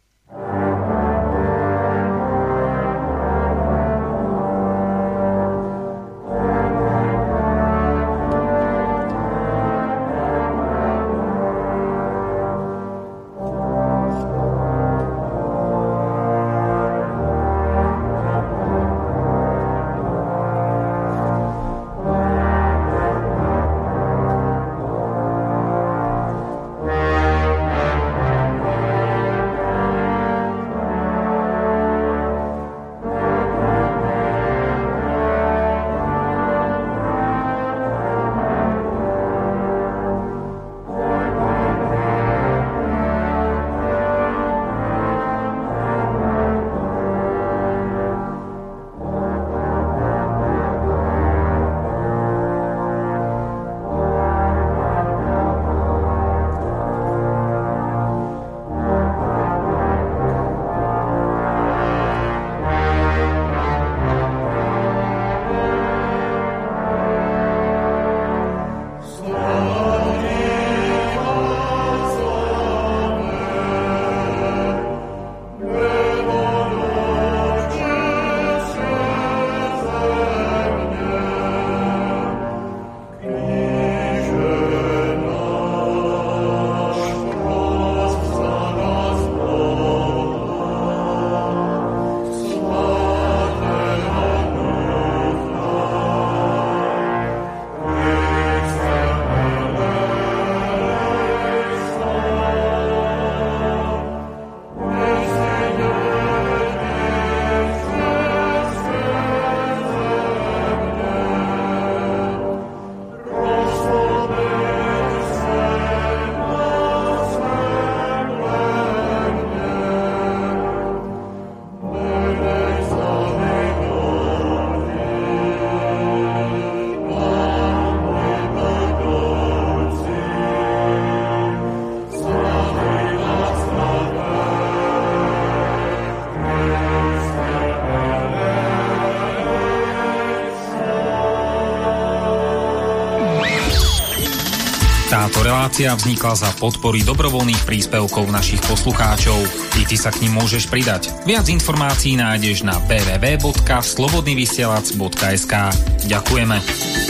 Táto relácia vznikla za podpory dobrovoľných príspevkov našich poslucháčov. I ty sa k nim môžeš pridať. Viac informácií nájdeš na www.slobodnyvysielac.sk. Ďakujeme.